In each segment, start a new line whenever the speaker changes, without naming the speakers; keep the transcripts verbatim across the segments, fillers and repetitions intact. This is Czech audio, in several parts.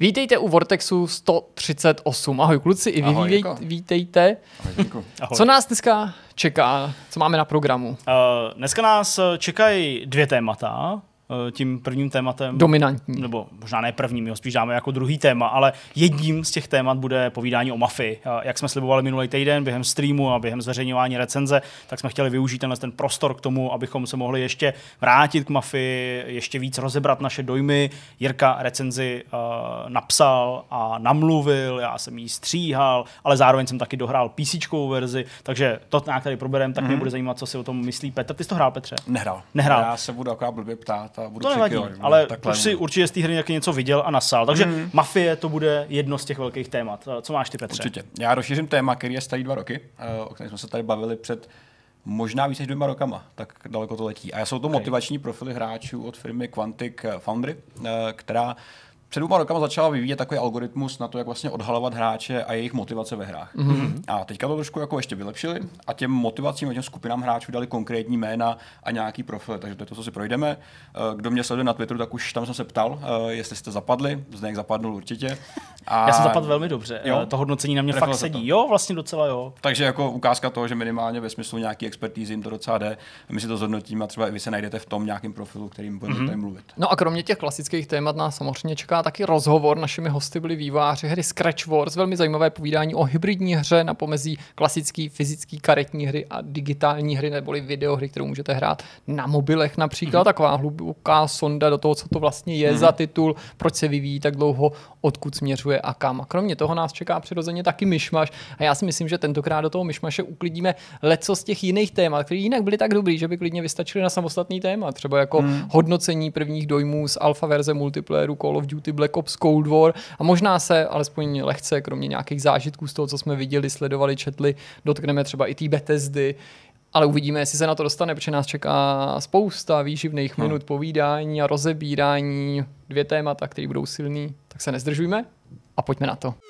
Vítejte u Vortexu sto třicet osm. Ahoj kluci, i vy
Ahoj,
vítej, vítejte.
Ahoj,
Ahoj. Co nás dneska čeká? Co máme na programu?
Uh, dneska nás čekají dvě témata. Tím prvním tématem...
Dominantní.
Nebo možná ne prvním, jo, spíš dáme jako druhý téma, ale jedním z těch témat bude povídání o Mafii. Jak jsme slibovali minulý týden během streamu a během zveřejňování recenze, tak jsme chtěli využít tenhle ten prostor k tomu, abychom se mohli ještě vrátit k Mafii, ještě víc rozebrat naše dojmy. Jirka recenzi uh, napsal a namluvil, já jsem jí stříhal, ale zároveň jsem taky dohrál PCčkovou verzi, takže to nějak tady proberem, tak mm-hmm. mě bude zajímat, co si o tom myslí Petr. Ty jsi to hrál, Petře?
Nehrál.
Nehrál.
Já se budu taková blbě ptát.
To nevadí, ale už si určitě z té hry nějaký něco viděl a nasál. Takže mm. Mafie to bude jedno z těch velkých témat. Co máš ty, Petře?
Určitě. Já rozšířím téma, který je starý dva roky, o kterém jsme se tady bavili před možná více než dvěma rokama, tak daleko to letí. A jsou to okay. motivační profily hráčů od firmy Quantic Foundry, která před dvěma rokama začala vyvíjet takový algoritmus na to, jak vlastně odhalovat hráče a jejich motivace ve hrách. Mm-hmm. A teďka to trošku jako ještě vylepšili a těm motivacím a těm skupinám hráčů dali konkrétní jména a nějaký profil. Takže to je to, co si projdeme. Kdo mě sleduje na Twitteru, tak už tam jsem se ptal, jestli jste zapadli. Zdeněk zapadnul určitě.
A já jsem zapadl velmi dobře. Jo? To hodnocení na mě Trefilo fakt sedí. To. Jo, vlastně docela jo.
Takže jako ukázka toho, že minimálně ve smyslu nějaký expertízy jim to docela jde. My si to zhodnotíme a třeba i vy se najdete v tom nějakém profilu, kterým budeme mm-hmm. tady mluvit.
No a kromě těch klasických témat nás samozřejmě čeká taky rozhovor. Našimi hosty byli vývojáři hry Scratch Wars, velmi zajímavé povídání o hybridní hře na pomezí klasické fyzické karetní hry a digitální hry neboli videohry, kterou můžete hrát na mobilech například. Mm-hmm. Taková hluboká sonda do toho, co to vlastně je mm-hmm. za titul, proč se vyvíjí tak dlouho, odkud směřuje a kam. A kromě toho nás čeká přirozeně taky myšmaš a já si myslím, že tentokrát do toho myšmaše uklidíme leco z těch jiných témat, které jinak byly tak dobrý, že by klidně vystačily na samostatný téma, třeba jako mm. hodnocení prvních dojmů z alfa verze multiplayeru Call of Duty Black Ops Cold War a možná se alespoň lehce, kromě nějakých zážitků z toho, co jsme viděli, sledovali, četli, dotkneme třeba i té Bethesdy, ale uvidíme, jestli se na to dostane, protože nás čeká spousta výživných minut hmm. povídání a rozebírání, dvě témata, které budou silný, tak se nezdržujme a pojďme na to.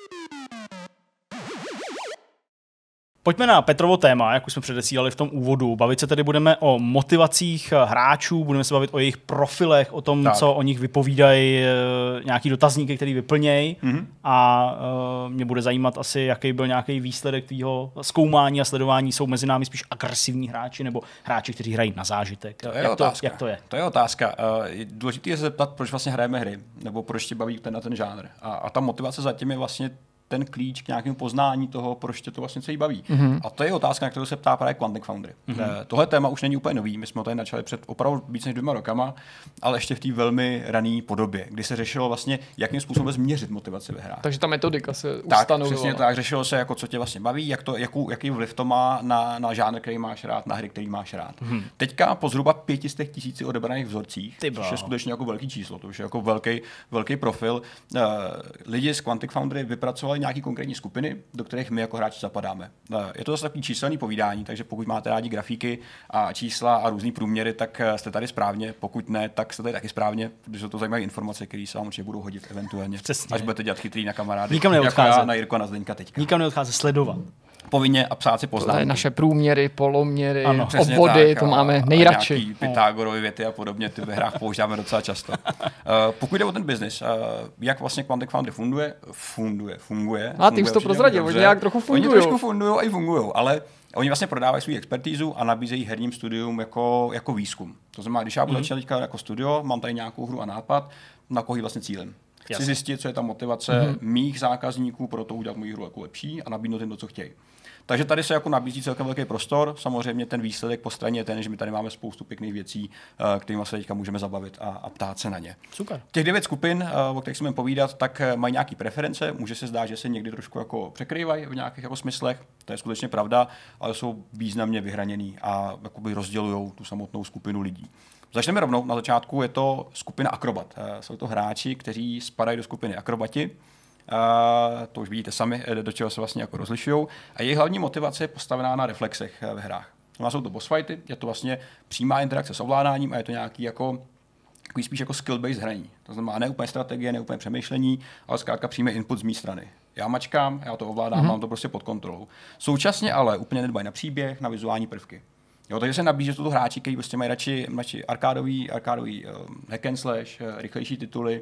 Pojďme na Petrovo téma, jak už jsme předesílali v tom úvodu. Bavit se tedy budeme o motivacích hráčů, budeme se bavit o jejich profilech, o tom, tak. co o nich vypovídají nějaký dotazníky, který vyplnějí. Mm-hmm. A uh, mě bude zajímat asi, jaký byl nějaký výsledek tvýho zkoumání a sledování. Jsou mezi námi spíš agresivní hráči nebo hráči, kteří hrají na zážitek.
To je
jak,
otázka.
To, jak to je?
To je otázka. Uh, důležité je se zeptat, proč vlastně hrajeme hry, nebo proč tě baví ten na ten žánr. A, a ta motivace zatím je vlastně ten klíč k nějakému poznání toho, proč tě to vlastně celý baví. Mm-hmm. A to je otázka, na kterou se ptá právě Quantic Foundry. Mm-hmm. Tohle téma už není úplně nový, my jsme ho tady načali před opravdu víc než dvěma rokama, ale ještě v té velmi rané podobě, kdy se řešilo vlastně, jakým způsobem změřit motivaci ve hrách.
Takže ta metodika se
tak,
ustanovila.
Přesně tak, řešilo se, jako, co tě vlastně baví, jak to, jakou, jaký vliv to má na, na žánr, který máš rád, na hry, který máš rád. Mm-hmm. Teďka po zhruba pěti tisíci odebraných vzorcích, což je skutečně jako velký číslo, to už je jako velký, velký profil. Uh, lidi z Quantic Foundry vypracovali nějaký konkrétní skupiny, do kterých my jako hráči zapadáme. Je to zase takový číselný povídání, takže pokud máte rádi grafiky a čísla a různý průměry, tak jste tady správně, pokud ne, tak jste tady taky správně, protože jsou to zajímavé informace, které se vám určitě budou hodit eventuálně.
Přesně.
Až budete dělat chytrý na kamarády.
Nikam neodcházet.
Jako já na Jirko a na Zdeňka teďka.
Nikam neodcházet, sledovat.
Povinně a psát si poznámky.
To je naše průměry, poloměry,
ano,
obvody,
tak,
to
a,
máme
a
nejradši.
Nějaký Pythagorovy věty a podobně, ty ve hrách používáme docela často. Uh, pokud jde o ten biznis, uh, jak vlastně Quantic Foundry funguje, funguje, funguje.
A ty už to prozradil, oni nějak trochu fungují.
Oni trošku fungují a i fungují, ale oni vlastně prodávají svou expertízu a nabízejí herním studium jako, jako výzkum. To znamená, když já budu mm-hmm. začínat teďka jako studio, mám tady nějakou hru a nápad, na koho vlastně cílem. Chci Jasně. zjistit, co je ta motivace mm-hmm. mých zákazníků pro to udělat moji hru jako lepší a nabídnout jim to, co chtějí. Takže tady se jako nabízí celkem velký prostor. Samozřejmě ten výsledek po straně je ten, že my tady máme spoustu pěkných věcí, kterými se teďka můžeme zabavit a, a ptát se na ně.
Super.
Těch devět skupin, o kterých jsme povídat, tak mají nějaké preference. Může se zdát, že se někdy trošku jako překrývají v nějakých jako smyslech. To je skutečně pravda, ale jsou významně vyhraněný a jakoby rozdělují tu samotnou skupinu lidí. Začneme rovnou. Na začátku je to skupina akrobat. Jsou to hráči, kteří spadají do skupiny akrobati. Uh, to už vidíte sami, do čeho se vlastně jako rozlišují. A jejich hlavní motivace je postavená na reflexech ve hrách. No, jsou to boss fighty, je to vlastně přímá interakce s ovládáním a je to nějaký jako, jako spíš jako skill-based hraní. To znamená ne úplně strategie, ne úplně přemýšlení, ale zkrátka přímý input z mé strany. Já mačkám, já to ovládám, mm-hmm. mám to prostě pod kontrolou. Současně ale úplně nedbají na příběh, na vizuální prvky. Jo, takže se nabízí, že jsou to hráči, kteří prostě mají radši, radši arkádový, arkádový um, hack and slash, rychlejší tituly,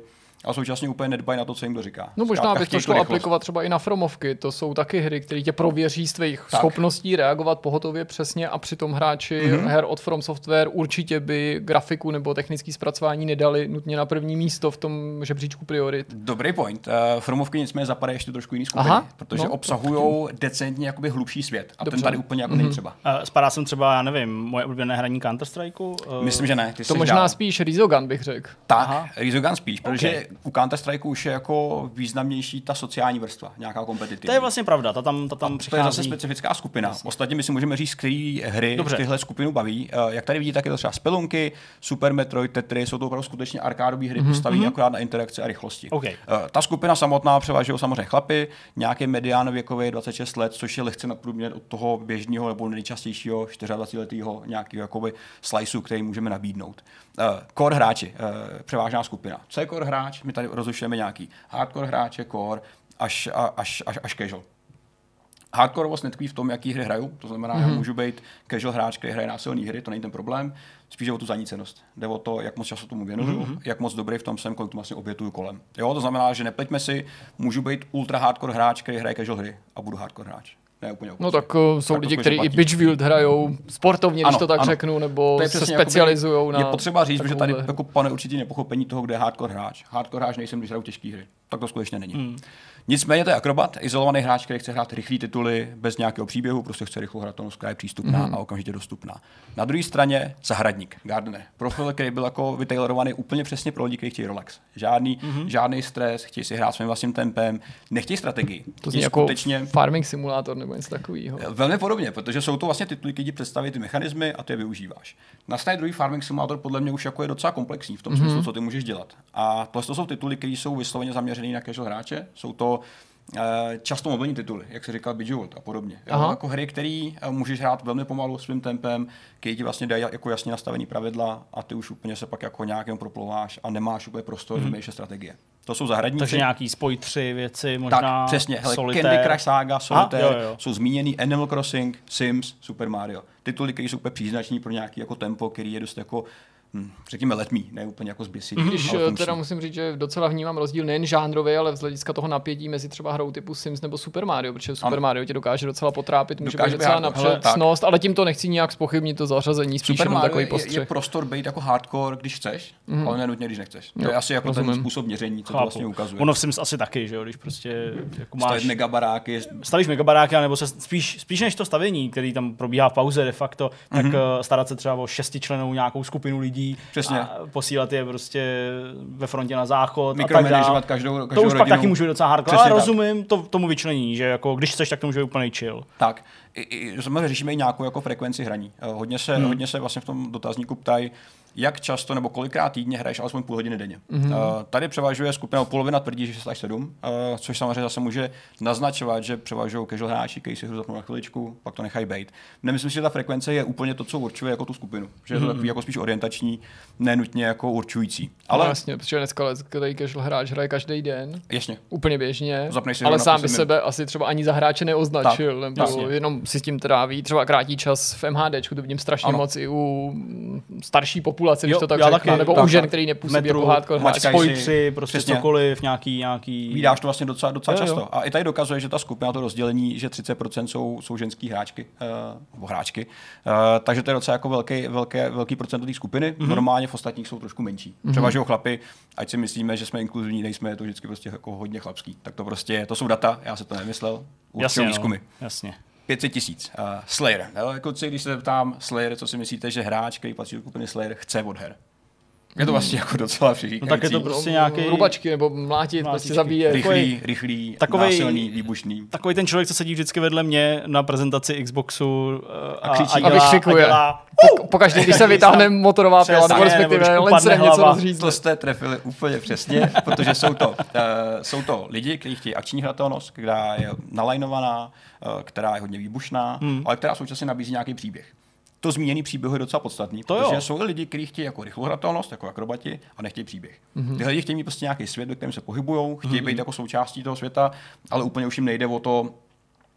a současně úplně nedbají na to, co jim to říká.
No možná by to šlo aplikovat třeba i na Fromovky. To jsou taky hry, které tě prověří z tvých tak. schopností reagovat pohotově přesně a přitom hráči mm-hmm. her od From Software určitě by grafiku nebo technické zpracování nedali nutně na první místo v tom žebříčku priorit.
Dobrý point. Uh, Fromovky nicméně zapadají ještě trošku jiný skupiny, Aha, protože no, obsahují decentně jakoby hlubší svět a Dobře. ten tady úplně jako mm-hmm. nejtřeba.
Uh, spadá sem třeba, já nevím, moje oblíbené hraní Counter-Strikeu? Uh,
Myslím, že ne. Ty
to možná dál. spíš Resogun bych řekl.
Tak, Resogun spíš, protože okay. u Counter-Strikeu už je jako významnější ta sociální vrstva, nějaká kompetitivní.
To je vlastně pravda, ta tam, ta tam přichází.
To je zase specifická skupina. Vlastně. Ostatně my si můžeme říct, který hry Dobře. tyhle skupinu baví. Uh, jak tady vidíte, tak je to třeba Spelunky, Super Metroid, Tetris, jsou to opravdu skutečně arkádové hry, mm-hmm. postaví akorát na interakci a rychlosti.
Okay.
Uh, ta skupina samotná převáží samozřejmě chlapy, nějaký medián věkový dvacet šest let, což je lehce nadprůměr od toho běžného nebo nejčastějšího čtyřicetiletého nějakého jakoby sliceu, který můžeme nabídnout. Uh, core hráči, uh, převážná skupina. Co je core hráč? My tady rozlišujeme nějaký hardcore hráče, core, až, až, až, až casual. Hardcoreovost netkví v tom, jaký hry hraju, to znamená, mm-hmm. já můžu být casual hráč, který hraje násilné hry, to není ten problém, spíš o tu zanícenost. Jde o to, jak moc času tomu věnuju, mm-hmm. jak moc dobrý v tom jsem, kolik to vlastně obětuju kolem. Jo, to znamená, že nepleťme si, můžu být ultra hardcore hráč, který hraje casual hry a budu hardcore hráč. Ne, úplně
no tak uh, jsou tak lidi, kteří i Bitchfield hrajou sportovně,
ano,
když to tak
ano.
řeknu, nebo se specializují na...
Je potřeba říct, že tady jako pane určitě nepochopení toho, kde je hardcore hráč. Hardcore hráč nejsem, když hraju těžké hry. Tak to skutečně není. Hmm. Nicméně to je akrobat, izolovaný hráč, který chce hrát rychlý tituly bez nějakého příběhu, prostě chce rychlou hratelnost, která je přístupná hmm. a okamžitě dostupná. Na druhé straně zahradník, gardener. Profil, který byl jako vytailorovaný úplně přesně pro lidi, kteří chtějí relax. Žádný, hmm. žádný stres, chtějí si hrát svým vlastním tempem, nechtějí strategii.
To zní jako skutečně... farming simulátor nebo něco takového.
Velmi podobně, protože jsou to vlastně tituly, kdy představí ty mechanismy a ty je využíváš. Na straně druhý farming simulátor podle mě už jako je docela komplexní v tom hmm. smyslu, co ty můžeš dělat. A to jsou tituly, které jsou vysloveně zaměřené na casual hráče. Jsou to uh, často mobilní tituly, jak se říkal Bejeweled a podobně. Jo, jako hry, které uh, můžeš hrát velmi pomalu svým tempem, které ti vlastně dají jako jasně nastavený pravidla a ty už úplně se pak jako nějakým proplouváš a nemáš úplně prostor mm-hmm. vymýšlet strategie. To jsou zahradníci.
Takže nějaký spoj tři věci, možná
tak, přesně. Hele,
Solitaire.
Candy Crush Saga, Solitaire, Aha, jo, jo. jsou zmíněný Animal Crossing, Sims, Super Mario. Tituly, které jsou úplně příznační pro nějaký jako tempo, který je dost jako Hmm, řekněme letmí, ne úplně jako zběsivý.
Když teda musím říct, že docela vnímám rozdíl nejen žánrový, ale z hlediska toho napětí mezi třeba hrou typu Sims nebo Super Mario, protože Super ano. Mario tě dokáže docela potrápit, může být docela napředsnost, ale tím to nechci nějak zpochybnit to zařazení, spíš jenom takový postřeh.
Je, je prostor být jako hardcore, když chceš, mm. ale nenutně, když nechceš. To jo, je asi jako rozumím. Ten způsob měření, co Chápu. to vlastně ukazuje.
Ono v Sims asi taky, že jo, když prostě jako máš
stavíš megabaráky,
stavíš megabaráky, nebo se spíš spíš než to stavění, který tam probíhá v pauze de facto, tak starat se třeba o šestičlennou nějakou skupinu lidí.
Přesně.
Posílat je prostě ve frontě na záchod a tak
dále. Každou, každou
to už
rodinu.
Pak taky může být docela hardcore, ale rozumím to, tomu vyčlení, že jako když chceš, tak to může být úplný chill.
Tak, i, i, samozřejmě řešíme i nějakou jako frekvenci hraní. Hodně se, hmm. hodně se vlastně v tom dotazníku ptají, jak často nebo kolikrát týdně hraješ alespoň půl hodiny denně. Mm-hmm. Uh, tady převažuje skupina, polovina tvrdí, že šest až sedm, uh, což samozřejmě zase může naznačovat, že převažují casual hráči, kteří si hru zapnou na chviličku, pak to nechají bejt. Nemyslím si, že ta frekvence je úplně to, co určuje jako tu skupinu. Že je to mm-hmm. takový jako spíš orientační, nenutně jako určující. Ale
no, jasně, protože dneska který casual hráč hraje každý den.
Jasně.
Úplně běžně. Ale sám by sebe asi třeba ani za hráče neoznačil, tak, nebo jasně. jenom si s tím tráví třeba krátí čas v MHDčku, to vidím strašně ano. moc i u starší populace, když to tak řeknu, nebo tak, u žen, který nepůsobí jako hardcore hráč.
Spoj tři, prostě přesně. Cokoliv, nějaký, nějaký...
Vídáš to vlastně docela, docela jo, často. Jo. A i tady dokazuje, že ta skupina, to rozdělení, že třicet procent jsou, jsou ženský hráčky, uh, nebo hráčky. Uh, takže to je docela jako velký, velký, velký procent té skupiny. Mm-hmm. Normálně v ostatních jsou trošku menší. Mm-hmm. Převažují chlapy, ať si myslíme, že jsme inkluzivní, nejsme, je to vždycky prostě jako hodně chlapský. Tak to prostě, to jsou data, já se to nemyslel.
Jasně,
výzkumy.
No, jasně.
pět set tisíc. Uh, Slayer. Kluci, když se ptám Slayer, co si myslíte, že hráč, který patří do skupiny Slayer, chce od her? Je to vlastně jako docela přiříkající.
No tak je to prostě nějaký
rubačky nebo mlátit, prostě zabíjet.
Rychlý, rychlý, takovej, násilný, výbušný.
Takový ten člověk, co sedí vždycky vedle mě na prezentaci Xboxu a,
a křičí. A, a vykřikuje. Po, pokaždé, když se vytáhne motorová pila, nebo respektive Lancerem něco rozřízne.
To jste trefili úplně přesně, protože jsou to, uh, jsou to lidi, kteří chtějí akční hratelnost, která je nalajnovaná, uh, která je hodně výbušná, hmm. ale která současně nabízí nějaký příběh. To zmíněný příběh je docela podstatný, to protože jo. jsou lidi, kteří chtějí jako rychlou hratelnost, jako akrobati, a nechtějí příběh. Mm-hmm. Ty lidi chtějí mít prostě nějaký svět, ve kterém se pohybují, chtějí mm-hmm. být jako součástí toho světa, ale úplně už jim nejde o to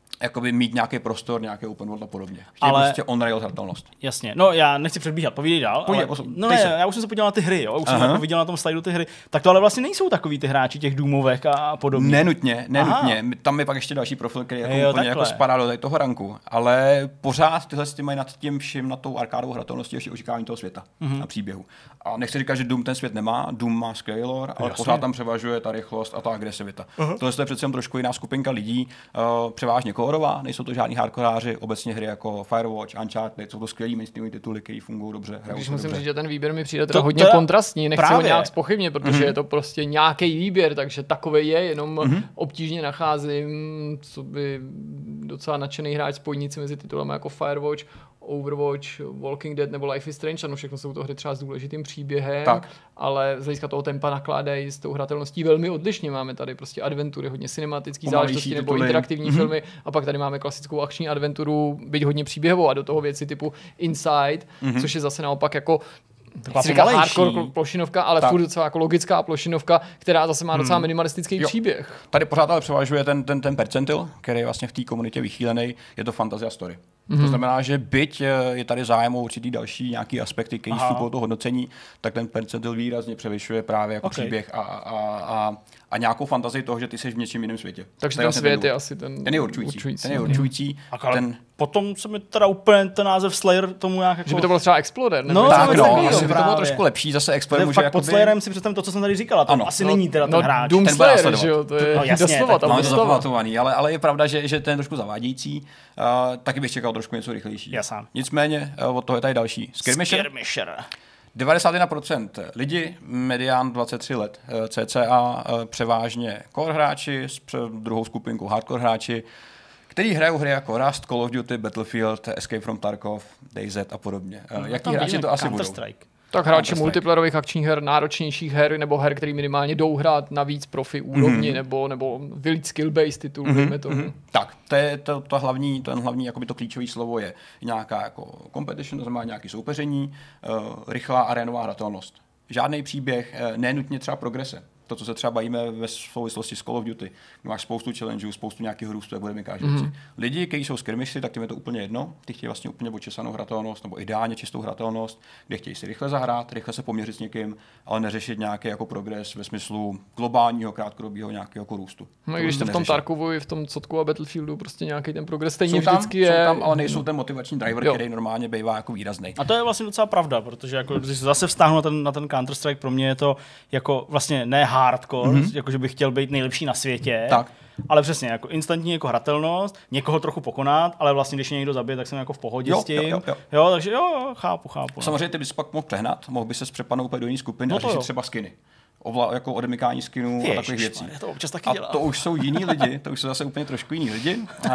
jakoby mít nějaký prostor, nějaký open world a podobně. Chtějí
ale...
prostě on-rail hratelnost.
Jasně. No já nechci předbíhat, povídej dál.
Pojď,
ale...
posl-
no ne, se. Já už jsem se podíval na ty hry, jo. Už Aha. jsem jako viděl na tom slajdu ty hry. Tak to ale vlastně nejsou takový ty hráči těch Doomovek a podobně.
Nenutně, nenutně. Aha. Tam je pak ještě další profil, který jako
jo,
úplně jako spadá do toho ranku. Ale pořád tyhle ty mají nad tím vším, nad tou arkádovou hratelností ještě očekávání toho světa mm-hmm. a příběhu. A nechci říkat, že Doom ten svět nemá, Doom má skvělý lore, ale Jasně. pořád tam převažuje ta rychlost a ta agresivita. Uh-huh. Tohle je přece trošku jiná skupinka lidí, uh, převážně kórová, nejsou to žádní hardkoráři, obecně hry jako Firewatch, Uncharted, jsou to skvělý mainstreamové tituly, které fungují dobře.
Když musím říct, že ten výběr mi přijde teda to, hodně teda kontrastní, nechci právě. ho nějak zpochybnit, protože mm-hmm. je to prostě nějaký výběr, takže takový je, jenom mm-hmm. obtížně nacházím, co by docela nadšený hráč spojnici mezi titulami jako Firewatch, Overwatch, Walking Dead nebo Life is Strange, ano, všechno jsou to hry třeba s důležitým příběhem, tak. ale z hlediska toho tempa nakládají s tou hratelností velmi odlišně. Máme tady prostě adventury, hodně cinematické záležitosti nebo interaktivní mm-hmm. filmy a pak tady máme klasickou akční adventuru, byť hodně příběhovou a do toho věci typu Inside, mm-hmm. což je zase naopak jako chci říkat hardcore plošinovka, ale tak. furt docela jako logická plošinovka, která zase má docela minimalistický jo. příběh.
Tady pořád ale převažuje ten, ten, ten percentil, který je vlastně v té komunitě vychýlený, je to fantasy a story. Mm-hmm. To znamená, že byť je tady zájem o určitý další nějaký aspekty, který vstupují do hodnocení, tak ten percentil výrazně převyšuje právě jako okay. příběh a, a, a, a nějakou fantazii toho, že ty jsi v něčím jiném světě.
Takže ten svět je asi ten,
ten je určující. určující. Ten je určující.
Mm. Ten... Potom se mi teda úplně ten název Slayer tomu nějak jako...
Že by to bylo třeba Exploder.
No, tak no, asi by to bylo trošku lepší. Zase Exploder může
jakoby... Pod Slayerem si představím to, co jsem tady říkala. To ano. asi no, není teda ten
no,
hráč.
Doom Slayer, že jo, to je
no, jasně,
doslova tam doslova.
Ale, ale je pravda, že, že ten je trošku zavádějící. Uh, taky bych čekal trošku něco rychlejší.
Jasán.
Nicméně uh, od toho je tady další. Skirmisher.
Skirmisher.
devadesát jedna procent lidí, medián dvacet tři let, cca převážně core hráči s druhou skupinkou hardcore hráči, který hrajou hry jako Rust, Call of Duty, Battlefield, Escape from Tarkov, DayZ a podobně. No, jaký hráči to asi budou?
Tak hráči multiplayerových akčních her, náročnějších her, nebo her, který minimálně jdou hrát na víc profi úrovni, mm-hmm. nebo, nebo build skill-based titul, mm-hmm. dejme tomu. Mm-hmm.
Tak, to je to, to hlavní, to hlavní, jakoby to klíčové slovo je nějaká jako competition, to znamená nějaké soupeření, uh, rychlá arénová hratelnost. Žádný příběh, uh, nenutně třeba progrese. To, co se třeba bavíme ve souvislosti s Call of Duty. Máš spoustu challengeů, spoustu nějakých růstů, jak budeme každý mm-hmm. Lidi, kteří jsou skirmishy, tak tím je to úplně jedno. Ty chtějí vlastně úplně očesanou hratelnost, nebo ideálně čistou hratelnost, kde chtějí si rychle zahrát, rychle se poměřit s někým, ale neřešit nějaký jako progres ve smyslu globálního, krátkodobého nějakého jako růstu.
No i když to v tom Tarkovu i v tom Sotku a Battlefieldu prostě nějaký ten progres stejně
tam,
vždycky je.
Jsou tam, ale nejsou ten motivační driver, jo. který normálně bývá jako výrazný.
A to je vlastně docela pravda, protože jako, když se zase vztáhnu na ten, na ten Counter-Strike, pro mě je to jako vlastně ne hardcore, mm-hmm. jakože bych chtěl být nejlepší na světě,
tak.
ale přesně jako instantní jako hratelnost, někoho trochu pokonat, ale vlastně když mě někdo zabije, tak jsem jako v pohodě
jo,
s tím.
Jo, jo, jo.
jo, takže jo, jo, chápu, chápu.
Samozřejmě ty bys pak mohl přehnat, mohl by se přepadnout úplně do jiné skupiny no a řešit třeba skiny. Ovla, jako odemykání skinů a takových věcí.
To občas taky
a
dělá.
to už jsou jiní lidi, to už jsou zase úplně trošku jiní lidi. Uh,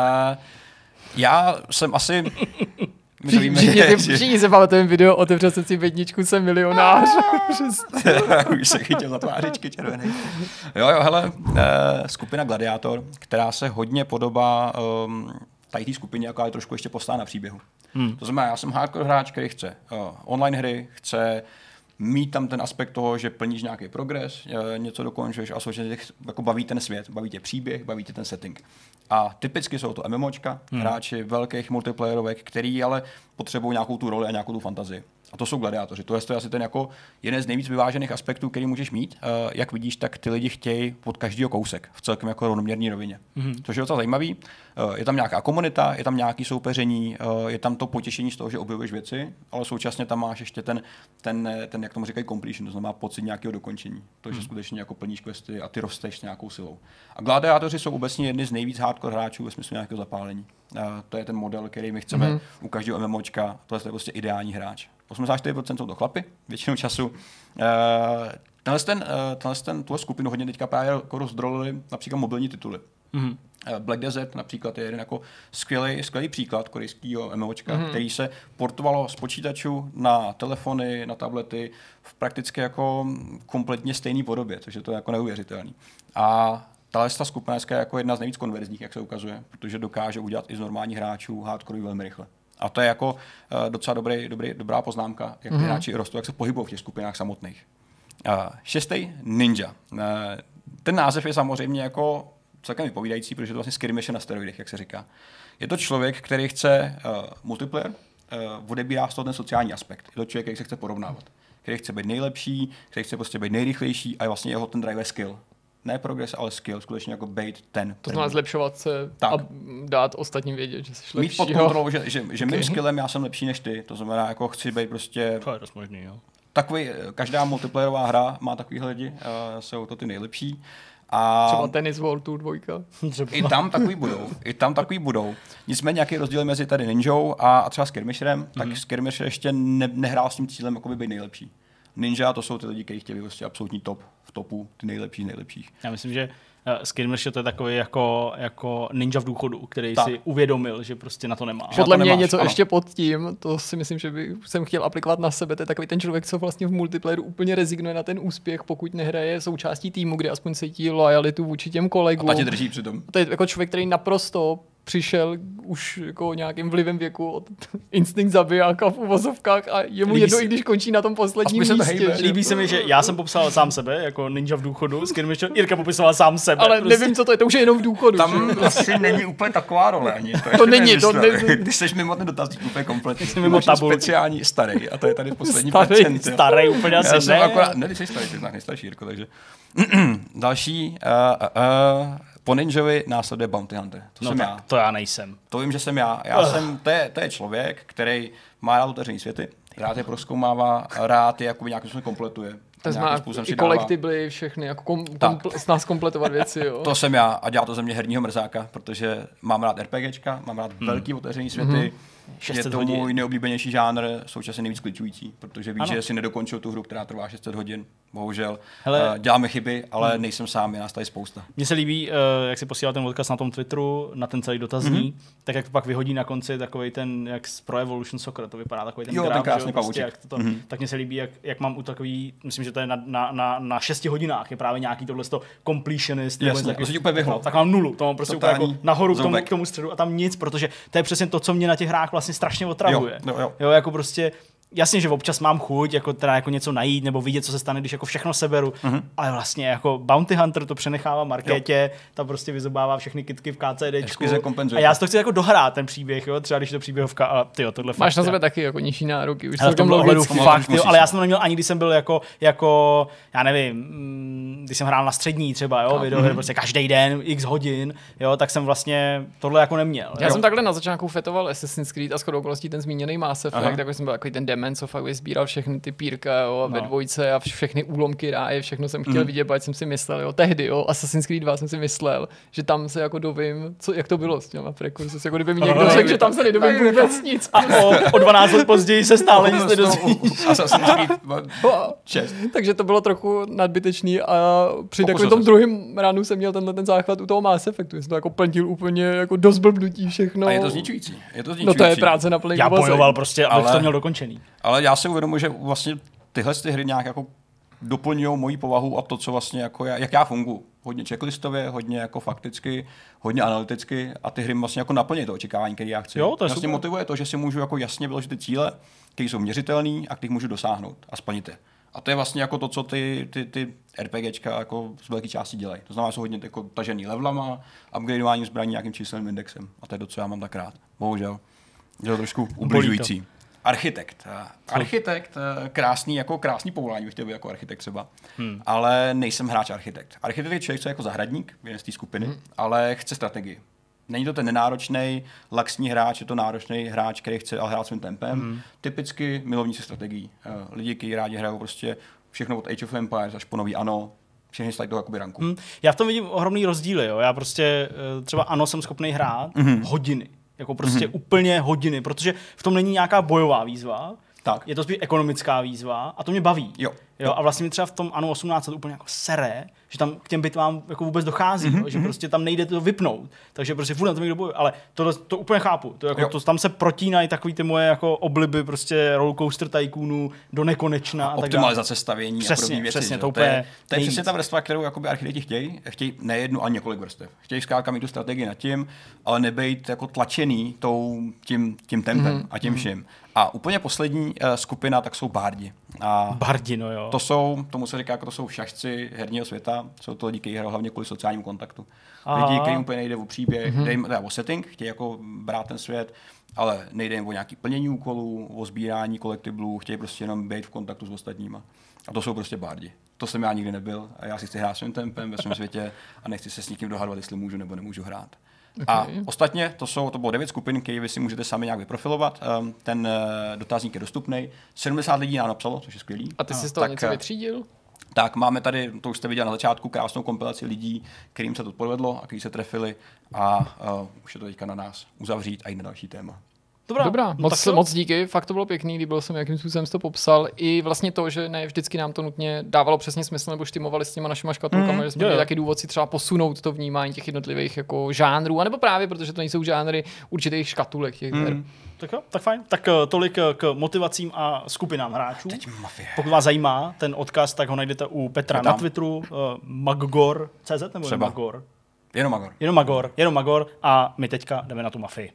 já jsem asi...
Všichni se pamatujeme video, otevřel jsem si bedničku, jsem milionář.
Už se chytil za tvářičky červený. Jo, jo, hele, uh, skupina Gladiátor, která se hodně podobá um, tady té skupině, jako je trošku ještě postavá na příběhu. Hmm. To znamená, já jsem hardcore hráč, který chce uh, online hry, chce mít tam ten aspekt toho, že plníš nějaký progres, něco dokončuješ a současně jako baví ten svět, baví tě příběh, baví tě ten setting. A typicky jsou to MMOčka, hmm. hráči velkých multiplayerovek, který ale potřebují nějakou tu roli a nějakou tu fantazii. A to jsou gladiátoři. To je, to je asi ten jako jeden z nejvíc vyvážených aspektů, který můžeš mít. Uh, jak vidíš, tak ty lidi chtějí pod každýho kousek v celkem jako rovnoměrné rovině. Mm-hmm. Což je docela zajímavý. Uh, je tam nějaká komunita, je tam nějaké soupeření, uh, je tam to potěšení z toho, že objevuješ věci, ale současně tam máš ještě ten, ten, ten jak tomu říkají, completion, to znamená pocit nějakého dokončení. To, že mm-hmm. skutečně jako plníš questy a ty rosteš s nějakou silou. A gladiátoři jsou obecně jedni z nejvíc hardcore hráčů ve smyslu nějakého zapálení. Uh, to je ten model, který my chceme mm-hmm. u každého MMOčka. To je prostě ideální hráč. osmdesát čtyři procent jsou to chlapy, většinou času. Uh, tenhle ten, uh, tenhle ten, tuhle skupinu hodně teďka právě jako rozdrolili například mobilní tituly. Mm-hmm. Uh, Black Desert například je jeden jako skvělý, skvělý příklad korejského MMOčka, mm-hmm. který se portovalo z počítačů na telefony, na tablety v prakticky jako kompletně stejné podobě, což je to jako neuvěřitelný. A tahle ta skupina je jako jedna z nejvíc konverzních, jak se ukazuje, protože dokáže udělat i z normálních hráčů hardcore velmi rychle. A to je jako uh, docela dobrý, dobrý, dobrá poznámka, jak mm-hmm. hráči rostou, jak se pohybují v těch skupinách samotných. Uh, šestý Ninja. Uh, ten název je samozřejmě jako celkem vypovídající, protože je to vlastně skirmisher na steroidech, jak se říká. Je to člověk, který chce uh, multiplayer, uh, odebírá z toho ten sociální aspekt. Je to člověk, který se chce porovnávat, který chce být nejlepší, který chce prostě být nejrychlejší a je vlastně jeho ten drive skill. Ne progres, ale skill, skutečně jako být ten.
To znamená zlepšovat se tak. A dát ostatním vědět, že jsi lepší.
Mít pod kontrolou, že, že, že okay. mým skillem já jsem lepší než ty, to znamená, jako chci být prostě...
To je dost možný, jo.
Takový, každá multiplayerová hra má takovýhle lidi, uh, jsou to ty nejlepší. A
třeba Tennis World Tour dvojka.
I tam takový budou. I tam takový budou. Nicméně nějaký rozdíl mezi tady Ninjou a, a třeba Skirmisherem, mm-hmm. tak Skirmisher ještě ne, nehrál s tím cílem jakoby být nejlepší. Ninja to jsou ty lidi, kteří chtějí prostě absolutní top v topu, ty nejlepší nejlepších.
Já myslím, že uh, Skirmisher to je takový jako, jako ninja v důchodu, který
tak.
si uvědomil, že prostě na to nemá.
Podle
to
mě
nemáš,
něco
ano.
ještě pod tím, to si myslím, že by jsem chtěl aplikovat na sebe. To je takový ten člověk, co vlastně v multiplayeru úplně rezignuje na ten úspěch, pokud nehraje součástí týmu, kde aspoň cítí lojalitu vůči těm kolegům.
A ta tě drží přitom.
To je jako člověk, který naprosto přišel už jako nějakým vlivem věku od instinkt zabijáka v uvozovkách a je mu jedno, si... i když končí na tom posledním místě.
Líbí se mi, že já jsem popsal sám sebe jako ninja v důchodu, Skirmisher, Jirka popisoval sám sebe.
Ale
prostě.
nevím, co to je, to už je jenom v důchodu.
Tam asi není úplně taková role ani. To,
to není, to ne...
Když jsi mimo ten dotazník úplně kompletně.
Jsi mimo tabulku.
Speciální starý a to je tady poslední
starý,
procent.
Starý úplně asi
já jsem
ne.
Akorát, ne, ty jsi starý, ty znáš nejstarší, Jirko, takže. Další, uh, uh, uh, po Ninjovi následuje Bounty Hunter. To
no
jsem
tak,
já.
to já nejsem.
To vím, že jsem já. Já uh. jsem, to je, to je člověk, který má rád otevřený světy, rád je prozkoumává, rád je jakoby nějakým způsobem kompletuje.
To znamená i kolektibly, všechny, jako kom, kompl, s nás kompletovat věci, jo.
To jsem já a dělá to ze mě herního mrzáka, protože mám rád RPGčka, mám rád hmm. velký otevřený světy, hmm. je to hodin. Můj nejoblíbenější žánr, současně nejvíc kličující, protože víš, ano. že si nedokončil tu hru, která trvá šest set hodin, bohužel. Hele, děláme chyby, ale hmm. nejsem sám, je nás tady spousta.
Mně se líbí, jak si posílal ten odkaz na tom Twitteru, na ten celý dotazník, mm-hmm. tak jak to pak vyhodí na konci takovej ten, jak z Pro Evolution Soccer, to vypadá takový ten
jo,
graf,
ten krásný
prostě, jak to, mm-hmm. tak mně se líbí, jak, jak mám u takový, myslím, že to je na, na, na, na šesti hodinách, je právě nějaký tohleto completionist,
jasně,
takový,
úplně vyhlo.
Tak mám nulu, to mám prostě úplně jako nahoru k tomu, k tomu středu a tam nic, protože to je přesně to, co mě na těch hrách vlastně strašně otravuje.
Jo, jo, jo.
jo jako prostě jasně, že občas mám chuť jako teda jako něco najít nebo vidět, co se stane, když jako všechno seberu, uh-huh. ale vlastně jako Bounty Hunter to přenechává markétě, ta prostě vyzobává všechny kitky v KCDčku. A já si to chci jako dohrát ten příběh, jo, třeba když to příběhovka a tyjo, tohle
máš na sebe taky jako nižší nároky, už
ale v tom ohledu fakt, jo, ale já jsem to neměl ani když jsem byl jako jako já nevím, když jsem hrál na střední třeba, jo, video, uh-huh. prostě každý den x hodin, jo, tak jsem vlastně tohle jako neměl.
Já
jo.
jsem takhle na začátku fetoval Assassin's Creed a shodou okolností ten zmíněný Mass Effect, tak jsem byl takový ten dement, co fakt sbíral všechny ty pírka, jo, no. ve dvojce a všechny úlomky ráje, všechno jsem chtěl mm. vidět, protože jsem si myslel, jo, tehdy, jo, Assassin's Creed dva jsem si myslel, že tam se jako dovím, co, jak to bylo s těma prekursus, jako kdyby mi někdo řekl, že tam se nedovím vůbec nic.
A o, o dvanáct let později se stále nic nedozvíš.
Assassin's Creed šest.
Takže to bylo trochu nadbytečný a při takovém tom druhém ránu jsem měl tenhle ten záchvat u toho Mass Effectu, jsem to jako plntil úplně jako do zblbnutí všechno.
A je to zničující. Je to zničující.
No to je práce na plný
Já bojoval prostě, abych ale... to měl dokončený.
Ale já si uvědomuji, že vlastně tyhle ty hry nějak jako doplňují moji povahu a to, co vlastně jako já, jak já funguji. Hodně checklistově, hodně jako fakticky, hodně analyticky a ty hry vlastně jako naplní to očekávání, které já chci.
Jo, to je
vlastně super. Motivuje to, že si můžu jako jasně vyložit ty cíle, které jsou měřitelné a kterých můžu dosáhnout a splnit je. A to je vlastně jako to, co ty, ty, ty RPGčka jako z velké části dělají. To znamená, jsou hodně jako tažený levelama, upgradeováním zbraní nějakým číselným indexem. A to je to, co já mám tak rád. Bohužel. Je to trošku ubližující. Architekt. Architekt, krásný, jako krásný povolání bych chtěl být jako architekt třeba, hmm. ale nejsem hráč architekt. Architekt je člověk, co je jako zahradník, jeden z té skupiny, hmm. ale chce strategii. Není to ten nenáročný, laxní hráč, je to náročný hráč, který chce ale hrát svým tempem. Hmm. Typicky milovníci strategií. Lidi, kteří rádi hrajou prostě všechno od Age of Empires až po nový Anno, všechny slají do jakoby ranku. Hmm.
Já v tom vidím ohromný rozdíly. Jo. Já prostě třeba Anno jsem schopný hrát hmm. hodiny. Jako prostě mm-hmm. úplně hodiny, protože v tom není nějaká bojová výzva, tak. Je to spíš ekonomická výzva a to mě baví. Jo. Jo, a vlastně mi třeba v tom Anno osmnáct úplně jako sere, že tam k těm bitvám jako vůbec dochází, mm-hmm. jo, že prostě tam nejde to vypnout, takže prostě furt na tom někdo bojuje, ale to, to úplně chápu, to, jako, to tam se protínají takový ty moje jako obliby prostě rollercoaster tycoonů do nekonečna. A
optimalizace stavění
přesně,
a podobné věci.
Přesně,
to,
to, úplně
je, to je přesně ta vrstva, kterou jakoby architekti chtějí, chtějí ne jednu a několik vrstev. Chtějí zkrátka mít tu strategii nad tím, ale nebejt jako tlačený tou, tím, tím tempem mm-hmm. a tím vším. A úplně poslední uh, skupina, tak jsou bardi. A
bardi, no jo.
To jsou, tomu se říká, jako to jsou šašci herního světa, jsou to lidi, kteří hrajou hlavně kvůli sociálnímu kontaktu. Aha. Lidi, kterým úplně nejde o příběh, mm-hmm. jde jim o setting, chtějí jako brát ten svět, ale nejde jim o nějaké plnění úkolů, o sbírání kolektiblů, chtějí prostě jenom být v kontaktu s ostatníma. A to jsou prostě bardi. To jsem já nikdy nebyl a já si chci hrát svým tempem ve svém světě a nechci se s nikým dohadovat, jestli můžu nebo nemůžu hrát. Okay. A ostatně to jsou to bylo devět skupin, které vy si můžete sami nějak vyprofilovat. Ten dotazník je dostupný. sedmdesát lidí nám napsalo, což je skvělý.
A ty jsi z toho něco vytřídil?
Tak máme tady, to už jste viděli na začátku, krásnou kompilaci lidí, kterým se to povedlo a kteří se trefili a uh, už je to teďka na nás uzavřít a jít na další téma.
Dobrá, Dobrá. Moc, moc díky, fakt to bylo pěkný, líbilo se mi, jakým způsobem jsi to popsal. I vlastně to, že ne vždycky nám to nutně dávalo přesně smysl, nebo štimovali s těma našima škatulkama, mm, že jsme měli taky důvod si třeba posunout to vnímání těch jednotlivých jako žánrů, anebo právě protože to nejsou žánry určitých škatulek těch her. Mm.
Tak jo, tak fajn. Tak tolik k motivacím a skupinám hráčů.
Teď mafie.
Pokud vás zajímá ten odkaz, tak ho najdete u Petra na Twitteru, uh, magor tečka cé zet nebo
třeba.
Magor?
Jenom Magor.
Jenom Magor, jenom Magor a my teďka jdeme na tu mafii.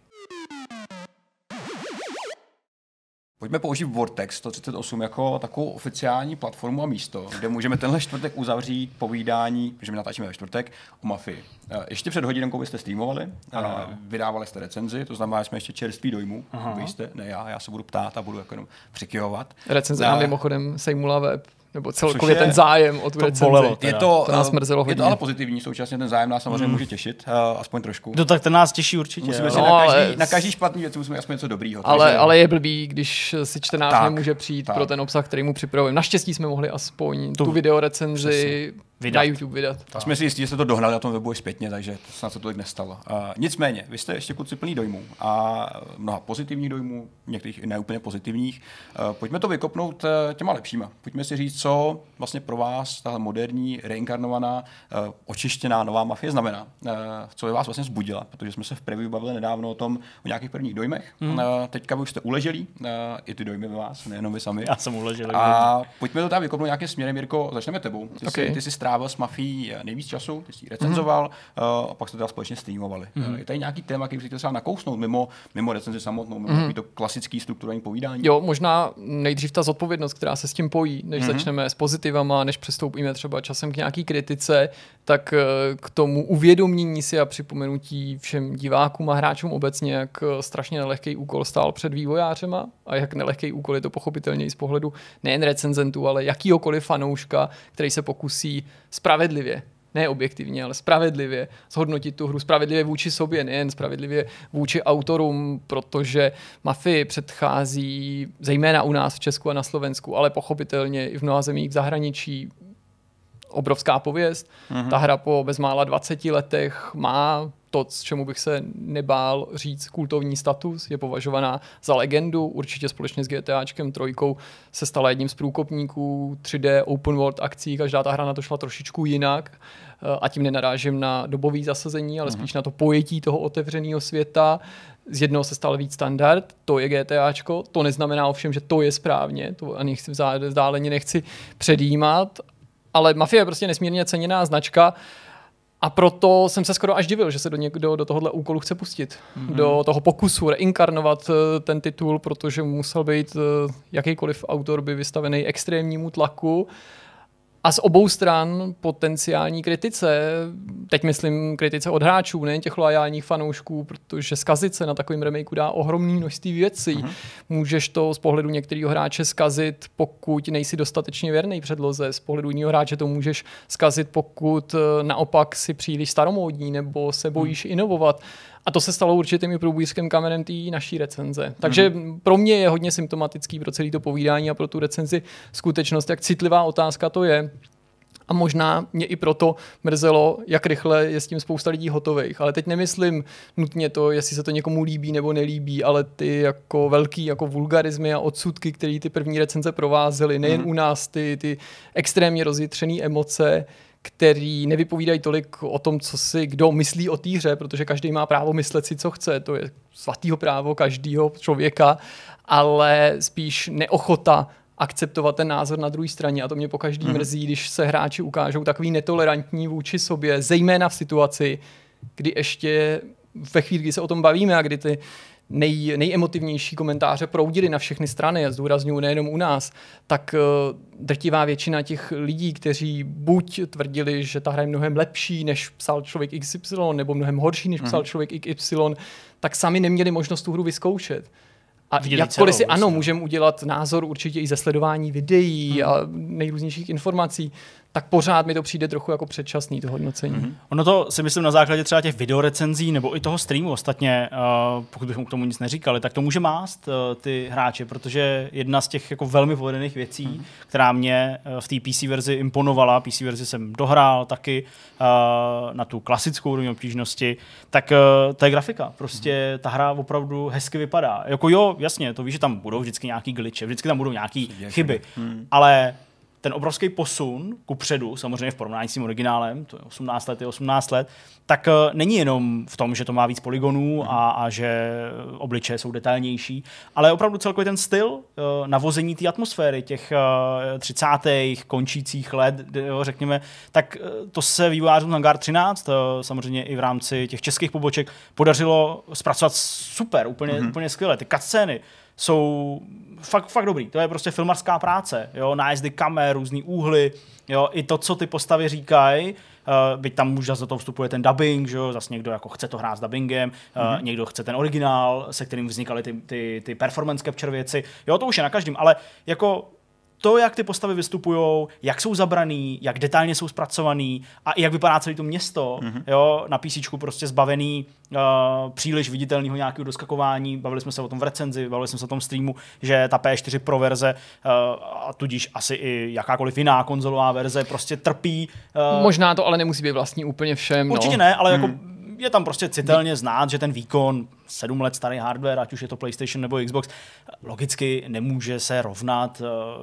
Pojďme použít Vortex sto třicet osm jako takovou oficiální platformu a místo, kde můžeme tenhle čtvrtek uzavřít povídání, protože my natáčíme ve čtvrtek, o mafii. Ještě před hodinkou vy jste streamovali, Aha. vydávali jste recenzi, to znamená, že jsme ještě čerství dojmu. Vy jste, ne já, já se budu ptát a budu jako jenom přikyvovat.
Recenze nám mimochodem sejmula web. Nebo celkově ten zájem o tu
to
recenzi.
Bolelo,
je to,
to nás mrzelo hodně.
Je to ale pozitivní, současně ten zájem nás samozřejmě mm. může těšit, uh, aspoň trošku.
No tak ten nás těší určitě.
Musíme si no, na, každý, ale... na každý špatný věc musíme aspoň něco dobrýho.
Ale, takže... ale je blbý, když si čtenář
tak,
nemůže přijít tak. pro ten obsah, který mu připravujeme. Naštěstí jsme mohli aspoň tu, tu videorecenzi na YouTube vydat.
Tak. Jsme si jistí, že jste to dohnali na tom webu i zpětně, takže snad se tolik nestalo. Uh, nicméně, vy jste ještě kluci plný dojmů a mnoha pozitivních dojmů, některých i neúplně pozitivních. Uh, pojďme to vykopnout uh, těma lepšíma. Pojďme si říct, co vlastně pro vás tahle moderní, reinkarnovaná, uh, očištěná nová mafie znamená. Uh, co je vás vlastně vzbudila, protože jsme se v preview bavili nedávno o tom, o nějakých prvních dojmech. Mm. Uh, teďka vy už jste uleželi, uh, i ty dojmy ve vás, nejenom vy sami.
Já jsem uležel.
A pojďme to tam vykopnout nějakým směrem, Jirko, začneme tebou. Ty,
okay.
jsi, ty jsi strávil s mafií nejvíc času, ty jsi ji recenzoval mm. uh, a pak jste teda společně streamovali. Mm. Uh, je tady nějaký téma, který chcete třeba nakousnout mimo, mimo recenzi samotnou, mimo mm. to klasický strukturální povídání?
Jo, možná nejdřív ta zodpovědnost, která se s tím pojí, než mm. začneme s pozitivama, než přestoupíme třeba časem k nějaký kritice, tak k tomu uvědomění si a připomenutí všem divákům a hráčům obecně, jak strašně nelehký úkol stál před vývojářema a jak nelehký úkol je to pochopitelně i z pohledu nejen recenzentů, ale jakýhokoliv fanouška, který se pokusí spravedlivě, ne objektivně, ale spravedlivě zhodnotit tu hru, spravedlivě vůči sobě, nejen spravedlivě vůči autorům, protože Mafii předchází zejména u nás v Česku a na Slovensku, ale pochopitelně i v mnoha zemích v zahraničí obrovská pověst. Mm-hmm. Ta hra po bezmála dvaceti letech má to, s čemu bych se nebál říct, kultovní status, je považovaná za legendu, určitě společně s GTAčkem trojkou se stala jedním z průkopníků tři dé open world akcí, každá ta hra na to šla trošičku jinak a tím nenarážím na dobové zasazení, ale mm-hmm. spíš na to pojetí toho otevřeného světa. Z jednoho se stal víc standard, to je GTAčko, to neznamená ovšem, že to je správně, to ani vzdáleně nechci předjímat, ale Mafia je prostě nesmírně ceněná značka a proto jsem se skoro až divil, že se do někdo do tohohle úkolu chce pustit. Mm-hmm. Do toho pokusu reinkarnovat ten titul, protože musel být jakýkoliv autor by vystavený extrémnímu tlaku. A z obou stran potenciální kritice, teď myslím kritice od hráčů, nejen těch loajálních fanoušků, protože zkazit se na takovým remakeu dá ohromné množství věcí. Uh-huh. Můžeš to z pohledu některého hráče zkazit, pokud nejsi dostatečně věrný předloze. Z pohledu jiného hráče to můžeš zkazit, pokud naopak si příliš staromódní nebo se bojíš uh-huh. inovovat. A to se stalo určitým i průbůjským kamenem té naší recenze. Takže mm. pro mě je hodně symptomatický pro celé to povídání a pro tu recenzi skutečnost, jak citlivá otázka to je. A možná mě i proto mrzelo, jak rychle je s tím spousta lidí hotových. Ale teď nemyslím nutně to, jestli se to někomu líbí nebo nelíbí, ale ty jako velký jako vulgarizmy a odsudky, které ty první recenze provázely, nejen mm. u nás, ty, ty extrémně rozjitřené emoce, který nevypovídají tolik o tom, co si kdo myslí o té hře, protože každý má právo myslet si, co chce, to je svatýho právo každého člověka, ale spíš neochota akceptovat ten názor na druhé straně a to mě pokaždý mm. mrzí, když se hráči ukážou takový netolerantní vůči sobě, zejména v situaci, kdy ještě ve chvíli, kdy se o tom bavíme a kdy ty nej, nejemotivnější komentáře proudily na všechny strany, a zdůrazňuji nejenom u nás, tak uh, drtivá většina těch lidí, kteří buď tvrdili, že ta hra je mnohem lepší, než psal člověk X Y, nebo mnohem horší, než psal člověk X Y, tak sami neměli možnost tu hru vyzkoušet. A
Viděli
jakkoliv
celou,
si ano,
vlastně.
můžeme udělat názor určitě i ze sledování videí hmm. a nejrůznějších informací, tak pořád mi to přijde trochu jako předčasný to hodnocení.
Mm-hmm. Ono to si myslím na základě třeba těch videorecenzí nebo i toho streamu ostatně, uh, pokud bychom k tomu nic neříkali, tak to může mást uh, ty hráče, protože jedna z těch jako velmi povedených věcí, mm-hmm. která mě uh, v té P C verzi imponovala, P C verzi jsem dohrál taky uh, na tu klasickou úroveň obtížnosti, tak uh, to je grafika. Prostě mm-hmm. ta hra opravdu hezky vypadá. Jako jo, jasně, to víš, že tam budou vždycky nějaký glitche, vždycky tam budou nějaký chyby, mm-hmm. ale ten obrovský posun kupředu, samozřejmě v porovnání s tím originálem, to je osmnáct let, je osmnáct let, tak uh, není jenom v tom, že to má víc polygonů mm. a, a že obličeje jsou detailnější, ale opravdu celkově ten styl uh, navození té atmosféry těch uh, třicátých končících let, jo, řekněme, tak uh, to se vývojářům Hangar třináct, uh, samozřejmě i v rámci těch českých poboček, podařilo zpracovat super, úplně, mm. úplně skvěle. Ty cutscény jsou fakt, fakt dobrý. To je prostě filmarská práce. Jo? Nájezdy kamer, různý úhly, jo? I to, co ty postavy říkají, uh, byť tam už za to vstupuje ten dubbing, že jo? Zase někdo jako chce to hrát s dubbingem, mm-hmm. uh, někdo chce ten originál, se kterým vznikaly ty, ty, ty performance capture věci. Jo, to už je na každém, ale jako to, jak ty postavy vystupujou, jak jsou zabraný, jak detailně jsou zpracovaný a i jak vypadá celé to město, mm-hmm. jo, na PCčku prostě zbavený uh, příliš viditelného nějakého doskakování, bavili jsme se o tom v recenzi, bavili jsme se o tom streamu, že ta P čtyři Pro verze uh, a tudíž asi i jakákoliv jiná konzolová verze prostě trpí.
Uh, Možná to ale nemusí být vlastní úplně všem.
Určitě
no.
ne, ale mm. jako je tam prostě citelně znát, že ten výkon, sedm let starý hardware, ať už je to PlayStation nebo Xbox, logicky nemůže se rovnat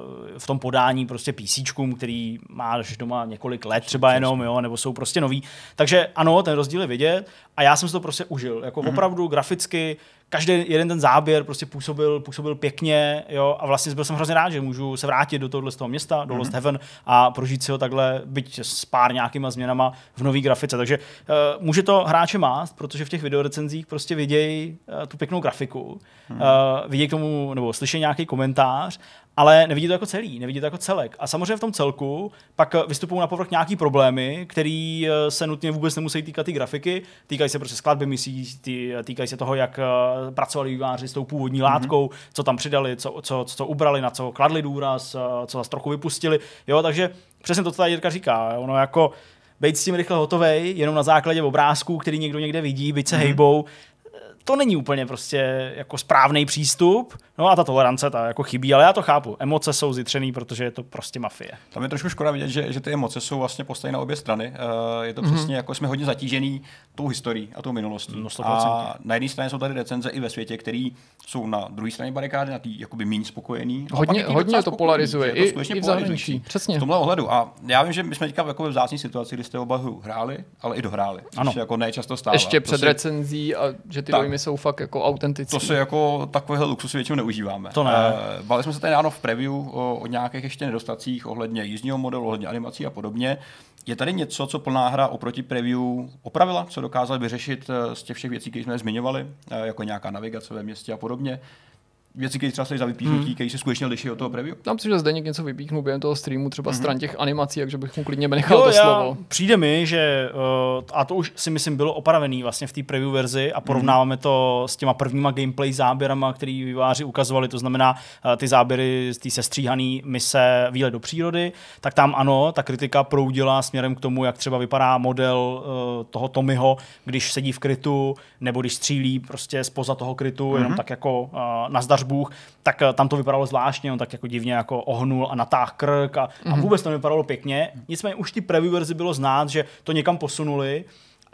v tom podání prostě PCčkům, který máš doma několik let třeba jenom, jo, nebo jsou prostě nový. Takže ano, ten rozdíl je vidět a já jsem si to prostě užil. Jako mm-hmm. opravdu graficky každý jeden ten záběr prostě působil, působil pěkně, jo, a vlastně byl jsem hrozně rád, že můžu se vrátit do tohohle z toho města, do mm-hmm. Lost Heaven a prožít si ho takhle, byť s pár nějakýma změnama v nový grafice. Takže uh, může to hráče mást, protože v těch videorecenzích prostě vidějí uh, tu pěknou grafiku, mm-hmm. uh, vidějí k tomu, nebo slyší nějaký komentář, ale nevidí to jako celý, nevidí to jako celek. A samozřejmě v tom celku pak vystupují na povrch nějaký problémy, který se nutně vůbec nemusí týkat ty grafiky, týkají se prostě skladby misí, tý, týkají se toho, jak pracovali vývojáři s tou původní látkou, mm-hmm. co tam přidali, co, co, co ubrali, na co kladli důraz, co zase trochu vypustili. Jo, takže přesně to, co tady Jirka říká, ono jako být s tím rychle hotovej, jenom na základě obrázků, který někdo někde vidí, byť se mm-hmm. hejbou, to není úplně prostě jako správný přístup. No a ta tolerance ta jako chybí, ale já to chápu. Emoce jsou zjitřený, protože je to prostě mafie. Tam
je trošku škoda vidět, že, že ty emoce jsou vlastně postaveny na obě strany. Uh, je to mm-hmm. přesně jako jsme hodně zatížený tou historií a tou minulostí.
No, sto procent.
A na jedné straně jsou tady recenze i ve světě, který jsou na druhé straně barikády, na tý jakoby méně spokojený.
Hodně, hodně to polarizuje, i, i v zahraničí. Přesně.
V tomhle ohledu. A já vím, že my jsme teďka v jako vzácné situaci, kdy jste oba hru hráli, ale i dohráli. Což jako nečasto stává.
Ještě před si... recenzí a že ty tak. dojmy jsou fakt jako autentické.
To si jako takovýhle luxus většinou neužíváme.
To ne.
Uh, bavili jsme se tady ráno v preview o, o nějakých ještě nedostacích ohledně jízdního modelu, ohledně animací a podobně. Je tady něco, co plná hra oproti preview opravila, co dokázala vyřešit z těch všech věcí, které jsme zmiňovali, jako nějaká navigace ve městě a podobně? Věci, které třeba stojí za vypíchnutí, hmm. které se skutečně liší od toho preview?
Tam si, že Zdeněk něco vypíchnu během toho streamu, třeba hmm. stran těch animací, takže bych mu klidně nechal
jo,
to
já,
slovo.
Přijde mi, že, uh, a to už si myslím bylo opravený vlastně v té preview verzi a porovnáváme hmm. to s těma prvníma gameplay záběrama, který vývojáři ukazovali, to znamená uh, ty záběry z té sestříhané mise Výlet do přírody, tak tam ano, ta kritika proudila směrem k tomu, jak třeba vypadá model uh, toho Tommyho, když sedí v krytu, nebo když střílí prostě spoza toho krytu, hmm. jenom tak jako uh, nazdař Bůh, tak tam to vypadalo zvláštně, on tak jako divně jako ohnul a natáhl krk a, mm-hmm. a vůbec to nevypadalo pěkně. Nicméně už ty preview verzi bylo znát, že to někam posunuli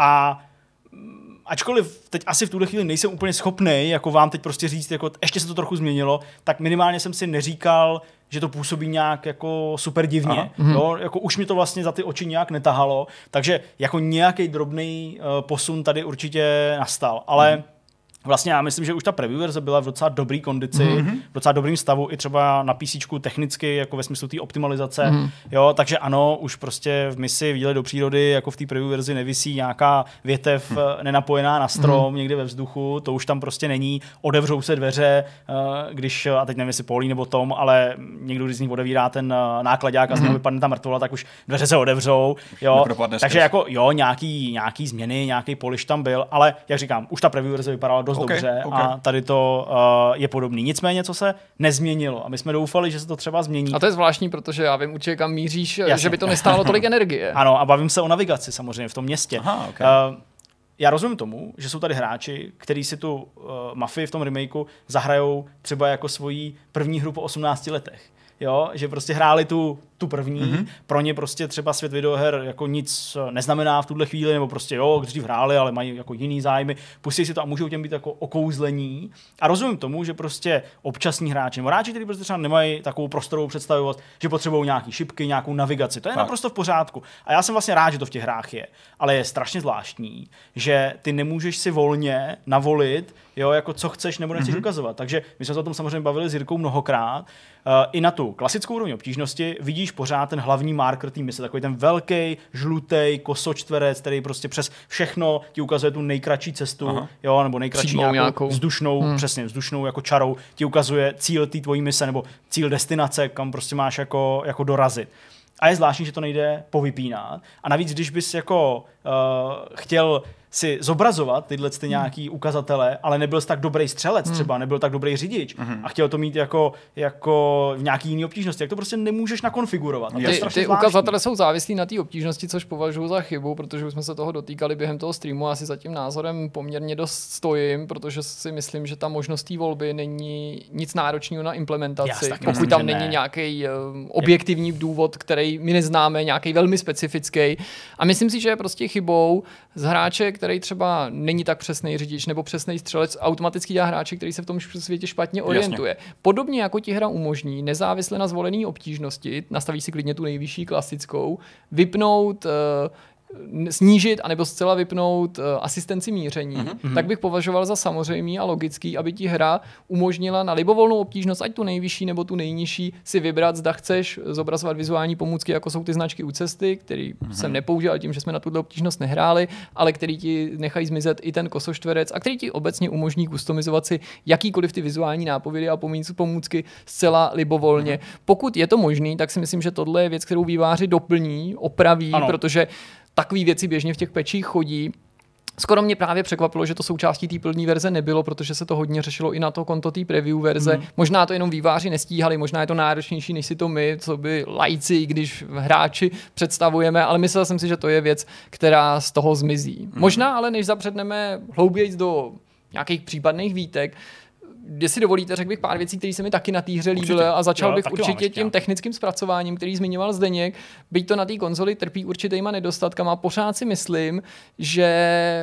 a ačkoliv teď asi v tuhle chvíli nejsem úplně schopnej, jako vám teď prostě říct, jako ještě se to trochu změnilo, tak minimálně jsem si neříkal, že to působí nějak jako super divně. Jo? Jako už mi to vlastně za ty oči nějak netahalo, takže jako nějaký drobný uh, posun tady určitě nastal, ale mm. Vlastně já myslím, že už ta preview verze byla v docela dobrý kondici, mm-hmm. v docela dobrým stavu i třeba na PCčku technicky, jako ve smyslu té optimalizace. Mm-hmm. Jo, takže ano, už prostě v misi Výlet do přírody, jako v té preview verzi nevisí nějaká větev mm. nenapojená na strom mm. někde ve vzduchu, to už tam prostě není. Odevřou se dveře, když, a teď nevím, jestli Paulí nebo Tom, ale někdo, když z nich odevírá ten nákladák a z něho vypadne ta mrtvola, tak už dveře se odevřou. Jo. Takže jako jo, nějaký, nějaký změny, nějaký polish tam byl, ale jak říkám, už ta preview verze vypadala dost okay, dobře okay. a tady to uh, je podobný. Nicméně, co se nezměnilo a my jsme doufali, že se to třeba změní.
A to je zvláštní, protože já vím určitě, kam míříš, Jasně. že by to nestálo tolik energie.
Ano, a bavím se o navigaci samozřejmě v tom městě.
Aha, okay.
uh, já rozumím tomu, že jsou tady hráči, kteří si tu uh, Mafii v tom remakeu zahrajou třeba jako svoji první hru po osmnácti letech. Jo, že prostě hráli tu, tu první, mm-hmm. pro ně prostě třeba svět videoher jako nic neznamená v tuhle chvíli, nebo prostě jo, kteří hráli, ale mají jako jiný zájmy, pustí si to a můžou těm být jako okouzlení. A rozumím tomu, že prostě občasní hráči, nebo hráči, kteří prostě třeba nemají takovou prostorovou představivost, že potřebují nějaký šipky, nějakou navigaci. To je tak. naprosto v pořádku. A já jsem vlastně rád, že to v těch hrách je. Ale je strašně zvláštní, že ty nemůžeš si volně navolit, jo, jako co chceš nebo nechceš mm-hmm. ukazovat. Takže my jsme se o tom samozřejmě bavili s Jirkou mnohokrát. Uh, I na tu klasickou úroveň obtížnosti vidíš pořád ten hlavní marker té mise, takový ten velký, žlutý kosočtverec, který prostě přes všechno ti ukazuje tu nejkratší cestu, Aha. jo, nebo nejkratší nějakou, nějakou vzdušnou, hmm. přesně vzdušnou jako čarou, ti ukazuje cíl té tvojí mise nebo cíl destinace, kam prostě máš jako, jako dorazit. A je zvláštní, že to nejde povypínat. A navíc, když bys jako uh, chtěl si zobrazovat tyhle ty nějaký ukazatele, ale nebyl jsi tak dobrý střelec hmm. třeba, nebyl tak dobrý řidič hmm. a chtěl to mít jako, jako v nějaký jiný obtížnosti, jak to prostě nemůžeš nakonfigurovat.
Ty, ty, ty ukazatele jsou závislí na té obtížnosti, což považuji za chybu, protože už jsme se toho dotýkali během toho streamu a asi za tím názorem poměrně dost stojím, protože si myslím, že ta možnost té volby není nic náročného na implementaci, pokud myslím, tam není nějaký um, objektivní důvod, který my neznáme, nějaký velmi specifický. A myslím si, že je prostě chybou z hráče, který třeba není tak přesný řidič nebo přesný střelec, automaticky dělá hráče, který se v tom světě špatně orientuje. Jasně. Podobně jako ti hra umožní, nezávisle na zvolené obtížnosti, nastaví si klidně tu nejvyšší klasickou, vypnout uh, snížit anebo zcela vypnout uh, asistenci míření, mm-hmm. tak bych považoval za samozřejmý a logický, aby ti hra umožnila na libovolnou obtížnost, ať tu nejvyšší nebo tu nejnižší, si vybrat, zda chceš zobrazovat vizuální pomůcky, jako jsou ty značky u cesty, který mm-hmm. jsem nepoužil tím, že jsme na tuto obtížnost nehráli, ale který ti nechají zmizet i ten kosoštverec a který ti obecně umožní customizovat si jakýkoliv ty vizuální nápovědy a pomůcky zcela libovolně. Mm-hmm. Pokud je to možný, tak si myslím, že tohle je věc, kterou výváři doplní, opraví, ano. protože takové věci běžně v těch pečích chodí. Skoro mě právě překvapilo, že to součástí té plné verze nebylo, protože se to hodně řešilo i na to konto té preview verze. Mm. Možná to jenom výváři nestíhali, možná je to náročnější, než si to my, co by lajci, když hráči představujeme, ale myslel jsem si, že to je věc, která z toho zmizí. Mm. Možná ale, než zapředneme hlouběji do nějakých případných výtek, jestli dovolíte, řekl bych pár věcí, které se mi taky na té hře líbily a začal jo, bych určitě tím technickým zpracováním, který zmiňoval Zdeněk. Byť to na té konzoli trpí určitýma nedostatkama, pořád si myslím, že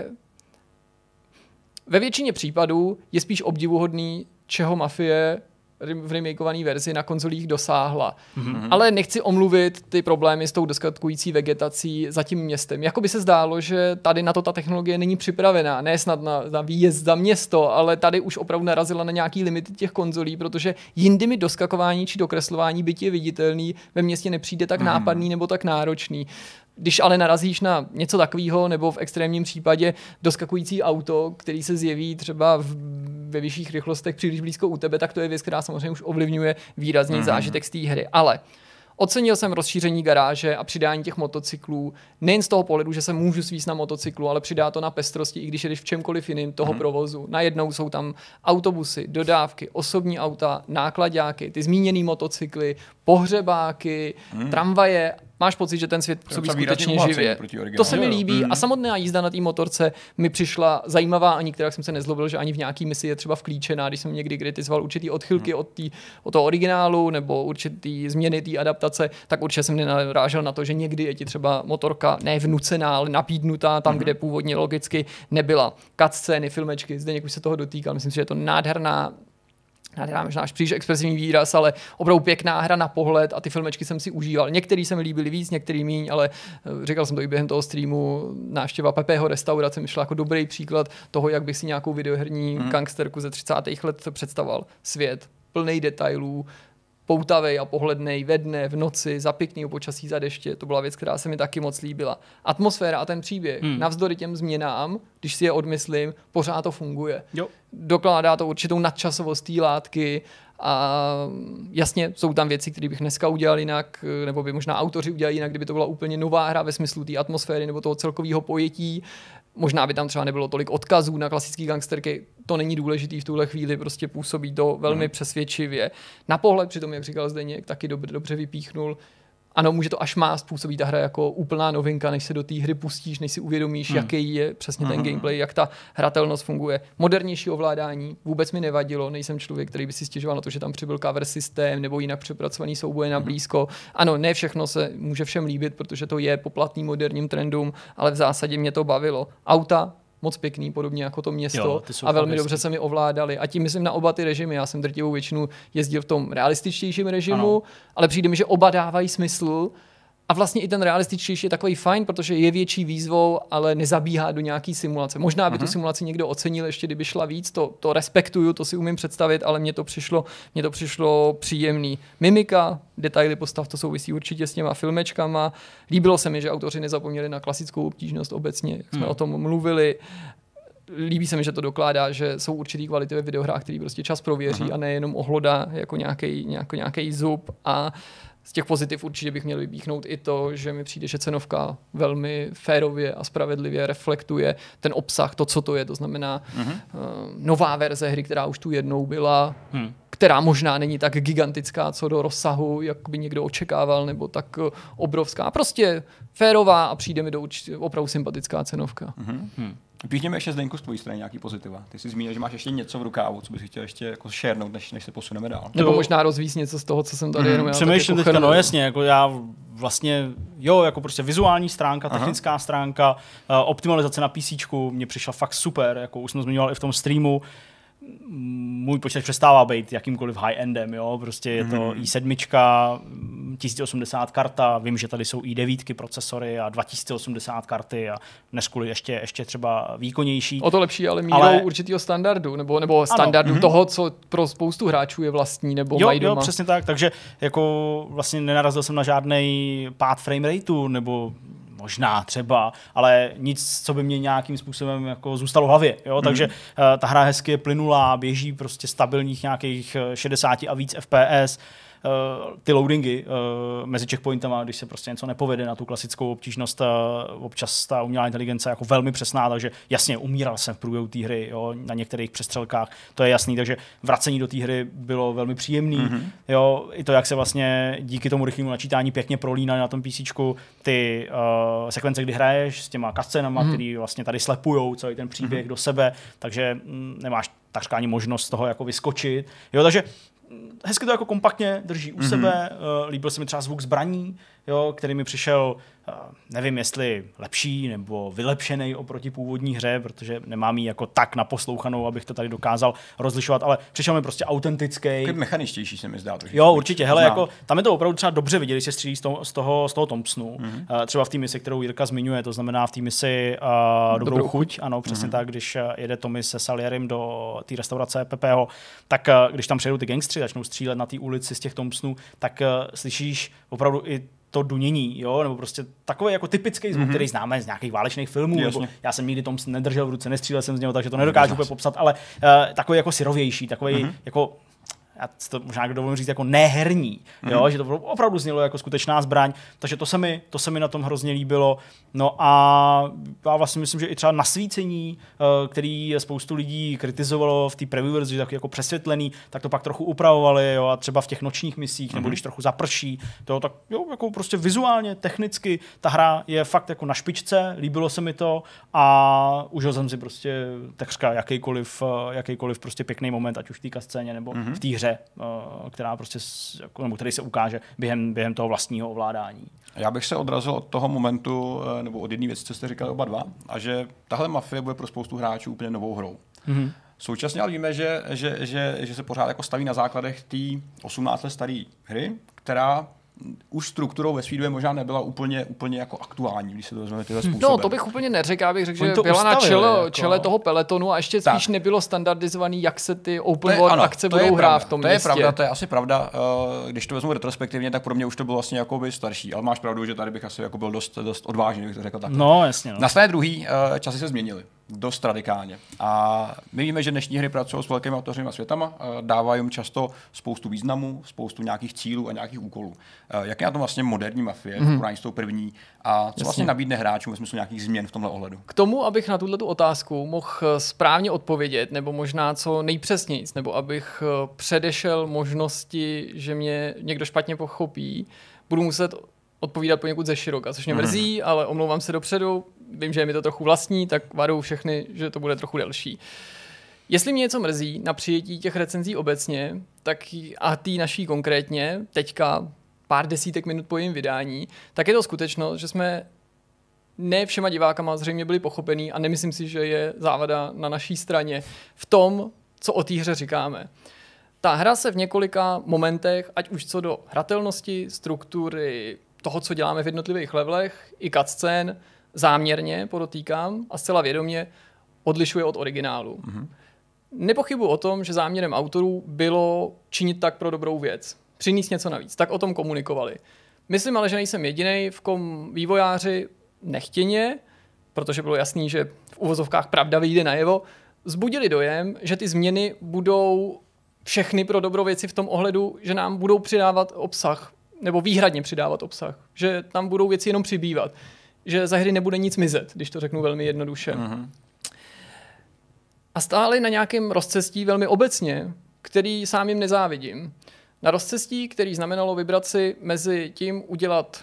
ve většině případů je spíš obdivuhodný, čeho Mafie v remakeované verzi na konzolích dosáhla. Mm-hmm. Ale nechci omluvit ty problémy s tou doskatkující vegetací za tím městem. Jako by se zdálo, že tady na to ta technologie není připravená. Ne snad na, na výjezd za město, ale tady už opravdu narazila na nějaký limity těch konzolí, protože jindy mi doskakování či dokreslování byť je viditelný, ve městě nepřijde tak mm-hmm. nápadný nebo tak náročný. Když ale narazíš na něco takového, nebo v extrémním případě doskakující auto, který se zjeví třeba v, ve vyšších rychlostech příliš blízko u tebe, tak to je věc, která samozřejmě už ovlivňuje výrazný mm-hmm. zážitek z té hry. Ale ocenil jsem rozšíření garáže a přidání těch motocyklů, nejen z toho pohledu, že se můžu svíst na motocyklu, ale přidá to na pestrosti, i když jedeš v čemkoliv jiným toho mm. provozu. Najednou jsou tam autobusy, dodávky, osobní auta, náklaďáky, ty zmíněný motocykly, pohřebáky, mm. tramvaje. Máš pocit, že ten svět působí skutečně živě. To se mi líbí mm. a samotná jízda na té motorce mi přišla zajímavá a nikterak jsem se nezlobil, že ani v nějaký misi je třeba vklíčená, když jsem někdy kritizoval určitý odchylky mm. od, tý, od toho originálu nebo určitý změny té adaptace, tak určitě jsem nenarážel na to, že někdy je ti třeba motorka ne vnucená, ale napídnutá tam, mm. kde původně logicky nebyla. Cutscény, filmečky, zde někdo se toho dotýkal, myslím si, že je to nádherná nádherná, možná až příliš expresivní výraz, ale opravdu pěkná hra na pohled a ty filmečky jsem si užíval. Některý se mi líbily víc, některý míň, ale říkal jsem to i během toho streamu, návštěva Pepeho restaurace mi šla jako dobrý příklad toho, jak bych si nějakou videoherní hmm. gangsterku ze třicátých let představoval. Svět plný detailů, poutavej a pohlednej ve dne, v noci, za pěknýho počasí, za deště. To byla věc, která se mi taky moc líbila. Atmosféra a ten příběh, hmm. navzdory těm změnám, když si je odmyslím, pořád to funguje.
Jo.
Dokládá to určitou nadčasovost té látky a jasně, jsou tam věci, které bych dneska udělal jinak, nebo by možná autoři udělali jinak, kdyby to byla úplně nová hra ve smyslu té atmosféry nebo toho celkového pojetí. Možná by tam třeba nebylo tolik odkazů na klasické gangsterky, to není důležitý v tuhle chvíli, prostě působí to velmi mm. přesvědčivě. Na pohled přitom, jak říkal Zdeněk, taky dobře, dobře vypíchnul. Ano, může to až mást působí ta hra jako úplná novinka, než se do té hry pustíš, než si uvědomíš, mm. jaký je přesně ten mm. gameplay, jak ta hratelnost funguje. Modernější ovládání vůbec mi nevadilo, nejsem člověk, který by si stěžoval na to, že tam přibyl cover systém nebo jinak přepracovaný souboje na blízko. Ano, ne všechno se může všem líbit, protože to je poplatný moderním trendům, ale v zásadě mě to bavilo. Auta moc pěkný, podobně jako to město jo, a velmi hezky. Dobře se mi ovládali. A tím myslím na oba ty režimy. Já jsem drtivou většinu jezdil v tom realističtějším režimu, ano. ale přijde mi, že oba dávají smysl. A vlastně i ten realističtější je takový fajn, protože je větší výzvou, ale nezabíhá do nějaký simulace. Možná by uh-huh. tu simulaci někdo ocenil, ještě kdyby šla víc, to, to respektuju, to si umím představit, ale mně to přišlo, mně to přišlo příjemný. Mimika, detaily postav, to souvisí určitě s těma filmečkama. Líbilo se mi, že autoři nezapomněli na klasickou obtížnost obecně, jak jsme hmm. o tom mluvili. Líbí se mi, že to dokládá, že jsou určitý kvality ve videohrách, který prostě čas prověří uh-huh. a nejenom ohlodá jako nějaký zub. A z těch pozitiv určitě bych měl vypíchnout i to, že mi přijde, že cenovka velmi férově a spravedlivě reflektuje ten obsah, to, co to je. To znamená uh-huh. uh, nová verze hry, která už tu jednou byla, hmm. která možná není tak gigantická co do rozsahu, jak by někdo očekával, nebo tak uh, obrovská. Prostě férová a přijde mi do určitě opravdu sympatická cenovka. Uh-huh.
Hmm. Píchněme ještě, Zdeňku, z tvojí strany nějaký pozitiva. Ty jsi zmínil, že máš ještě něco v rukávu, co bys chtěl ještě jako sharenout, než, než se posuneme dál.
Nebo možná rozvíct něco z toho, co jsem tady mm, jenom já
přemýšlím
jako
teďka, no jasně, jako já vlastně, jo, jako prostě vizuální stránka,
Aha.
technická stránka, uh, optimalizace na PCčku, mě přišla fakt super, jako už jsem zmiňoval i v tom streamu. Můj počítač přestává být jakýmkoliv high-endem, jo, prostě je to mm. i sedm, tisíc osmdesát karta, vím, že tady jsou i devět procesory a dva tisíce osmdesát karty a dnes kvůli ještě, ještě třeba výkonnější.
O to lepší, ale mírou ale... určitého standardu, nebo, nebo standardu ano. toho, co pro spoustu hráčů je vlastní, nebo
jo,
mají doma.
Jo, přesně tak, takže jako vlastně nenarazil jsem na žádnej pád frame rateu, nebo možná třeba, ale nic, co by mě nějakým způsobem jako zůstalo v hlavě. Jo? Mm. Takže uh, ta hra hezky je plynulá, běží prostě stabilních nějakých šedesát a víc F P S. Uh, ty loadingy uh, mezi checkpointama, když se prostě něco nepovede na tu klasickou obtížnost, uh, občas ta umělá inteligence jako velmi přesná, takže jasně umíral jsem v průběhu té hry, jo, na některých přestřelkách, to je jasný, takže vracení do té hry bylo velmi příjemný. Mm-hmm. Jo, i to, jak se vlastně díky tomu rychlému načítání pěkně prolínaly na tom PCčku ty uh, sekvence, kdy hraješ s těma cutscenama, mm-hmm. který vlastně tady slepujou celý ten příběh mm-hmm. do sebe, takže mm, nemáš takřka ani možnost z toho jako vyskočit. Jo, takže hezky to jako kompaktně drží u mm-hmm. sebe, uh, líbil se mi třeba zvuk zbraní, jo, který mi přišel, uh, nevím jestli lepší nebo vylepšený oproti původní hře, protože nemám ji jako tak naposlouchanou, abych to tady dokázal rozlišovat, ale přišel mi prostě autentický.
Mechaničtější se mi zdá.
Jo, určitě, hele, jako, tam je to opravdu třeba dobře vidět, když se střílí z toho, z toho, z toho Thompsonu, mm-hmm. uh, třeba v té misi, kterou Jirka zmiňuje, to znamená v té misi uh, Dobrou, Dobrou chuť, ano, přesně mm-hmm. tak, když jede Tommy se Salierim do té restaurace Pepeho, tak uh, když tam přijedou ty gangstři, začnou střílet na té ulici z těch Thompsonů, tak uh, slyšíš opravdu i to dunění, jo, nebo prostě takový jako typický zvuk, mm-hmm. který známe z nějakých válečných filmů, nebo já jsem nikdy Thompson nedržel v ruce, nestřílel jsem z něho, takže to nedokážu úplně popsat, ale uh, takový jako syrovější, takový mm-hmm. jako já to možná dovolím říct jako neherní, mm. jo, že to opravdu znělo jako skutečná zbraň, takže to se mi, to se mi na tom hrozně líbilo. No a já vlastně myslím, že i třeba nasvícení, který spoustu lidí kritizovalo v té preview verzi, tak jako přesvětlený, tak to pak trochu upravovali, jo, a třeba v těch nočních misích, mm. nebo když trochu zaprší, to tak jo, jako prostě vizuálně, technicky ta hra je fakt jako na špičce, líbilo se mi to a užil jsem si prostě takřka jakýkoliv, jakýkoliv prostě pěkný moment, ať už v té scéně nebo mm. v té hře, která prostě, nebo který se ukáže během, během toho vlastního ovládání.
Já bych se odrazil od toho momentu, nebo od jedné věci, co jste říkali oba dva, a že tahle Mafie bude pro spoustu hráčů úplně novou hrou. Mm-hmm. Současně ale víme, že, že, že, že se pořád jako staví na základech té osmnáct let staré hry, která už strukturou ve svý době možná nebyla úplně, úplně jako aktuální, když se to vezmeme tyhle způsobem.
No, to bych úplně neřekl, já bych řekl, že
to
byla na čele,
jako...
čele toho pelotonu a ještě spíš
tak.
nebylo standardizovaný, jak se ty open
je,
world
ano,
akce budou hrát v tom
to
městě.
To je pravda, to je asi pravda. Když to vezmu retrospektivně, tak pro mě už to bylo vlastně jakoby starší, ale máš pravdu, že tady bych asi jako byl dost, dost odvážný, bych to řekl tak.
No, jasně. No.
Na straně druhý časy se změnily. Dost radikálně. A my víme, že dnešní hry pracují s velkými otevřenými světama, dávají jim často spoustu významů, spoustu nějakých cílů a nějakých úkolů. Jak je na tom vlastně moderní Mafie, mm-hmm. v porovnání s tou první, a co Jasně. vlastně nabídne hráčům ve smyslu nějakých změn v tomhle ohledu?
K tomu, abych na tuto otázku mohl správně odpovědět, nebo možná co nejpřesněji, nebo abych předešel možnosti, že mě někdo špatně pochopí, budu muset odpovídat poněkud ze široka, což mě mrzí, mm. ale omlouvám se dopředu, vím, že je mi to trochu vlastní, tak varuju všechny, že to bude trochu delší. Jestli mě něco mrzí na přijetí těch recenzí obecně, tak a tý naší konkrétně, teďka pár desítek minut po jejím vydání, tak je to skutečnost, že jsme ne všema divákama zřejmě byli pochopení a nemyslím si, že je závada na naší straně v tom, co o té hře říkáme. Ta hra se v několika momentech, ať už co do hratelnosti, struktury, toho, co děláme v jednotlivých levelech, i cutscén, záměrně, podotýkám, a zcela vědomě odlišuje od originálu. Mm-hmm. Nepochybuji o tom, že záměrem autorů bylo činit tak pro dobrou věc. Přinést něco navíc. Tak o tom komunikovali. Myslím ale, že nejsem jedinej, v kom vývojáři nechtěně, protože bylo jasný, že v uvozovkách pravda vyjde najevo, zbudili dojem, že ty změny budou všechny pro dobrou věci v tom ohledu, že nám budou přidávat obsah, nebo výhradně přidávat obsah. Že tam budou věci jenom přibývat. Že za hry nebude nic mizet, když to řeknu velmi jednoduše. Mm-hmm. A stáli na nějakém rozcestí velmi obecně, který sám jim nezávidím. Na rozcestí, který znamenalo vybrat si mezi tím udělat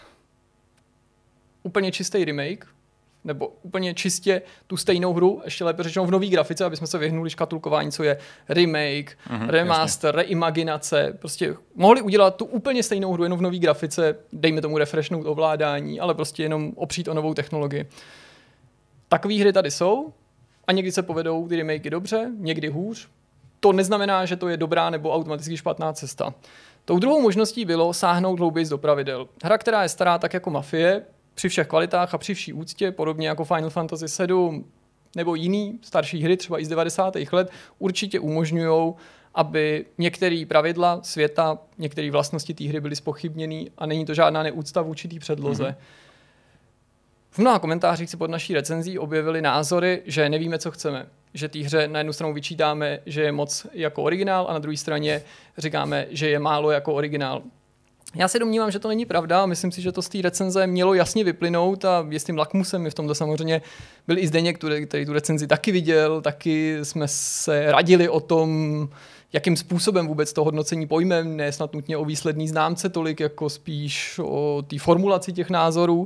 úplně čistý remake, nebo úplně čistě tu stejnou hru, ještě lépe řečeno v nový grafice, aby jsme se vyhnuli škatulkování, co je remake, mm-hmm, remaster, jasně. reimaginace. Prostě mohli udělat tu úplně stejnou hru jenom v nový grafice, dejme tomu refreshnout ovládání, ale prostě jenom opřít o novou technologii. Takové hry tady jsou a někdy se povedou ty remakey dobře, někdy hůř. To neznamená, že to je dobrá nebo automaticky špatná cesta. Tou druhou možností bylo sáhnout hlouběji do pravidel. Hra, která je stará tak jako Mafie, při všech kvalitách a při vší úctě, podobně jako Final Fantasy sedm nebo jiný starší hry, třeba i z devadesátých let, určitě umožňují, aby některé pravidla světa, některé vlastnosti té hry byly zpochybněny a není to žádná neúcta vůči té předloze. Mm-hmm. V mnoha komentářích si pod naší recenzí objevily názory, že nevíme, co chceme. Že té hře na jednu stranu vyčítáme, že je moc jako originál a na druhé straně říkáme, že je málo jako originál. Já se domnívám, že to není pravda a myslím si, že to z té recenze mělo jasně vyplynout a jistým lakmusem je v tomto samozřejmě byl i Zdeněk, který, který tu recenzi taky viděl, taky jsme se radili o tom, jakým způsobem vůbec to hodnocení pojmem, ne snad nutně o výsledný známce tolik, jako spíš o té formulaci těch názorů.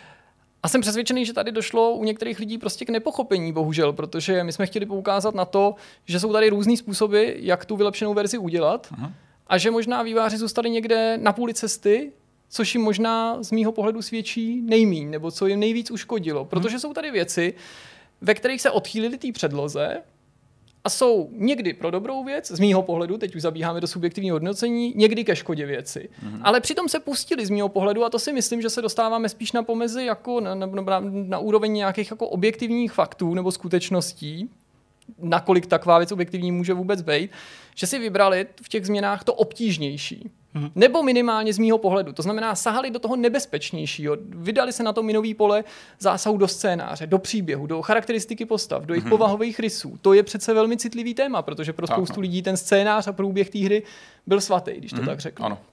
A jsem přesvědčený, že tady došlo u některých lidí prostě k nepochopení, bohužel, protože my jsme chtěli poukázat na to, že jsou tady různý způsoby, jak tu vylepšenou verzi udělat. Aha. A že možná vývojáři zůstali někde na půli cesty, což jim možná z mýho pohledu svědčí nejmíň, nebo co jim nejvíc uškodilo. Protože jsou tady věci, ve kterých se odchýlili té předloze a jsou někdy pro dobrou věc, z mýho pohledu, teď už zabíháme do subjektivního hodnocení, někdy ke škodě věci. Mhm. Ale přitom se pustili z mýho pohledu a to si myslím, že se dostáváme spíš na pomezi jako na, na, na, na úroveň nějakých jako objektivních faktů nebo skutečností, nakolik taková věc objektivní může vůbec být, že si vybrali v těch změnách to obtížnější. Mhm. Nebo minimálně z mýho pohledu. To znamená, sahali do toho nebezpečnějšího. Vydali se na to minový pole zásahu do scénáře, do příběhu, do charakteristiky postav, do jejich mhm. povahových rysů. To je přece velmi citlivý téma, protože pro spoustu Aha. lidí ten scénář a průběh té hry byl svatý, když to mhm. tak řeknu.
Ano.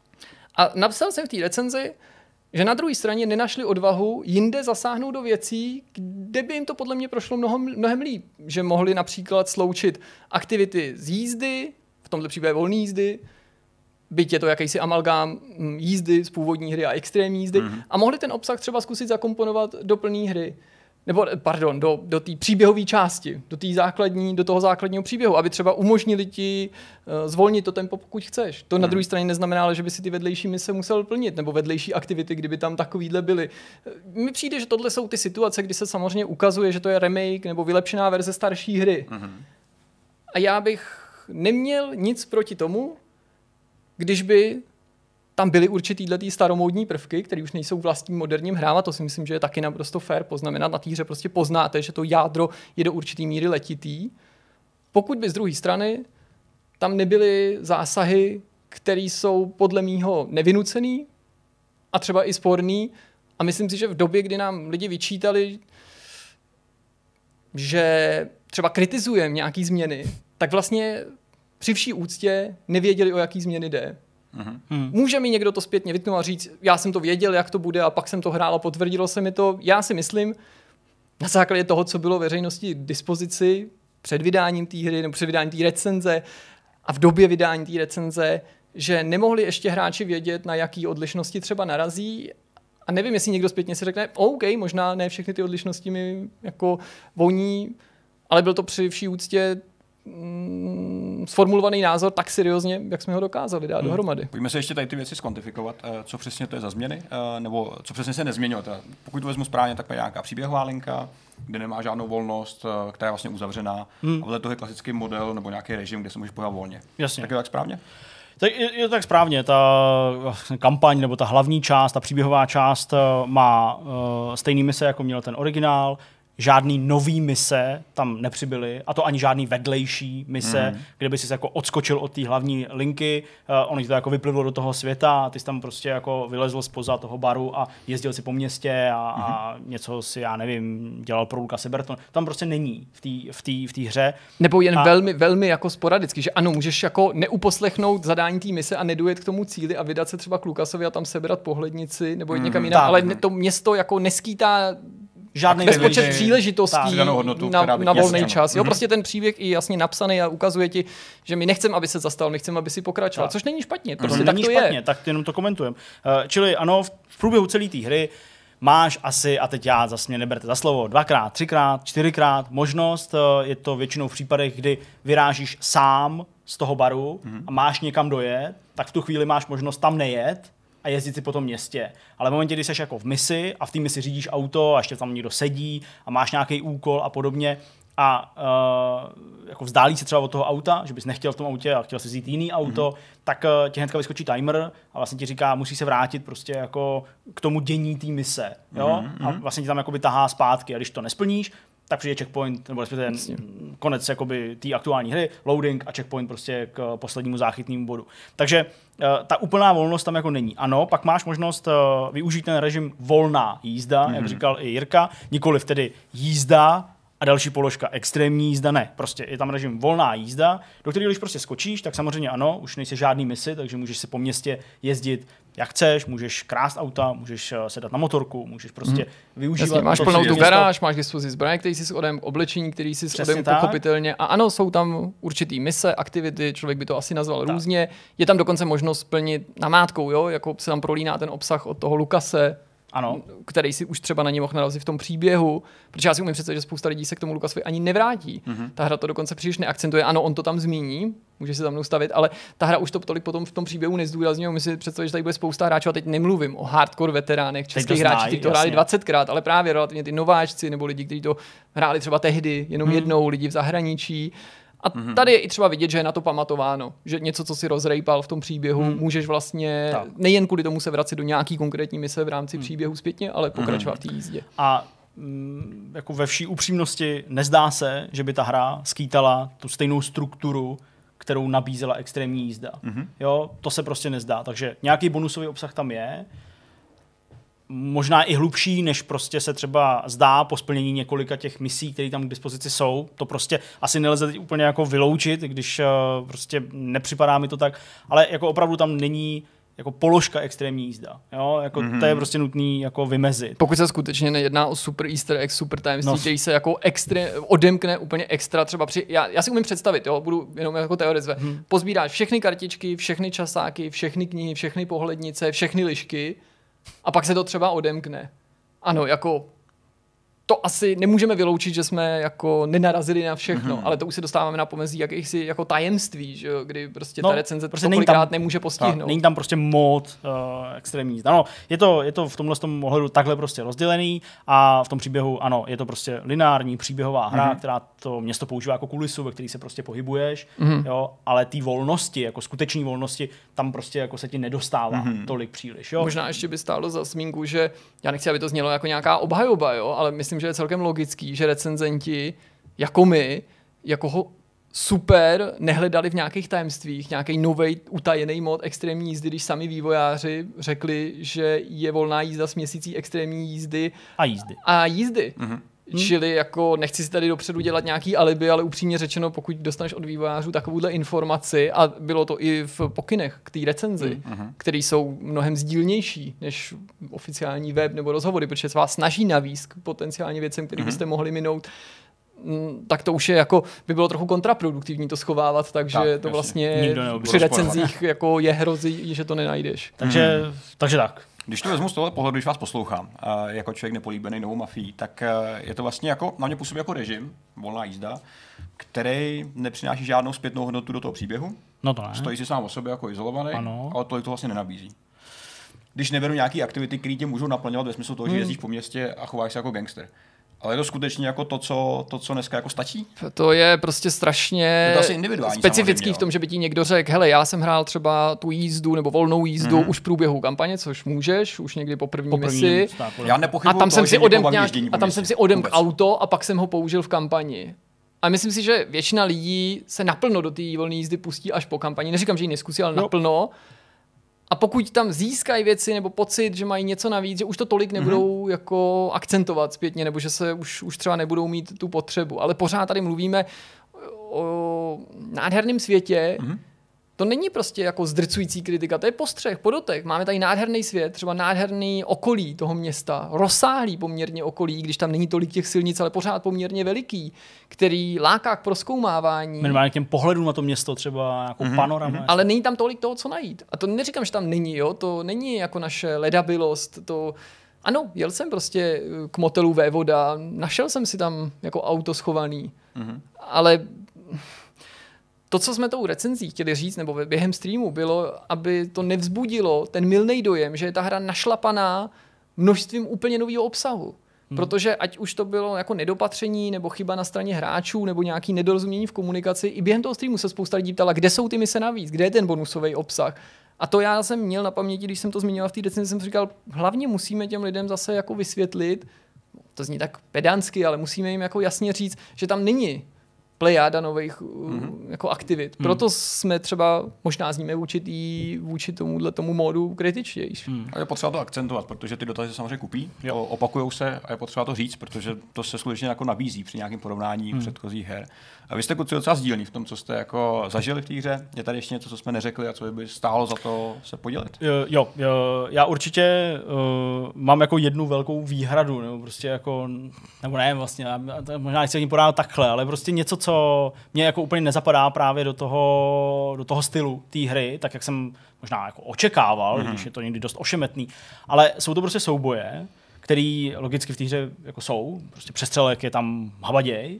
A napsal jsem v té recenzi, že na druhé straně nenašli odvahu jinde zasáhnout do věcí, kde by jim to podle mě prošlo mnohem, mnohem líp. Že mohli například sloučit aktivity z jízdy, v tomto případě volné jízdy, byť je to jakýsi amalgám jízdy z původní hry a extrémní jízdy, mm-hmm. a mohli ten obsah třeba zkusit zakomponovat do plné hry. Nebo, pardon, do, do té příběhové části, do, tý základní, do toho základního příběhu, aby třeba umožnili ti uh, zvolnit to tempo, pokud chceš. To hmm. na druhé straně neznamená, že by si ty vedlejší mise musel plnit, nebo vedlejší aktivity, kdyby tam takovýhle byly. Mně přijde, že tohle jsou ty situace, kdy se samozřejmě ukazuje, že to je remake nebo vylepšená verze starší hry. Hmm. A já bych neměl nic proti tomu, když by tam byly určitý tý staromódní prvky, které už nejsou vlastním moderním hrám, a to si myslím, že je taky naprosto fair poznamenat. Na té hře prostě poznáte, že to jádro je do určitý míry letitý. Pokud by z druhé strany tam nebyly zásahy, které jsou podle mýho nevynucený a třeba i sporný, a myslím si, že v době, kdy nám lidi vyčítali, že třeba kritizujeme nějaký změny, tak vlastně při vší úctě nevěděli, o jaký změny jde. Mm-hmm. Může mi někdo to zpětně vytknout a říct, já jsem to věděl, jak to bude, a pak jsem to hrál a potvrdilo se mi to. Já si myslím, na základě toho, co bylo veřejnosti k dispozici před vydáním té hry nebo před vydáním té recenze a v době vydání té recenze, že nemohli ještě hráči vědět, na jaký odlišnosti třeba narazí. A nevím, jestli někdo zpětně si řekne, OK, možná ne všechny ty odlišnosti mi jako voní, ale byl to při vší úctě mm, sformulovaný názor tak seriózně, jak jsme ho dokázali dát hmm. dohromady.
Pojďme se ještě tady ty věci zkvantifikovat, co přesně to je za změny, nebo co přesně se nezměnilo. Pokud to vezmu správně, tak je nějaká příběhová linka, kde nemá žádnou volnost, která je vlastně uzavřená. Hmm. A vedle toho je klasický model nebo nějaký režim, kde se může pohybovat volně.
Jasně.
Tak je tak správně?
Tak je, je to tak správně, ta kampaň nebo ta hlavní část, ta příběhová část má uh, stejný mise, jako měl ten originál, žádný nový mise tam nepřibyly, a to ani žádný vedlejší mise, mm. kde by si jako odskočil od té hlavní linky, uh, ono to jako vyplivlo do toho světa, ty jsi tam prostě jako vylezl zpoza toho baru a jezdil si po městě a, mm. a něco si, já nevím, dělal pro Lucase Burton. Tam prostě není v té v té v té hře.
Nebo jen
a...
velmi, velmi jako sporadicky, že ano, můžeš jako neuposlechnout zadání té mise a nedojet k tomu cíli a vydat se třeba k Lukasovi a tam sebrat pohlednici nebo jít někam jinam, ale to město jako neskýtá žádný bezpočet příležitostí na,
hodnotu,
na, na volný čas. Jo, mm-hmm. Prostě ten příběh je jasně napsaný a ukazuje ti, že my nechceme, aby se zastal, my chceme, aby si pokračoval, tak. Což není špatně. Prostě mm-hmm. tak
není
to
špatně,
je.
Tak jenom to komentujeme. Uh, čili ano, v průběhu celé té hry máš asi, a teď já zase mě neberte za slovo, dvakrát, třikrát, čtyřikrát možnost, uh, je to většinou v případech, kdy vyrážíš sám z toho baru mm-hmm. a máš někam dojet, tak v tu chvíli máš možnost tam nejet a jezdit si po tom městě. Ale v momentě, kdy jsi jako v misi a v té misi řídíš auto a ještě tam někdo sedí a máš nějaký úkol a podobně a uh, jako vzdálí se třeba od toho auta, že bys nechtěl v tom autě a chtěl si vzít jiný auto, mm-hmm. tak uh, ti hnedka vyskočí timer a vlastně ti říká, musí se vrátit prostě jako k tomu dění té mise. Jo? Mm-hmm. A vlastně ti tam jakoby tahá zpátky a když to nesplníš, tak přijde checkpoint, nebo respektive konec jakoby té aktuální hry, loading a checkpoint prostě k poslednímu záchytnému bodu. Takže uh, ta úplná volnost tam jako není. Ano, pak máš možnost uh, využít ten režim volná jízda, mm-hmm. jak říkal i Jirka, nikoliv tedy jízda a další položka extrémní jízda, ne. Prostě je tam režim volná jízda, do kterého když prostě skočíš, tak samozřejmě ano, už nejsi žádný misi, takže můžeš si po městě jezdit jak chceš, můžeš krást auta, můžeš sedat na motorku, můžeš prostě hmm. využívat.
Jasně, máš plnou tu garáž, máš k dispozici zbraně, který si s odem, oblečení, který si s odem pochopitelně. A ano, jsou tam určitý mise, aktivity, člověk by to asi nazval tak. různě. Je tam dokonce možnost splnit namátkou, jo, jako se tam prolíná ten obsah od toho Lucase. Ano. Který si už třeba na ně mohl narazit v tom příběhu, protože já si umím představit, že spousta lidí se k tomu Lukasovi ani nevrátí. Mm-hmm. Ta hra to dokonce příliš neakcentuje. Ano, on to tam zmíní, může se tam mnou stavit, ale ta hra už to tolik potom v tom příběhu nezdůrazňuje. Umím si představit, že tady bude spousta hráčů, a teď nemluvím o hardcore veteránech, českých hráčích, kteří to hráli dvacetkrát, ale právě relativně ty nováčci nebo lidi, kteří to hráli třeba tehdy jenom mm. jednou, lidi v zahraničí. A mm-hmm. tady je i třeba vidět, že je na to pamatováno, že něco, co si rozrejpal v tom příběhu, mm. můžeš vlastně tak. nejen kvůli tomu se vracet do nějaký konkrétní mise v rámci mm. příběhu zpětně, ale pokračovat mm. v té jízdě.
A mm, jako ve vší upřímnosti nezdá se, že by ta hra skýtala tu stejnou strukturu, kterou nabízela extrémní jízda. Mm-hmm. Jo, to se prostě nezdá. Takže nějaký bonusový obsah tam je, možná i hlubší, než prostě se třeba zdá po splnění několika těch misí, které tam k dispozici jsou. To prostě asi nelze teď úplně jako vyloučit, když uh, prostě nepřipadá mi to tak, ale jako opravdu tam není jako položka extrémní jízda. Jo? Jako mm-hmm. To je prostě nutný jako vymezit.
Pokud se skutečně nejedná o super easter egg, super tajemství, no. který se jako extré, odemkne úplně extra třeba při... Já, já si umím představit, jo? Budu jenom jako teorizovat. Hmm. Pozbíráš všechny kartičky, všechny časáky, všechny knihy, všechny pohlednice, všechny lišky a pak se to třeba odemkne. Ano, jako to asi nemůžeme vyloučit, že jsme jako nenarazili na všechno,
Mm-hmm.
ale to už se dostáváme na pomezí jakýchsi jako tajemství, že jo, kdy prostě
No,
ta recenze
prostě
to
není
kolikrát
tam-
nemůže postihnout.
Není tam prostě mod uh, extrémní. Ano, je to, je to v tomhle tom ohledu takhle prostě rozdělený a v tom příběhu, ano, je to prostě lineární příběhová hra, mm-hmm. která to město používá jako kulisu, ve který se prostě pohybuješ, mm-hmm. jo, ale ty volnosti, jako skuteční volnosti, tam prostě jako se ti nedostává mm-hmm. tolik příliš, jo.
Možná ještě by stálo za zmínku, že já nechci, aby to znělo jako nějaká obhajoba, jo, ale myslím, že je celkem logický, že recenzenti jako my, jako ho super nehledali v nějakých tajemstvích nějaký novej utajený mod extrémní jízdy, když sami vývojáři řekli, že je volná jízda s měsící extrémní jízdy
A jízdy.
a jízdy.
Mm-hmm.
Čili jako nechci si tady dopředu dělat nějaký alibi, ale upřímně řečeno, pokud dostaneš od vývojářů takovouhle informaci, a bylo to i v pokynech k té recenzi, mm-hmm. které jsou mnohem sdílnější než oficiální web nebo rozhovory, protože se vás snaží navíc k potenciálně věcem, které mm-hmm. byste mohli minout, tak to už je jako, by bylo trochu kontraproduktivní to schovávat, takže
tak,
to
jasně.
vlastně při recenzích jako je hrozí, že to nenajdeš.
Takže,
Hmm.
takže tak.
Když to vezmu z tohle pohledu, když vás poslouchám, uh, jako člověk nepolíbený novou mafií, tak uh, je to vlastně jako, na mě působí jako režim, volná jízda, který nepřináší žádnou zpětnou hodnotu do toho příběhu.
No to ne.
Stojí si sám o sobě jako izolovaný,
Ano.
ale tolik to vlastně nenabízí. Když neberu nějaké aktivity, které tě můžou naplňovat ve smyslu toho, že
Hmm.
jezdíš po městě a chováš se jako gangster. Ale je to skutečně jako to, co, to, co dneska jako stačí?
To je prostě strašně
Je to asi individuální,
specifický
samozřejmě,
v tom, že by ti někdo řekl, hele, já jsem hrál třeba tu jízdu nebo volnou jízdu mm-hmm. už v průběhu kampaně, což můžeš, už někdy po první,
Po první
misi.
Já
A
nepochybuju
tam
toho,
jsem
že
si
někoho
odemk
baví
nějak,
ježdění po
a tam
městě.
jsem si odemk
Vůbec.
auto a pak jsem ho použil v kampani. A myslím si, že většina lidí se naplno do té volné jízdy pustí až po kampani. Neříkám, že ji neskusí, ale
Jo.
naplno. A pokud tam získají věci nebo pocit, že mají něco navíc, že už to tolik nebudou mm-hmm. jako akcentovat zpětně, nebo že se už, už třeba nebudou mít tu potřebu. Ale pořád tady mluvíme o nádherném světě. Mm-hmm. To není prostě jako zdrcující kritika, to je postřeh, podotek. Máme tady nádherný svět, třeba nádherný okolí toho města, rozsáhlý poměrně okolí, když tam není tolik těch silnic, ale pořád poměrně veliký, který láká k prozkoumávání.
Minimálně k těm pohledům na to město, třeba jako mm-hmm. panorama. Mm-hmm.
Ale není tam tolik toho, co najít. A to neříkám, že tam není, jo? To není jako naše ledabilost, to... Ano, jel jsem prostě k motelu Vévoda, našel jsem si tam jako auto schovaný, mm-hmm. ale to, co jsme tou recenzí chtěli říct, nebo během streamu, bylo, aby to nevzbudilo ten mylnej dojem, že je ta hra našlapaná množstvím úplně nového obsahu. Hmm. Protože ať už to bylo jako nedopatření, nebo chyba na straně hráčů, nebo nějaký nedorozumění v komunikaci, i během toho streamu se spousta lidí ptala, kde jsou ty mise navíc, kde je ten bonusový obsah. A to já jsem měl na paměti, když jsem to zmiňoval v té recenzi, jsem si říkal, hlavně musíme těm lidem zase jako vysvětlit, to zní tak pedantsky, ale musíme jim jako jasně říct, že tam není plejáda nových mm-hmm. jako aktivit. Proto mm. jsme třeba možná zníme vůči, tý, vůči tomuhle tomu módu kritičtější.
Mm. A je potřeba to akcentovat, protože ty dotazy se samozřejmě kupí, opakujou se a je potřeba to říct, protože to se skutečně jako nabízí při nějakém porovnání mm. předchozích her. A vy jste kluci docela sdílní v tom, co jste jako zažili v té hře. Je tady ještě něco, co jsme neřekli a co by stálo za to se podělit?
Jo, jo, já určitě uh, mám jako jednu velkou výhradu, nebo prostě jako, nebo ne, vlastně, možná nechci ani podávat takhle, ale prostě něco, co mě jako úplně nezapadá právě do toho, do toho stylu té hry, tak jak jsem možná jako očekával, mm-hmm. když je to někdy dost ošemetný, ale jsou to prostě souboje, který logicky v té hře jako jsou, prostě přestřelek je tam havaděj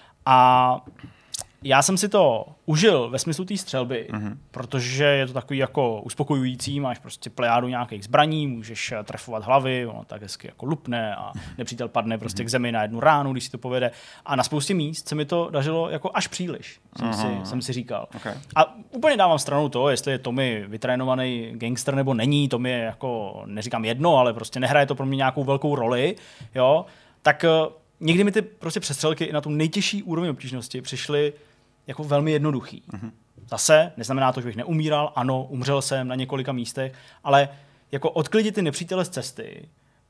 a já jsem si to užil ve smyslu té střelby, mm-hmm. protože je to takový jako uspokojující, máš prostě plejádu nějakých zbraní, můžeš trefovat hlavy, ono tak hezky jako lupne a nepřítel padne prostě mm-hmm. k zemi na jednu ránu, když si to povede. A na spoustě míst se mi to dařilo jako až příliš, jsem, mm-hmm. si, jsem si říkal.
Okay.
A úplně dávám stranou to, jestli je Tommy vytrénovaný gangster nebo není, to mi je jako, neříkám jedno, ale prostě nehraje to pro mě nějakou velkou roli, jo, tak někdy mi ty prostě přestřelky i na tu nejtěžší úroveň obtížnosti přišly jako velmi jednoduchý. Mm-hmm. Zase neznamená to, že bych neumíral, ano, umřel jsem na několika místech, ale jako odklidit ty nepřítele z cesty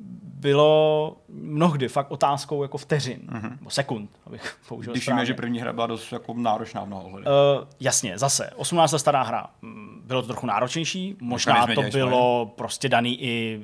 bylo mnohdy fakt otázkou jako vteřin, mm-hmm. nebo sekund, abych použil
Když víme, že první hra byla dost jako náročná v mnoha ohledech.
Uh, jasně, zase, osmnáct let stará hra. Bylo to trochu náročnější, možná to bylo jsme. prostě daný i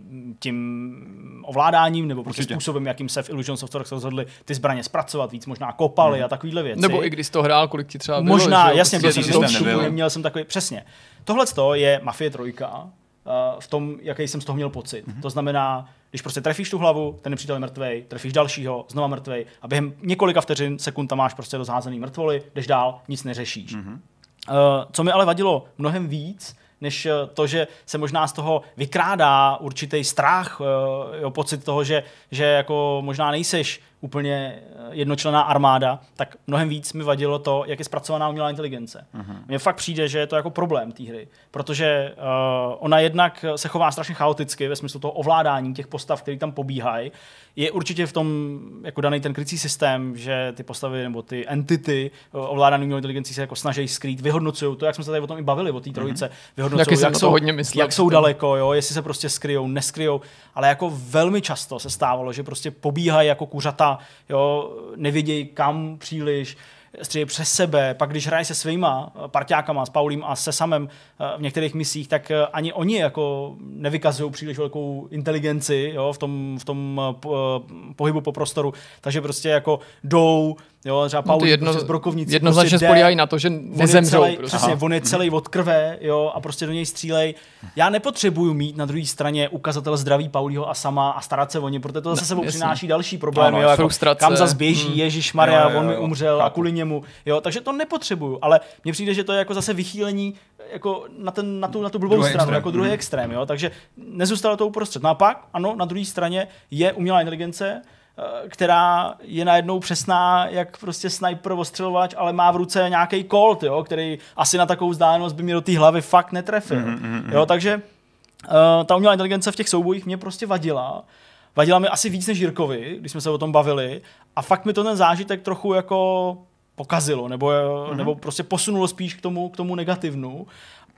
tím ovládáním, nebo prostě Určitě. způsobem, jakým se v Illusion Software se rozhodli ty zbraně zpracovat, víc možná kopali mm. a takovýhle věci.
Nebo i když to hrál, kolik ti třeba bylo.
Možná,
že?
jasně,
Prostě
byl jsem to neměl jsem takový, přesně. Tohle je Mafie trojka, v tom, jaký jsem z toho měl pocit. Mm-hmm. To znamená, když prostě trefíš tu hlavu, ten nepřítel je mrtvej, trefíš dalšího, znova mrtvej a během několika vteřin, sekund tam máš prostě rozházený mrtvoly, jdeš dál, nic neřešíš. Mm-hmm. Uh, co mi ale vadilo mnohem víc, než to, že se možná z toho vykrádá určitý strach, uh, jo, pocit toho, že, že jako možná nejseš úplně jednočlenná armáda, tak mnohem víc mi vadilo to, jak je zpracovaná umělá inteligence. Uh-huh. Mně fakt přijde, že je to jako problém té hry, protože uh, ona jednak se chová strašně chaoticky ve smyslu toho ovládání těch postav, které tam pobíhají. Je určitě v tom jako daný ten krycí systém, že ty postavy nebo ty entity uh, ovládané umělou inteligencí se jako snaží skrýt, vyhodnocují to, jak jsme se tady o tom i bavili, o té trojice, uh-huh. vyhodnocují, jak, jsou, jak jsou daleko, jo, jestli se prostě skryjou, neskryjou, ale jako velmi často se stávalo, že prostě pobíhají jako kuřata, jo, nevědějí kam příliš, střílejí přes sebe, pak když hrají se svýma parťákama, s Paulím a se Samem v některých misích, tak ani oni jako nevykazují příliš velkou inteligenci, jo, v tom, v tom pohybu po prostoru, takže prostě jako jdou, jo, třeba Paul
jedno,
prostě z brokovnicí.
Jednoznačně
prostě
spoléhají na to, že nezemřou.
Celý, prostě. Přesně, on je celý od krve, jo, a prostě do něj střílej. Já nepotřebuju mít na druhé straně ukazatel zdraví Paulího a Sama a starat se o ně, protože to zase sebou přináší další problémy, jo, jako kam zas běží, hmm. Ježišmarja, on mi umřel a kvůli němu, jo, takže to nepotřebuju, ale mně přijde, že to je jako zase vychýlení jako na, ten, na, tu, na tu blbou druhý stranu, extrém. Jako druhý hmm. extrém, jo, takže nezůstalo to uprostřed. No a pak, ano, na druhé straně je umělá inteligence, která je najednou přesná jak prostě sniper ostřelovač, ale má v ruce nějaký Colt, jo, který asi na takovou vzdálenost by mě do té hlavy fakt netrefil. Mm, mm, mm. Jo, takže uh, ta umělá inteligence v těch soubojích mě prostě vadila. Vadila mi asi víc než Jirkovi, když jsme se o tom bavili, a fakt mi to ten zážitek trochu jako pokazilo, nebo, mm. nebo prostě posunulo spíš k tomu, k tomu negativnu.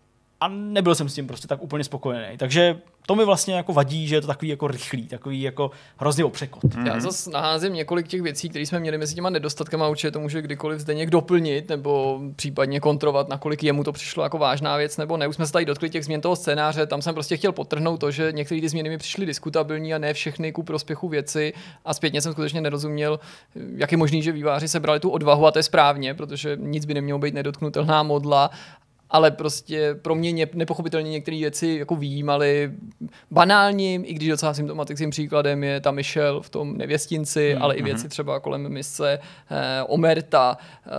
A nebyl jsem s tím prostě tak úplně spokojený. Takže to mi vlastně jako vadí, že je to takový jako rychlý, takový jako hrozně opřekot.
Mm-hmm. Já zase naházím několik těch věcí, které jsme měli mezi těma nedostatkama, určitě to může kdykoliv Zdeněk doplnit nebo případně kontrovat, nakolik jemu to přišlo jako vážná věc, nebo ne. Už jsme se tady dotkli těch změn toho scénáře, tam jsem prostě chtěl podtrhnout to, že některé ty změny mi přišly diskutabilní a ne všechny ku prospěchu věci, a zpětně jsem skutečně nerozuměl, jak je možný, že vývojáři sebrali tu odvahu, a to je správně, protože nic by nemělo být nedotknutelná modla. Ale prostě pro mě nepochopitelně některé věci jako výjímaly. Banálním, i když docela symptomatickým příkladem je ta Michelle v tom Nevěstinci, mm, ale mm. i věci třeba kolem mise eh, Omerta. Eh,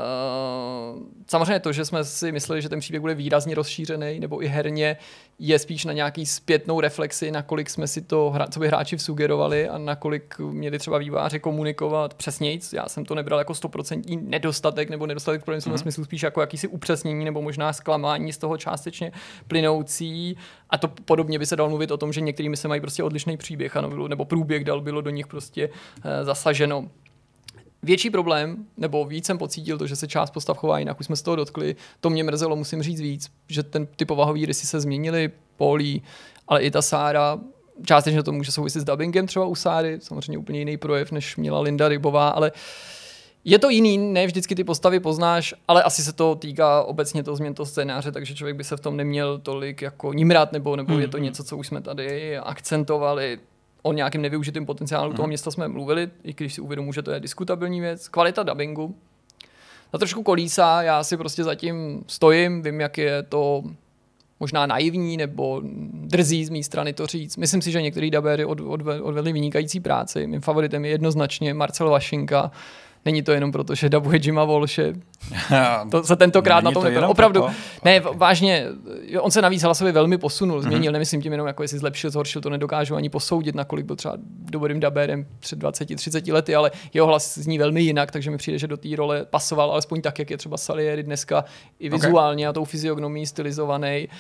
samozřejmě to, že jsme si mysleli, že ten příběh bude výrazně rozšířený, nebo i herně, je spíš na nějaký zpětnou reflexi, nakolik jsme si to, co by hráči vsugerovali a nakolik měli třeba vývojáři komunikovat přesnějc. Já jsem to nebral jako stoprocentní nedostatek nebo nedostatek pro mm. smyslu spíš jako jakýsi upřesnění nebo možná zklamání z toho částečně plynoucí. A to podobně by se dalo mluvit o tom, že některými se mají prostě odlišný příběh a nebo průběh dal bylo do nich prostě eh, zasaženo. Větší problém, nebo víc jsem pocítil to, že se část postav chová jinak, už jsme z toho dotkli, to mě mrzelo, musím říct víc, že ten ty povahový rysy se změnily, Polí, ale i ta Sára, částečně to může souviset s dubbingem třeba u Sáry, samozřejmě úplně jiný projev, než měla Linda Rybová, ale je to jiný, ne vždycky ty postavy poznáš, ale asi se to týká obecně toho změn toho scénáře, takže člověk by se v tom neměl tolik jako nimrat, nebo, nebo mm, je to něco, co už jsme tady akcentovali. O nějakém nevyužitém potenciálu mm. toho města jsme mluvili, i když si uvědomuji, že to je diskutabilní věc. Kvalita dubbingu. Na trošku kolísá, já si prostě zatím stojím, vím, jak je to možná naivní nebo drzí z mé strany to říct. Myslím si, že některý dubéry od, od, odvedli vynikající práci. Mým favoritem je jednoznačně Marcel Vašinka. Není to jenom proto, že dabuje Jima Walshe. To se tentokrát na tom to opravdu. Proto? Ne, vážně, on se navíc hlasově velmi posunul, změnil, mm-hmm. nemyslím tím jenom, jako jestli zlepšil, zhoršil, to nedokážu ani posoudit, nakolik byl třeba dobrým dabérem před dvaceti třiceti lety, ale jeho hlas zní velmi jinak, takže mi přijde, že do té role pasoval alespoň tak, jak je třeba Salieri dneska i vizuálně okay. a tou fyziognomií stylizovaný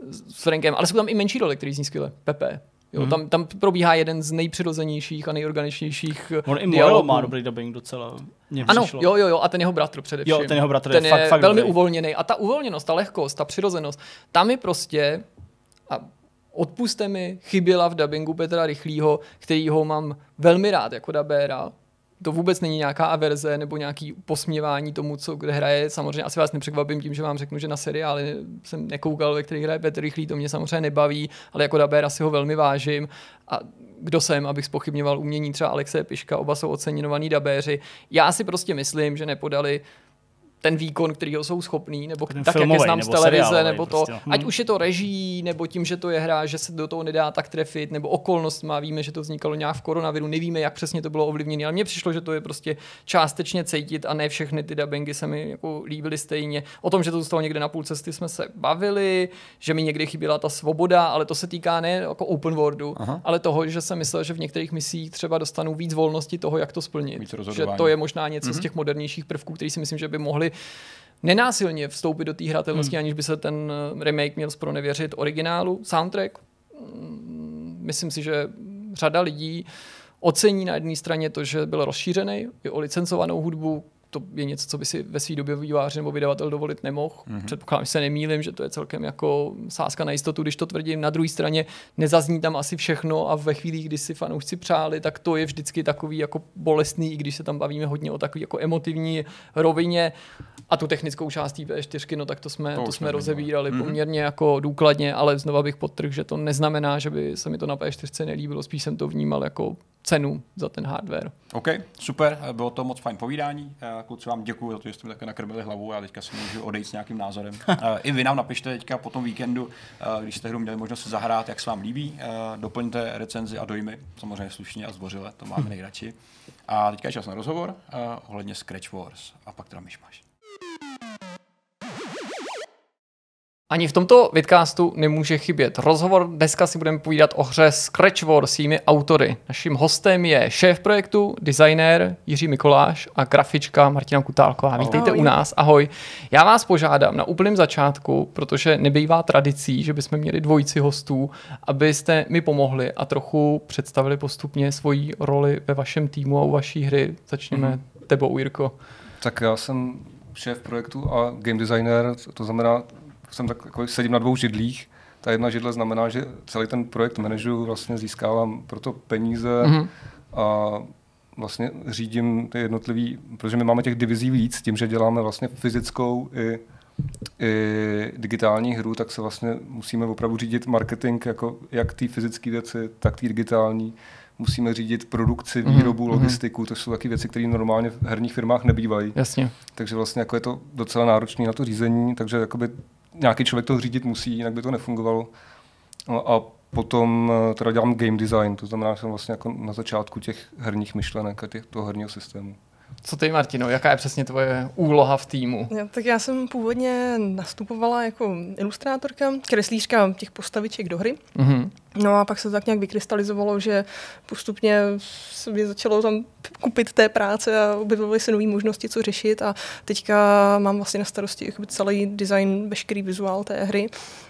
s Frankem, ale jsou tam i menší role, který zní skvěle. Pepe. Jo, mm. tam, tam probíhá jeden z nejpřirozenějších a nejorganičnějších
on i Moyle má dobrý dubbing docela.
Ano, jo, jo, jo, a ten jeho bratr především.
Jo, ten jeho bratr
ten
je,
je
fakt, fakt
velmi
dobrý.
uvolněný. A ta uvolněnost, ta lehkost, ta přirozenost, tam mi prostě, a odpuste mi, chyběla v dabingu Petra Rychlýho, kterýho mám velmi rád jako dabéra. To vůbec není nějaká averze nebo nějaký posměvání tomu, co kde hraje. Samozřejmě asi vás nepřekvapím tím, že vám řeknu, že na seriály jsem nekoukal, ve kterých hraje Petr Rychlý, to mě samozřejmě nebaví, ale jako dabéra si ho velmi vážím. A kdo jsem, abych zpochybňoval umění třeba Alexe Piška, oba jsou oceňovaní dabéři. Já si prostě myslím, že nepodali ten výkon, kterýho jsou schopný, nebo
ten
tak,
filmovej,
jak je znám z televize,
seriálovej,
nebo to,
prostě.
ať už je to režií, nebo tím, že to je hra, že se do toho nedá tak trefit, nebo okolnost má, víme, že to vznikalo nějak v koronaviru, nevíme, jak přesně to bylo ovlivněné, ale mně přišlo, že to je prostě částečně cítit a ne všechny ty dabingy se mi jako líbily stejně. O tom, že to zůstalo někde na půl cesty, jsme se bavili, že mi někdy chyběla ta svoboda, ale to se týká ne jako open worldu, Aha. ale toho, že jsem myslel, že v některých misích třeba dostanu víc volnosti toho, jak to splnit. Že to je možná něco mm-hmm. z těch modernějších prvků, který si myslím, že by mohli nenásilně vstoupit do té hratelnosti, mm. aniž by se ten remake měl zpronevěřit originálu. Soundtrack, myslím si, že řada lidí ocení na jedné straně to, že byl rozšířený i o licencovanou hudbu. To je něco, co by si ve své době vývojář nebo vydavatel dovolit nemohl. Mm-hmm. Předpokládám, že se nemýlím, že to je celkem jako sázka na jistotu, když to tvrdím. Na druhé straně nezazní tam asi všechno a ve chvíli, kdy si fanoušci přáli, tak to je vždycky takový jako bolestný, i když se tam bavíme hodně o takový jako emotivní rovině. A tu technickou část té P čtyři, no tak to jsme, to, to jsme rozebírali mm-hmm. poměrně jako důkladně, ale znova bych podtrhl, že to neznamená, že by se mi to na P čtyři nelíbilo, spíš jsem to vnímal jako cenu za ten hardware.
OK, super, bylo to moc fajn povídání. Kluci, vám děkuji za to, že jste mi také nakrmili hlavu a teďka si můžu odejít s nějakým názorem. I vy nám napište teďka po tom víkendu, když jste hru měli možnost zahrát, jak se vám líbí. Doplňte recenzi a dojmy, samozřejmě slušně a zdvořile, to máme nejradši. A teďka je čas na rozhovor ohledně Scratch Wars a pak teda myšmaš.
Ani v tomto vidcastu nemůže chybět rozhovor. Dneska si budeme povídat o hře Scratch Wars s jejími autory. Naším hostem je šéf projektu, designér Jiří Mikoláš a grafička Martina Kutálková. Vítejte Ahoj. u nás. Ahoj. Já vás požádám na úplném začátku, protože nebývá tradicí, že bychom měli dvojici hostů, abyste mi pomohli a trochu představili postupně svoji roli ve vašem týmu a u vaší hry. Začněme mm-hmm. tebou, Jirko.
Tak já jsem šéf projektu a game designér, to znamená, jsem tak jako sedím na dvou židlích. Ta jedna židle znamená, že celý ten projekt manažuju, vlastně získávám proto peníze mm-hmm. a vlastně řídím ty jednotlivý, protože my máme těch divizí víc, tím, že děláme vlastně fyzickou i, i digitální hru, tak se vlastně musíme opravdu řídit marketing, jako jak ty fyzické věci, tak ty digitální. Musíme řídit produkci, výrobu, mm-hmm. logistiku, to jsou taky věci, které normálně v herních firmách nebývají.
Jasně.
Takže vlastně jako je to docela náročné na to řízení, takže jakoby nějaký člověk to řídit musí, jinak by to nefungovalo. No a potom teda dělám game design, to znamená, že jsem vlastně jako na začátku těch herních myšlenek a těch, toho herního systému.
Co ty, Martino, jaká je přesně tvoje úloha v týmu?
Ja, tak já jsem původně nastupovala jako ilustrátorka, kreslířka těch postaviček do hry. Mm-hmm. No a pak se to tak nějak vykrystalizovalo, že postupně se mě začalo tam kupit té práce a objevovaly se nové možnosti, co řešit a teďka mám vlastně na starosti celý design, veškerý vizuál té hry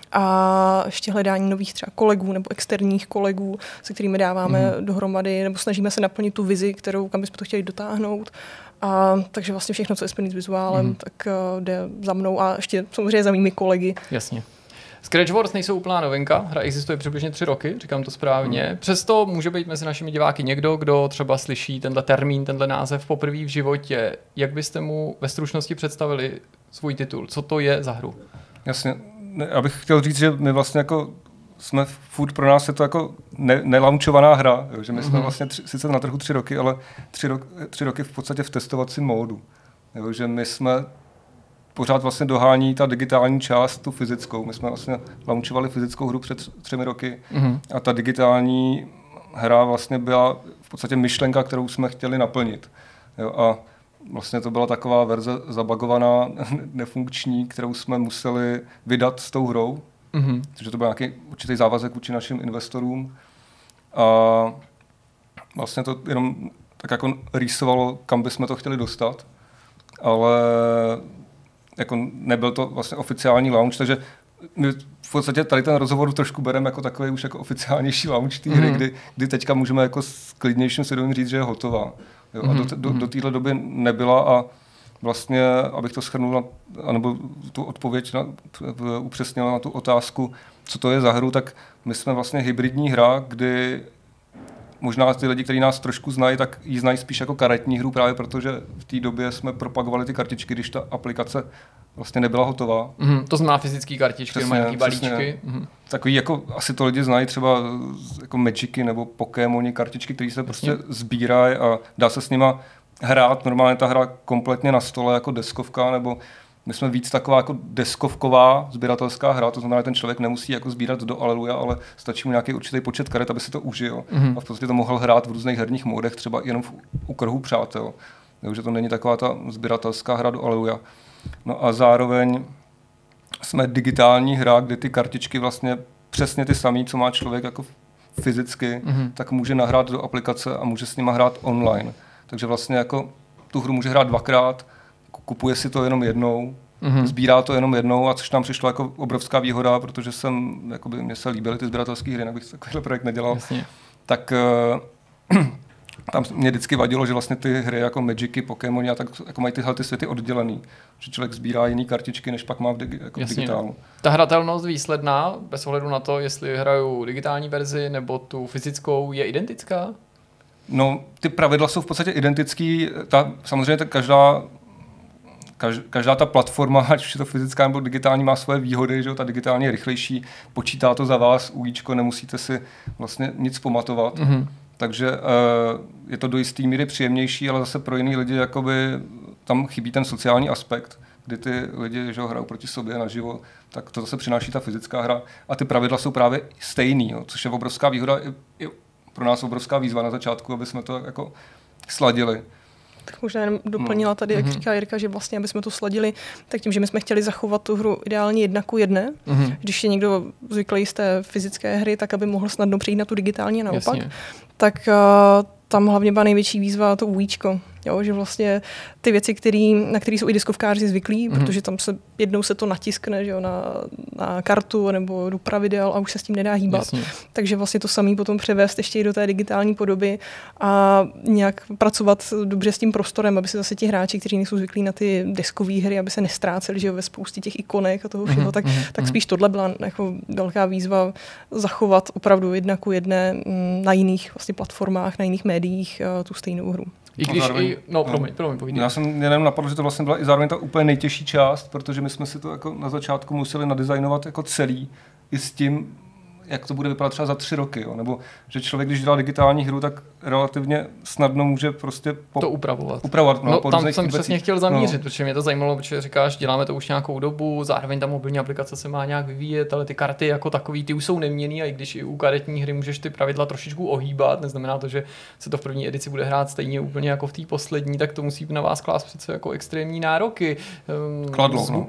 a ještě hledání nových třeba kolegů nebo externích kolegů, se kterými dáváme mm-hmm. dohromady nebo snažíme se naplnit tu vizi, kterou kam bychom to chtěli dotáhnout. A, takže vlastně všechno, co je spojené s vizuálem, mm. tak uh, jde za mnou a ještě samozřejmě za mými kolegy.
Jasně. Scratch Wars nejsou úplná novinka, hra existuje přibližně tři roky, říkám to správně. Mm. Přesto může být mezi našimi diváky někdo, kdo třeba slyší tenhle termín, tenhle název poprvé v životě. Jak byste mu ve stručnosti představili svůj titul? Co to je za hru?
Jasně, já bych chtěl říct, že my vlastně jako jsme furt, pro nás je to jako ne, nelaunchovaná hra, jo, že my jsme mm-hmm. vlastně tři, sice na trhu tři roky, ale tři, ro, tři roky v podstatě v testovacím módu. Jo, že my jsme pořád vlastně dohání ta digitální část, tu fyzickou. My jsme vlastně launchovali fyzickou hru před třemi roky mm-hmm. a ta digitální hra vlastně byla v podstatě myšlenka, kterou jsme chtěli naplnit. Jo, a vlastně to byla taková verze zabagovaná, nefunkční, kterou jsme museli vydat s tou hrou. Mm-hmm. Takže to byl nějaký určitý závazek vůči našim investorům. A vlastně to jenom tak jako rýsovalo, kam bychom to chtěli dostat. Ale jako nebyl to vlastně oficiální launch, takže my v podstatě tady ten rozhovor trošku bereme jako takový už jako oficiálnější launch té hry, mm-hmm. kdy, kdy teďka můžeme jako s klidnějším svědomím říct, že je hotová. Jo? Mm-hmm. A do, do, do téhle doby nebyla a vlastně, abych to shrnul, anebo tu odpověď na, upřesnil na tu otázku, co to je za hru, tak my jsme vlastně hybridní hra, kdy možná ty lidi, kteří nás trošku znají, tak ji znají spíš jako karetní hru, právě protože v té době jsme propagovali ty kartičky, když ta aplikace vlastně nebyla hotová.
Mm, to znamená fyzické kartičky, přesně, nějaký balíčky. Mm.
Takový, jako asi to lidi znají, třeba jako Magicy nebo Pokémoni, kartičky, které se prostě sbírají a dá se s nima hrát, normálně ta hra kompletně na stole jako deskovka, nebo my jsme víc taková jako deskovková sběratelská hra, to znamená, že ten člověk nemusí jako sbírat do Aleluja, ale stačí mu nějaký určitý počet karet, aby si to užil. Mm-hmm. A v podstatě to mohl hrát v různých herních módech, třeba jenom v, u kruhu přátel. Takže to není taková ta sběratelská hra do Aleluja. No a zároveň jsme digitální hra, kde ty kartičky vlastně přesně ty samé, co má člověk jako fyzicky, mm-hmm. tak může nahrát do aplikace a může s nima hrát online. Takže vlastně jako tu hru může hrát dvakrát, kupuje si to jenom jednou, mm-hmm. sbírá to jenom jednou, a což nám přišlo jako obrovská výhoda, protože jsem, jakoby, mně se líbily ty sběratelské hry, jinak bych takovýhle projekt nedělal. Jasně. Tak uh, tam mě vždycky vadilo, že vlastně ty hry jako Magicy, Pokémoni a tak jako mají tyhle ty světy oddělený. Že člověk sbírá jiný kartičky, než pak má v, digi, jako v digitálu.
Ta hratelnost výsledná, bez ohledu na to, jestli hraju digitální verzi nebo tu fyzickou, je identická?
No, ty pravidla jsou v podstatě identický. Ta, samozřejmě ta každá, každá ta platforma, ať už je to fyzická nebo digitální, má svoje výhody, že jo? Ta digitální je rychlejší, počítá to za vás, ujíčko, nemusíte si vlastně nic pamatovat. Mm-hmm. Takže uh, je to do jistý míry příjemnější, ale zase pro jiný lidi jakoby tam chybí ten sociální aspekt, kdy ty lidi, že ho, hrajou proti sobě naživo, tak to zase přináší ta fyzická hra. A ty pravidla jsou právě stejný, jo, což je obrovská výhoda, i, i pro nás obrovská výzva na začátku, aby jsme to jako sladili.
Tak možná jenom doplnila tady, jak mm-hmm. říká Jirka, že vlastně, aby jsme to sladili, tak tím, že my jsme chtěli zachovat tu hru ideálně jedna ku jedné. Mm-hmm. Když je někdo zvyklý z té fyzické hry, tak aby mohl snadno přejít na tu digitální a naopak. Jasně. Tak uh, tam hlavně byla největší výzva to ujíčko. Jo, že vlastně ty věci, který, na které jsou i diskovkáři zvyklí, mm-hmm. protože tam se jednou se to natiskne, že jo, na, na kartu nebo do pravidel a už se s tím nedá hýbat. Jasně. Takže vlastně to samé potom převést ještě i do té digitální podoby a nějak pracovat dobře s tím prostorem, aby se zase ti hráči, kteří nejsou zvyklí na ty deskové hry, aby se nestráceli, že jo, ve spoustě těch ikonek a toho všeho, mm-hmm. tak, tak spíš tohle byla jako velká výzva zachovat opravdu jedna ku jedné na jiných vlastně platformách, na jiných médiích tu stejnou hru.
I když zároveň, i, no, promiň, promiň, povídej.
Já jsem jenom napadl, že to vlastně byla i zároveň ta úplně nejtěžší část, protože my jsme si to jako na začátku museli nadizajnovat jako celý, i s tím, jak to bude vypadat třeba za tři roky, jo? Nebo že člověk, když dělá digitální hru, tak relativně snadno může prostě po...
to upravovat.
upravovat
no,
no,
tam jsem přesně chtěl zamířit, no. Protože mě to zajímalo, protože říkáš, děláme to už nějakou dobu, zároveň ta mobilní aplikace se má nějak vyvíjet, ale ty karty jako takový, ty už jsou neměnný, a i když i u karetní hry můžeš ty pravidla trošičku ohýbat, neznamená to, že se to v první edici bude hrát stejně úplně jako v té poslední, tak to musí na vás klást přece jako extrémní nároky.
Kladlo, no.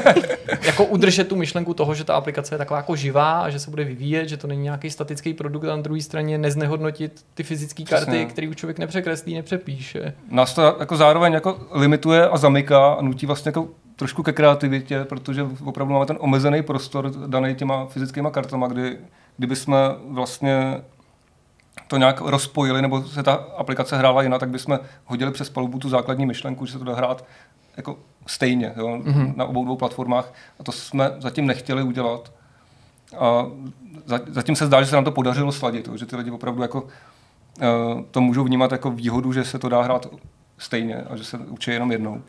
Jako udržet tu myšlenku toho, že ta aplikace je taková jako živá a že se bude vyvíjet, že to není nějaký statický produkt, a na druhé straně neznehodnotit ty fyzické karty, které už člověk nepřekreslí, nepřepíše. Nás
to jako zároveň jako limituje a zamyká a nutí vlastně jako trošku ke kreativitě, protože opravdu máme ten omezený prostor daný těma fyzickýma kartama, kdy kdyby jsme vlastně to nějak rozpojili, nebo se ta aplikace hrála jinak, tak bychom hodili přes palubu tu základní myšlenku, že se to dá hrát jako stejně, jo, mm-hmm. na obou dvou platformách, a to jsme zatím nechtěli udělat. A zatím se zdá, že se nám to podařilo sladit, že ty lidi opravdu jako, uh, to můžou vnímat jako výhodu, že se to dá hrát stejně a že se učí jenom jednou.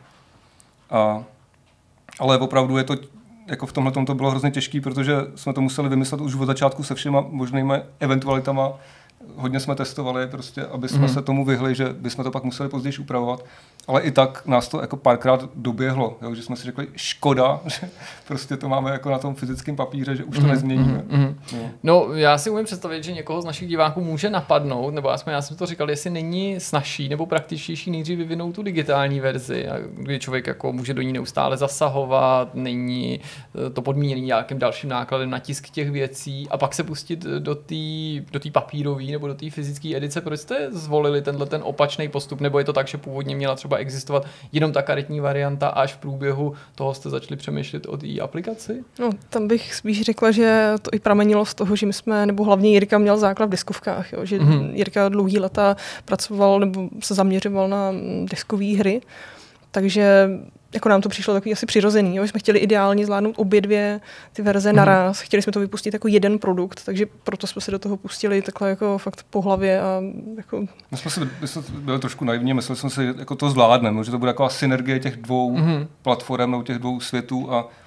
A, ale opravdu je to, jako v tomhle to bylo hrozně těžké, protože jsme to museli vymyslet už od začátku se všema možnými eventualitama. Hodně jsme testovali, prostě, aby jsme mm. se tomu vyhli, že bychom to pak museli později upravovat. Ale i tak nás to jako párkrát doběhlo, jo, že jsme si řekli, škoda, že prostě to máme jako na tom fyzickém papíře, že už to mm. nezměníme. Mm.
No. no, já si umím představit, že někoho z našich diváků může napadnout, nebo aspoň já jsem to říkal, jestli není snazší nebo praktičtější nejdřív vyvinout tu digitální verzi, kdy člověk jako může do ní neustále zasahovat, není to podmíněný nějakým dalším nákladem na tisk těch věcí, a pak se pustit do té do té papírové nebo do té fyzické edice. Proč jste zvolili tenhle ten opačný postup, nebo je to tak, že původně měla třeba existovat jenom ta karetní varianta a až v průběhu toho jste začali přemýšlet o té aplikaci?
No, tam bych spíš řekla, že to i pramenilo z toho, že my jsme, nebo hlavně Jirka měl základ v deskovkách, jo, že mm-hmm. Jirka dlouhý leta pracoval nebo se zaměřoval na deskové hry, takže jako nám to přišlo takový asi přirozený. Jo? Jsme chtěli ideálně zvládnout obě dvě ty verze mm. naraz. Chtěli jsme to vypustit jako jeden produkt, takže proto jsme se do toho pustili takhle jako fakt po hlavě. A jako...
My jsme, si, my jsme byli trošku naivní, mysleli jsme si, jako to zvládneme, že to bude taková synergie těch dvou mm. platform, těch dvou světů, a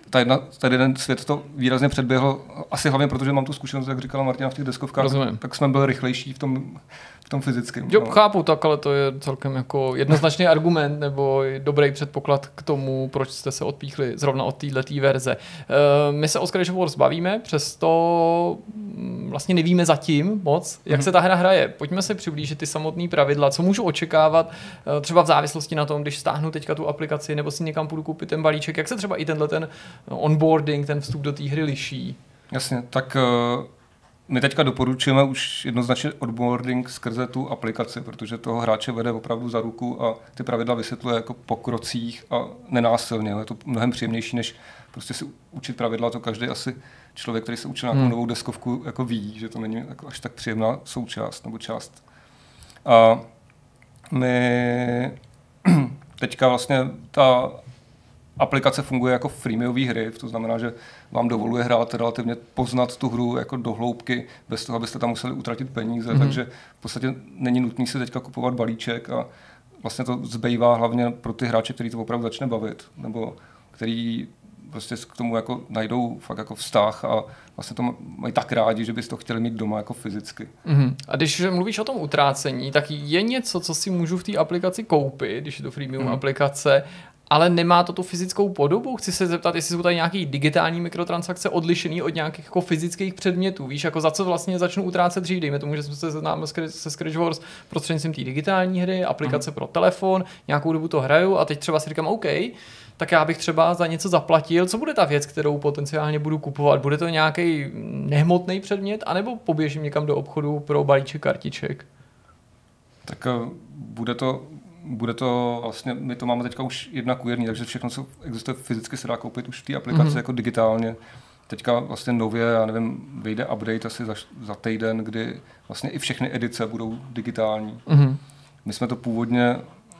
tady, na, tady ten svět to výrazně předběhl, asi hlavně protože mám tu zkušenost, jak říkala Martina v těch deskovkách,
Rozumím.
tak jsme byli rychlejší v tom, v tom fyzickém.
Jo,
no.
chápu tak, ale to je celkem jako jednoznačný argument nebo dobrý předpoklad k tomu, proč jste se odpíchli zrovna od této verze. Uh, my se o Scratch Wars bavíme, přesto vlastně nevíme zatím moc, jak mm-hmm. se ta hra hraje. Pojďme se přiblížit ty samotné pravidla, co můžu očekávat uh, třeba v závislosti na tom, když stáhnu teďka tu aplikaci nebo si někam půjdu koupit ten balíček, jak se třeba i tenhle ten onboarding, ten vstup do té hry liší.
Jasně, tak uh, my teďka doporučujeme už jednoznačně onboarding skrze tu aplikaci, protože toho hráče vede opravdu za ruku a ty pravidla vysvětluje jako po krocích a nenásilně. Je to mnohem příjemnější, než prostě si učit pravidla, to každý asi člověk, který se učil nějakou hmm. novou deskovku, jako ví, že to není jako až tak příjemná součást nebo část. A my teďka vlastně ta aplikace funguje jako freemiumové hry, to znamená, že vám dovoluje hrát relativně poznat tu hru jako do hloubky, bez toho, abyste tam museli utratit peníze, mm-hmm. takže v podstatě není nutný si teďka kupovat balíček a vlastně to zbývá hlavně pro ty hráče, který to opravdu začne bavit, nebo který prostě k tomu jako najdou fakt jako vztah a vlastně to mají tak rádi, že bys to chtěli mít doma jako fyzicky.
Mm-hmm. A když mluvíš o tom utrácení, tak je něco, co si můžu v té aplikaci koupit, když je to freemium mm. aplikace, ale nemá to tu fyzickou podobu? Chci se zeptat, jestli jsou tady nějaké digitální mikrotransakce odlišený od nějakých jako fyzických předmětů. Víš, jako za co vlastně začnu utrácet dřív? Dejme tomu, že jsme se známe se Scratch Wars prostřednictvím té digitální hry, aplikace mm. pro telefon, nějakou dobu to hraju a teď třeba si říkám, OK, tak já bych třeba za něco zaplatil. Co bude ta věc, kterou potenciálně budu kupovat? Bude to nějaký nehmotný předmět, anebo poběžím někam do obchodu pro balíček kartiček?
Tak uh, bude to Bude to vlastně, my to máme teďka už jedna ku jedný, takže všechno, co existuje fyzicky, se dá koupit už v té aplikaci mm-hmm. jako digitálně. Teďka vlastně nově, já nevím, vyjde update asi za, za týden, kdy vlastně i všechny edice budou digitální. Mm-hmm. My jsme to původně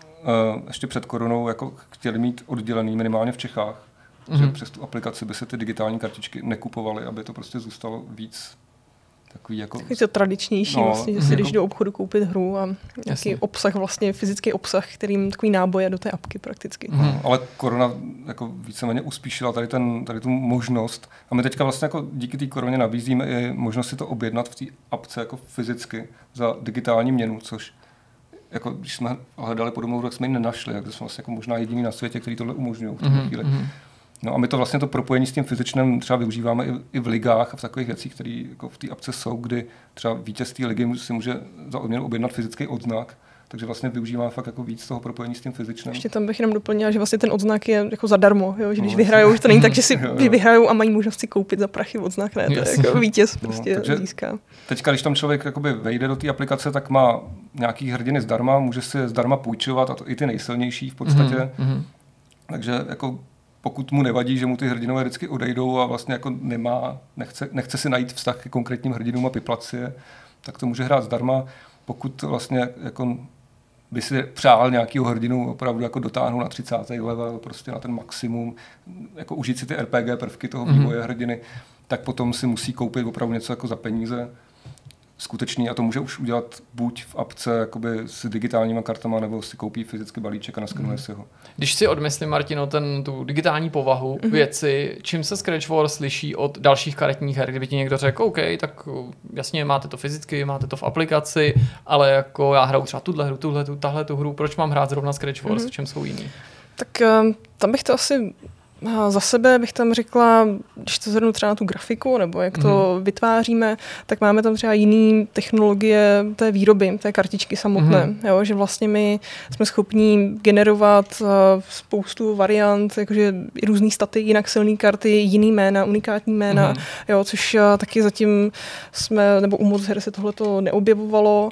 uh, ještě před koronou jako chtěli mít oddělený minimálně v Čechách, mm-hmm. že přes tu aplikaci by se ty digitální kartičky nekupovaly, aby to prostě zůstalo víc takový jako...
Takový to tradičnější, no, vlastně, že si jdeš do obchodu koupit hru a nějaký jasně. obsah, vlastně fyzický obsah, kterým takový náboje do té apky prakticky.
Hmm. Ale korona jako víceméně uspíšila tady, ten, tady tu možnost a my teďka vlastně jako díky té koroně nabízíme i možnost si to objednat v té apce jako fyzicky za digitální měnu, což jako když jsme hledali podobnou, tak jsme ji nenašli, takže jsme vlastně jako možná jediný na světě, který tohle umožňují v tuto hmm. chvíli. Hmm. No a my to vlastně to propojení s tím fyzičným třeba využíváme i, i v ligách a v takových věcích, které jako v té apce jsou, kdy třeba vítěz té ligy si může za odměnu objednat fyzický odznak, takže vlastně využíváme fakt jako víc toho propojení s tím fyzičným.
Ještě tam bych jenom doplnila, že vlastně ten odznak je jako zadarmo, jo? Že když no, vyhrajou, že to není tak, že si jo, jo. vyhrajou a mají možnost si koupit za prachy odznak, ne, to je jako vítěz prostě no, získá.
Teďka, když tam člověk jakoby vejde do té aplikace, tak má nějaký hrdiny zdarma, může si zdarma půjčovat a to i ty nejsilnější v podstatě. Mm-hmm. Takže jako pokud mu nevadí, že mu ty hrdinové vždycky odejdou a vlastně jako nemá, nechce, nechce si najít vztah ke konkrétním hrdinům a piplat si je, tak to může hrát zdarma. Pokud vlastně jako by si přál nějakýho hrdinu opravdu jako dotáhnout na třicátý level, prostě na ten maximum, jako užít si ty R P G prvky toho vývoje mm-hmm. hrdiny, tak potom si musí koupit opravdu něco jako za peníze. Skutečný a to může už udělat buď v apce jakoby s digitálníma kartama, nebo si koupí fyzický balíček a naskenuje mm. si ho.
Když si odmyslím, Martino, ten, tu digitální povahu mm. věci, čím se Scratch Wars liší od dalších karetních her, kdyby ti někdo řekl, OK, tak jasně, máte to fyzicky, máte to v aplikaci, ale jako já hraju třeba tuhle hru, tuhle, tu, tahle tu hru, proč mám hrát zrovna Scratch Wars, mm. v čem jsou jiný?
Tak tam bych to asi... A za sebe bych tam řekla, když to zhrnu třeba na tu grafiku, nebo jak to mm. vytváříme, tak máme tam třeba jiný technologie té výroby, té kartičky samotné. Mm. Jo, že vlastně my jsme schopní generovat uh, spoustu variant, jakože různý staty, jinak silné karty, jiný jména, unikátní jména, mm. jo, což uh, taky zatím jsme, nebo u moc her se tohleto neobjevovalo.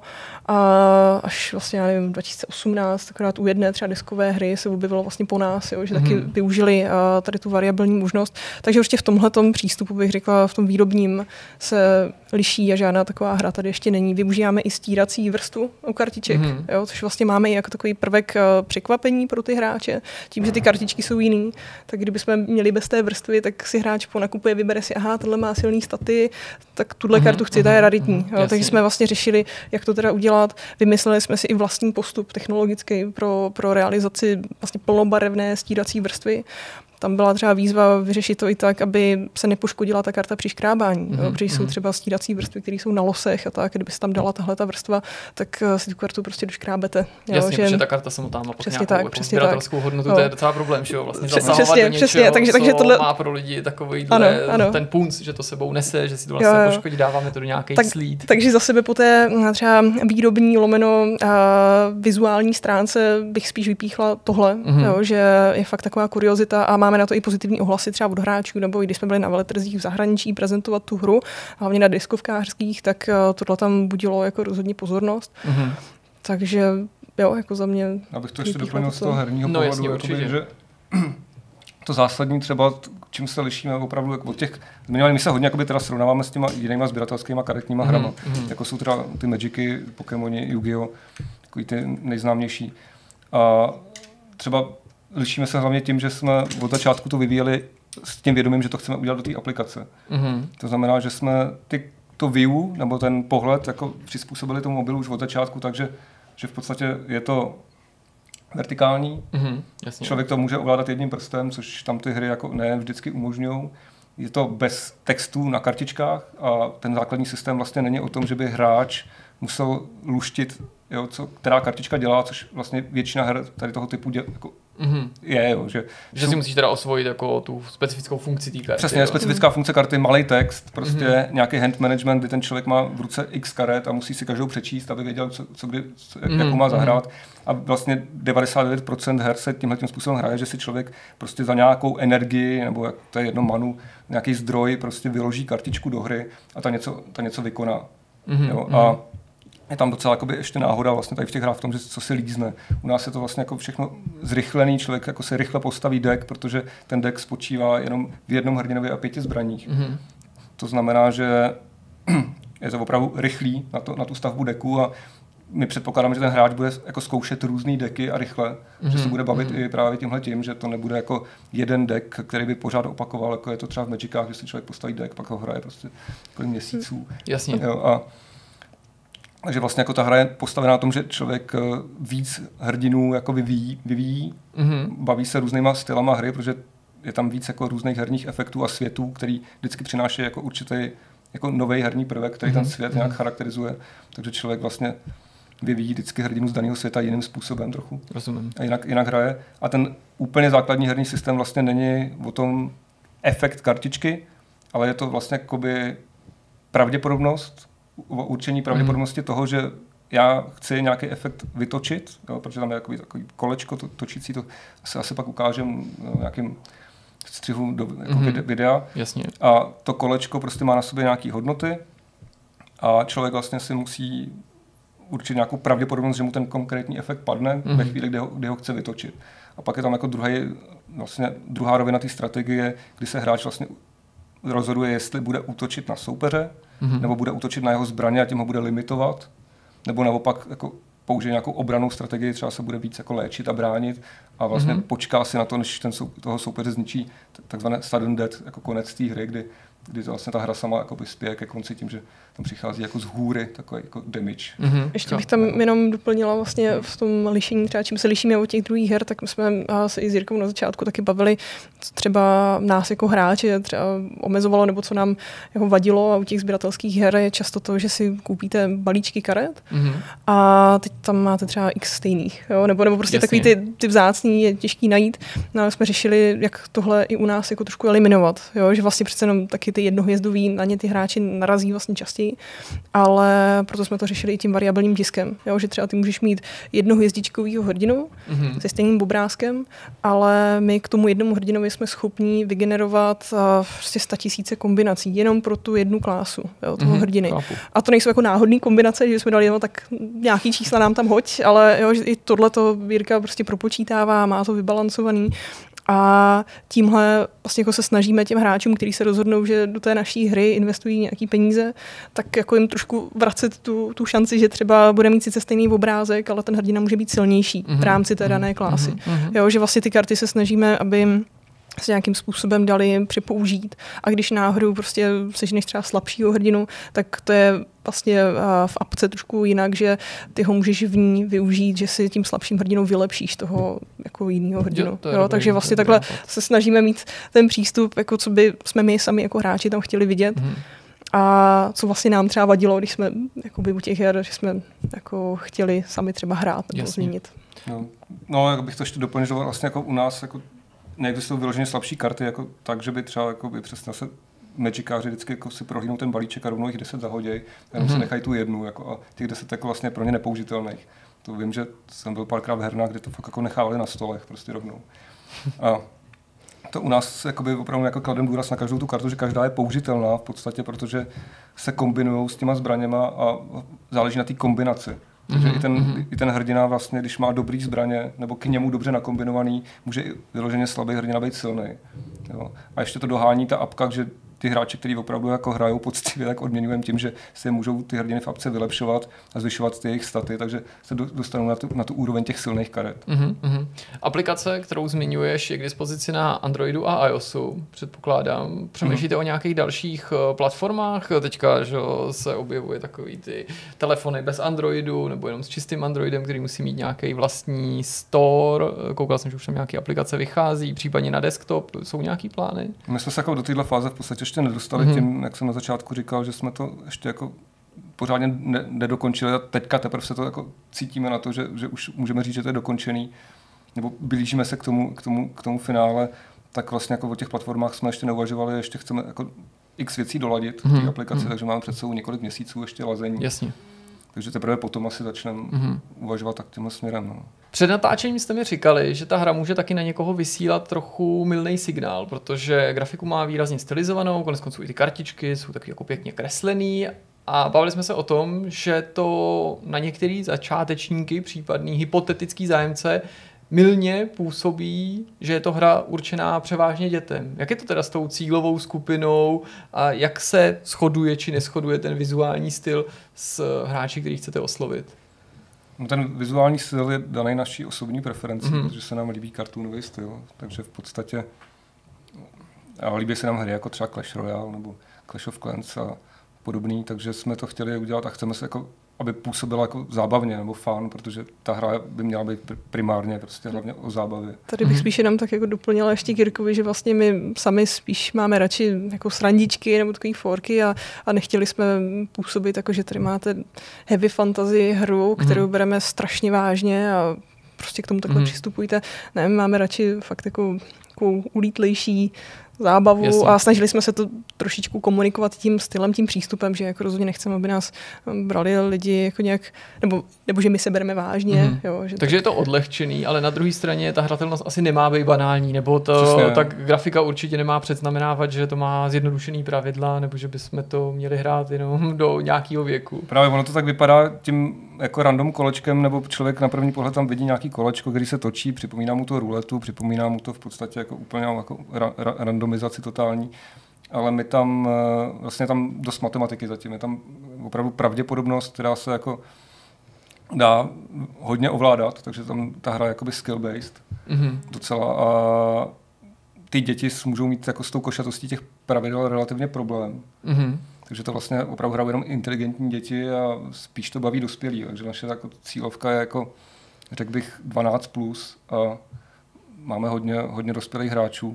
A až vlastně, já nevím, dva tisíce osmnáct, akorát u jedné třeba deskové hry se objevilo vlastně po nás, jo, že mm. taky využili uh, tady tu variabilní možnost. Takže určitě v tomhletom přístupu bych řekla, v tom výrobním se liší a žádná taková hra tady ještě není. Využíváme i stírací vrstvu u kartiček, mm. jo, což vlastně máme i jako takový prvek uh, překvapení pro ty hráče. Tím, že ty kartičky jsou jiný, tak kdybychom měli bez té vrstvy, tak si hráč ponakupuje, vybere si, aha, tohle má silný staty, tak tuhle mm. kartu chci, ta je raritní. Jo, takže jsme vlastně řešili, jak to teda udělat. Vymysleli jsme si i vlastní postup technologický pro, pro realizaci vlastně plnobarevné stírací vrstvy. tam byla třeba výzva vyřešit to i tak, aby se nepoškodila ta karta při škrábání. Mm-hmm. Jo, protože jsou třeba stírací vrstvy, které jsou na losech a tak, kdyby se tam dala tahle ta vrstva, tak si tu kartu prostě doškrábete. Jo,
jasně,
že...
protože ta karta samotná má
přesně
nějakou
tak,
jako
přesně
sběratelskou
tak.
hodnotu,
no.
to je docela problém, že jo, vlastně
Přesně,
zasahovat do něčeho,
přesně, takže, takže
co
tohle...
má pro lidi takovýhle ano, ano. ten punc, že to sebou nese, že si to vlastně jo, jo. poškodí, dáváme to do nějakých
tak,
slít.
Takže za sebe po té třeba výrobní lomeno a vizuální stránce bych spíš vypíchla tohle, mm-hmm. jo, že je fakt taková kuriozita a máme na to i pozitivní ohlasy třeba od hráčů, nebo i když jsme byli na veletrzích v zahraničí prezentovat tu hru, hlavně na diskovkářských, tak tohle tam budilo jako rozhodně pozornost. Mm-hmm. Takže jo, jako za mě...
Abych to ještě doplnil z toho herního
no,
pohledu,
jasně,
jakoby, že to zásadní třeba, čím se lišíme opravdu jako od těch, zmiňovali, my se hodně jakoby teda srovnáváme s těma jinýma sběratelskýma karetníma mm-hmm. hrama, mm-hmm. jako jsou teda ty Magicy, Pokémoni, Yu-Gi-Oh, takový ty nejznámější. A třeba lišíme se hlavně tím, že jsme od začátku to vyvíjeli s tím vědomím, že to chceme udělat do té aplikace. Mm-hmm. To znamená, že jsme ty, to view, nebo ten pohled jako přizpůsobili tomu mobilu už od začátku, takže že v podstatě je to vertikální. Mm-hmm, jasně. Člověk to může ovládat jedním prstem, což tam ty hry jako ne vždycky umožňují. Je to bez textů na kartičkách a ten základní systém vlastně není o tom, že by hráč musel luštit, jo, co, která kartička dělá, což vlastně většina her tady toho typu děl, jako mm-hmm. je. Jo, že
že si musíš teda osvojit jako tu specifickou funkci té karty.
Přesně, jo. Specifická mm-hmm. funkce karty, malý text, prostě mm-hmm. nějaký hand management, kdy ten člověk má v ruce x karet a musí si každou přečíst, aby věděl, co, co kdy, co, mm-hmm. jakou má zahrát. A vlastně devadesát devět procent her se tímhle způsobem hraje, že si člověk prostě za nějakou energii, nebo jak to je jedno manu, nějaký zdroj prostě vyloží kartičku do hry a ta něco, ta něco vykoná. Mm-hmm. Jo, a je tam docela jakoby ještě náhoda vlastně tady v těch hrách v tom, že co si lízne. U nás je to vlastně jako všechno zrychlený, člověk jako se rychle postaví deck, protože ten deck spočívá jenom v jednom hrdinovi a pěti zbraních. Mm-hmm. To znamená, že je to opravdu rychlý na, to, na tu stavbu decku a my předpokládáme, že ten hráč bude jako zkoušet různý decky a rychle, mm-hmm. že se bude bavit mm-hmm. i právě tímhle tím, že to nebude jako jeden deck, který by pořád opakoval, jako je to třeba v Magicách, že si člověk postaví deck, pak ho hraje prostě několik měsíců.
Jasně.
Jo, a takže vlastně jako ta hra je postavená na tom, že člověk víc hrdinů jako vyvíjí, vyvíjí mm-hmm. baví se různýma stylama hry, protože je tam víc jako různých herních efektů a světů, který vždycky přináší jako určitý jako nový herní prvek, který mm-hmm. ten svět nějak charakterizuje. Takže člověk vlastně vyvíjí vždycky hrdinu z daného světa jiným způsobem trochu.
Rozumím.
A jinak, jinak hraje. A ten úplně základní herní systém vlastně není o tom efekt kartičky, ale je to vlastně jakoby pravděpodobnost, určení pravděpodobnosti mm. toho, že já chci nějaký efekt vytočit, jo, protože tam je takový, takový kolečko to, točící, to se asi pak ukážem no, nějakým střihu do jako mm. videa.
Jasně.
A to kolečko prostě má na sobě nějaké hodnoty a člověk vlastně si musí určit nějakou pravděpodobnost, že mu ten konkrétní efekt padne mm. ve chvíli, kdy ho, kdy ho chce vytočit. A pak je tam jako druhý, vlastně druhá rovina té strategie, kdy se hráč vlastně rozhoduje, jestli bude útočit na soupeře, mm-hmm. nebo bude útočit na jeho zbraně a tím ho bude limitovat, nebo naopak jako použije nějakou obranou strategii, třeba se bude víc jako léčit a bránit a vlastně mm-hmm. počká si na to, než ten sou, toho soupeře zničí takzvané sudden death, jako konec té hry, kdy, kdy to vlastně ta hra sama jakoby spěje ke konci tím, že tam přichází jako z hůry takový jako damage.
Mm-hmm. Ještě bych tam jenom doplnila vlastně v tom lišení, třeba čím se lišíme od těch druhých her, tak my jsme se i s Jirkou na začátku taky bavili, co třeba nás jako hráče třeba omezovalo, nebo co nám jako vadilo, a u těch sběratelských her je často to, že si koupíte balíčky karet mm-hmm. a teď tam máte třeba x stejných, jo? Nebo, nebo prostě Jasně. takový ty, ty vzácný je těžký najít. No a jsme řešili, jak tohle i u nás jako trošku eliminovat, jo? Že vlastně přece jenom taky ty jednohvězdový, na ně ty hráči narazí vlastně častěji, ale proto jsme to řešili i tím variabilním diskem, jo? Že třeba ty můžeš mít jednohvězdičkovýho hrdinu mm-hmm. se stejným obrázkem, ale my k tomu jednomu hrdinovi jsme schopni vygenerovat uh, prostě statisíce kombinací jenom pro tu jednu klásu, jo, toho mm-hmm. hrdiny. Chápu. A to nejsou jako náhodné kombinace, že jsme dali jenom tak nějaký čísla nám tam hoď, ale jo, že i tohleto Jirka prostě propočítává, má to vybalancovaný. A tímhle vlastně jako se snažíme těm hráčům, kteří se rozhodnou, že do té naší hry investují nějaký peníze, tak jako jim trošku vracet tu, tu šanci, že třeba bude mít sice stejný obrázek, ale ten hrdina může být silnější mm-hmm. v rámci té dané klásy. Mm-hmm. Jo, že vlastně ty karty se snažíme, aby se nějakým způsobem dali připoužít. A když náhodou prostě seženeš třeba slabšího hrdinu, tak to je vlastně v apce trošku jinak, že ty ho můžeš v ní využít, že si tím slabším hrdinou vylepšíš toho jako jiného hrdinu. Jo, jo, takže vlastně takhle se snažíme mít ten přístup, jako co by jsme my sami jako hráči tam chtěli vidět. Hmm. A co vlastně nám třeba vadilo, když jsme jakoby u těch her, že jsme jako chtěli sami třeba hrát nebo
Jasně.
změnit.
No, no, jak bych to ještě doplnil, že vlastně jako u nás jako neexistují vyloženě slabší karty, jako tak, že by třeba jako by přesně se Magikáři vždycky jako si prohlídnou ten balíček a rovnou jich deset zahoděj, a jenom mm-hmm. si nechají tu jednu jako, a těch deset jako vlastně pro ně nepoužitelných. To vím, že jsem byl párkrát v hernách, kde to fakt jako nechávali na stolech prostě rovnou. A to u nás jakoby opravdu jako kladem důraz na každou tu kartu, že každá je použitelná v podstatě, protože se kombinují s těma zbraněma a záleží na té kombinaci. Takže mm-hmm. i, ten, mm-hmm. i ten hrdina vlastně, když má dobrý zbraně, nebo k němu dobře nakombinovaný, může i vyloženě slabý hrdina být silný. Jo. A ještě to dohání ta apka, že ty hráči, kteří opravdu jako hrajou poctivě, tak odměňujeme tím, že si můžou ty hrdiny v apce vylepšovat a zvyšovat ty jejich staty, takže se dostanou na tu, na tu úroveň těch silných karet.
Mm-hmm. Aplikace, kterou zmiňuješ, je k dispozici na Androidu a iOSu, předpokládám. Přemýšlíte mm-hmm. o nějakých dalších platformách? Teďka že se objevuje takový ty telefony bez Androidu, nebo jenom s čistým Androidem, který musí mít nějaký vlastní store. Koukal jsem, že už tam nějaké aplikace vychází, případně na desktop. Jsou nějaký plány?
My jsme se jako do téhle fáze v podstatě ještě nedostali mm-hmm. tím, jak jsem na začátku říkal, že jsme to ještě jako pořádně ne- nedokončili a teďka teprve se to jako cítíme na to, že, že už můžeme říct, že to je dokončený, nebo blížíme se k tomu, k tomu, k tomu finále, tak vlastně jako o těch platformách jsme ještě neuvažovali, ještě chceme jako x věcí doladit v té mm-hmm. aplikaci, mm-hmm. takže máme před sebou několik měsíců ještě lazení.
Jasně.
Takže teprve potom asi začneme mm-hmm. uvažovat tak tímhle směrem. No.
Před natáčením jste mi říkali, že ta hra může taky na někoho vysílat trochu mylný signál, protože grafiku má výrazně stylizovanou, koneckonců i ty kartičky jsou taky jako pěkně kreslený a bavili jsme se o tom, že to na některý začátečníky, případný hypotetický zájemce, mylně působí, že je to hra určená převážně dětem. Jak je to teda s tou cílovou skupinou a jak se shoduje či neshoduje ten vizuální styl s hráči, který chcete oslovit?
No ten vizuální styl je daný naší osobní preferenci, mm-hmm. protože se nám líbí kartoonový styl, takže v podstatě a líbí se nám hry jako třeba Clash Royale nebo Clash of Clans a podobný, takže jsme to chtěli udělat a chceme se jako aby působila jako zábavně nebo fun, protože ta hra by měla být primárně prostě hlavně o zábavě.
Tady bych spíš jenom tak jako doplnila ještě Kirkovi, že vlastně my sami spíš máme radši jako srandičky nebo takové forky a, a nechtěli jsme působit jako, že tady máte heavy fantasy hru, kterou mm. bereme strašně vážně a prostě k tomu takhle mm. přistupujte. Ne, my máme radši fakt jako takovou ulítlejší zábavu. Jasně. A snažili jsme se to trošičku komunikovat tím stylem, tím přístupem, že jako rozhodně nechceme, aby nás brali lidi jako nějak, nebo, nebo že my se bereme vážně. Mm-hmm. Jo, že
Takže tak... je to odlehčený, ale na druhé straně ta hratelnost asi nemá být banální, nebo to, ta grafika určitě nemá předznamenávat, že to má zjednodušený pravidla, nebo že bychom to měli hrát jenom do nějakého věku.
Právě ono to tak vypadá tím jako random kolečkem, nebo člověk na první pohled tam vidí nějaký kolečko, který se točí, připomíná mu to ruletu, připomíná mu to v podstatě jako úplně jako ra- ra- randomizaci totální, ale my tam vlastně tam dost matematiky zatím, je tam opravdu pravděpodobnost, která se jako dá hodně ovládat, takže tam ta hra je jakoby skill-based mm-hmm. docela a ty děti můžou mít jako s tou košatostí těch pravidel relativně problém. Mm-hmm. Takže to vlastně opravdu hrajou jenom inteligentní děti a spíš to baví dospělí, takže naše jako cílovka je jako, řekl bych, dvanáct plus a máme hodně, hodně dospělých hráčů.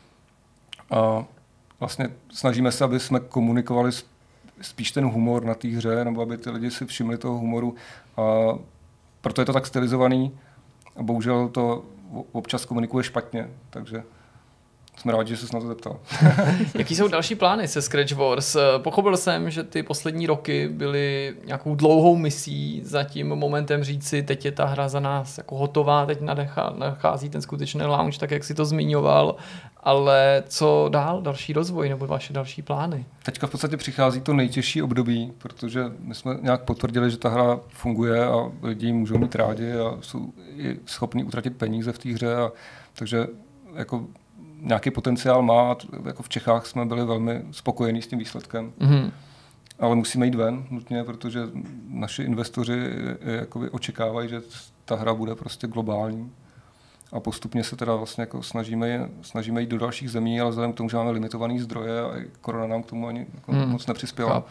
A vlastně snažíme se, aby jsme komunikovali spíš ten humor na té hře, nebo aby ty lidi si všimli toho humoru. A proto je to tak stylizovaný a bohužel to občas komunikuje špatně, takže jsme rádi, že jsi se na to zeptal.
Jaký jsou další plány se Scratch Wars? Pochopil jsem, že ty poslední roky byly nějakou dlouhou misí za tím momentem říci, teď je ta hra za nás jako hotová, teď nadechá, nachází ten skutečný launch, tak jak si to zmiňoval, ale co dál, další rozvoj nebo vaše další plány?
Teďka v podstatě přichází to nejtěžší období, protože my jsme nějak potvrdili, že ta hra funguje a lidi můžou mít rádi a jsou schopni utratit peníze v té hře, a takže jako nějaký potenciál má, jako v Čechách jsme byli velmi spokojení s tím výsledkem. Mm-hmm. Ale musíme jít ven nutně, protože naši investoři jakoby očekávají, že ta hra bude prostě globální. a postupně se teda vlastně jako snažíme, snažíme jít do dalších zemí, ale vzhledem k tomu, že máme limitované zdroje a korona nám k tomu ani jako hmm. moc nepřispěla. Chápu.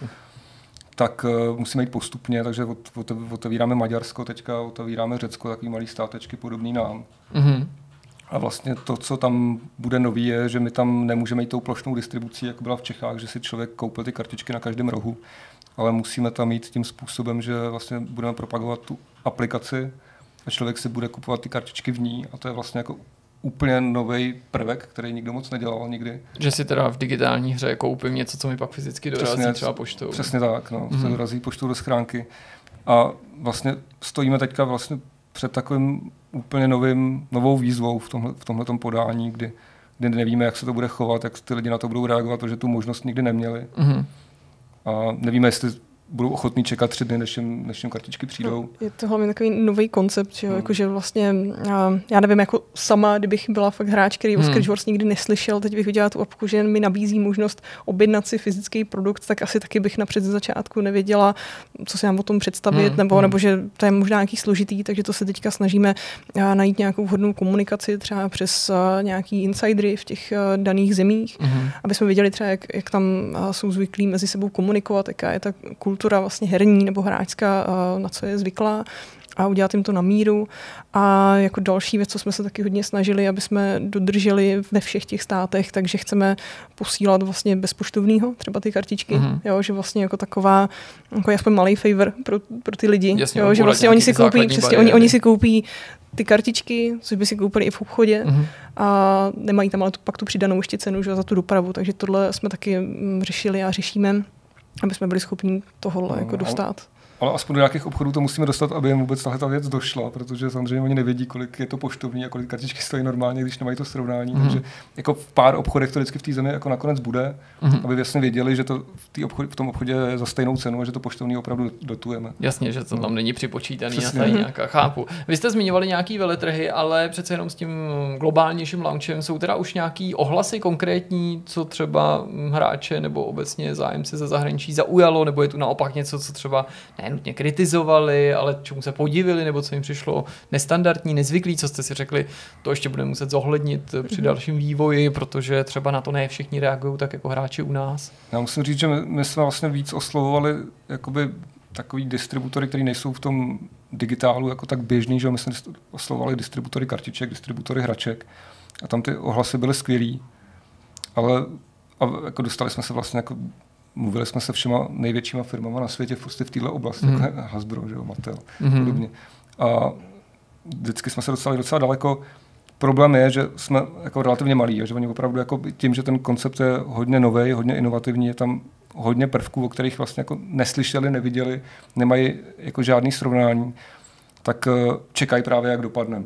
Tak uh, musíme jít postupně, takže ot, ot, otevíráme Maďarsko teďka, otevíráme Řecko, takový malý státečky podobný nám. Mm-hmm. A vlastně to, co tam bude nový, je, že my tam nemůžeme jít tou plošnou distribucí, jako byla v Čechách, že si člověk koupil ty kartičky na každém rohu, ale musíme tam jít tím způsobem, že vlastně budeme propagovat tu aplikaci a člověk si bude kupovat ty kartičky v ní a to je vlastně jako úplně nový prvek, který nikdo moc nedělal nikdy.
Že si teda v digitální hře koupím něco, co mi pak fyzicky dorazí přesně, třeba poštou.
Přesně tak, no, mm-hmm. se dorazí poštou do schránky. A vlastně stojíme teďka vlastně před takovým úplně novým, novou výzvou v tomhle, v tomhletom podání, kdy, kdy nevíme, jak se to bude chovat, jak ty lidi na to budou reagovat, protože tu možnost nikdy neměli. Mm-hmm. A nevíme, jestli budou ochotní čekat tři dny, než jim, než jim kartičky přijdou. No,
je to hlavně takový nový koncept, že, hmm. jakože vlastně, já nevím, jako sama, kdybych byla fakt hráč, který o hmm. Scratch Wars nikdy neslyšel, teď bych viděla tu apku, že mi nabízí možnost objednat si fyzický produkt, tak asi taky bych napřed ze začátku nevěděla, co si mám o tom představit, hmm. nebo, hmm. nebo že to je možná nějaký složitý, takže to se teďka snažíme najít nějakou vhodnou komunikaci třeba přes nějaký insidery v těch daných zemích, hmm. aby jsme věděli třeba, jak, jak tam jsou zvyklí mezi sebou komunikovat, jaká je ta kultura vlastně herní nebo hráčská, na co je zvyklá a udělat jim to na míru. A jako další věc, co jsme se taky hodně snažili, aby jsme dodrželi ve všech těch státech, takže chceme posílat vlastně bez poštovního, třeba ty kartičky, mm-hmm. jo, že vlastně jako taková, jako aspoň malý favor pro, pro ty lidi,
jasně,
jo, že vlastně oni si koupí, přesně, oni, oni si koupí ty kartičky, což by si koupili i v obchodě mm-hmm. a nemají tam ale tu, pak tu přidanou ještě cenu, že, za tu dopravu, takže tohle jsme taky řešili a řešíme, aby jsme byli schopni tohle no, jako dostat.
Ale aspoň do nějakých obchodů to musíme dostat, aby jim vůbec tahle ta věc došla, protože samozřejmě oni nevědí, kolik je to poštovní a kolik kartičky stojí normálně, když nemají to srovnání. Mm. Takže jako v pár obchodech to vždycky v té zemi jako nakonec bude, mm. aby vlastně věděli, že to v, tý obchod, v tom obchodě je za stejnou cenu a že to poštovní opravdu dotujeme.
Jasně, že to tam no. není připočítaný a tady nějaká, chápu. Vy jste zmiňovali nějaký veletrhy, ale přece jenom s tím globálnějším launchem jsou teda už nějaký ohlasy konkrétní, co třeba hráče nebo obecně zájemce ze zahraničí zaujalo, nebo je tu naopak něco, co třeba ne nutně kritizovali, ale čemu se podivili, nebo co jim přišlo nestandardní, nezvyklý, co jste si řekli, to ještě budeme muset zohlednit při dalším vývoji, protože třeba na to ne všichni reagují tak jako hráči u nás.
Já musím říct, že my, my jsme vlastně víc oslovovali jakoby takový distributory, který nejsou v tom digitálu jako tak běžný, že my jsme oslovovali distributory kartiček, distributory hraček a tam ty ohlasy byly skvělý, ale a jako dostali jsme se vlastně jako mluvili jsme se všema největšíma firmama na světě prostě v této oblasti, mm. jako Hasbro, že jo, Mattel, mm. podobně. A vždycky jsme se dostali docela daleko. Problém je, že jsme jako relativně malí, že oni opravdu jako tím, že ten koncept je hodně nový, hodně inovativní, je tam hodně prvků, o kterých vlastně jako neslyšeli, neviděli, nemají jako žádný srovnání, tak čekají právě, jak dopadneme.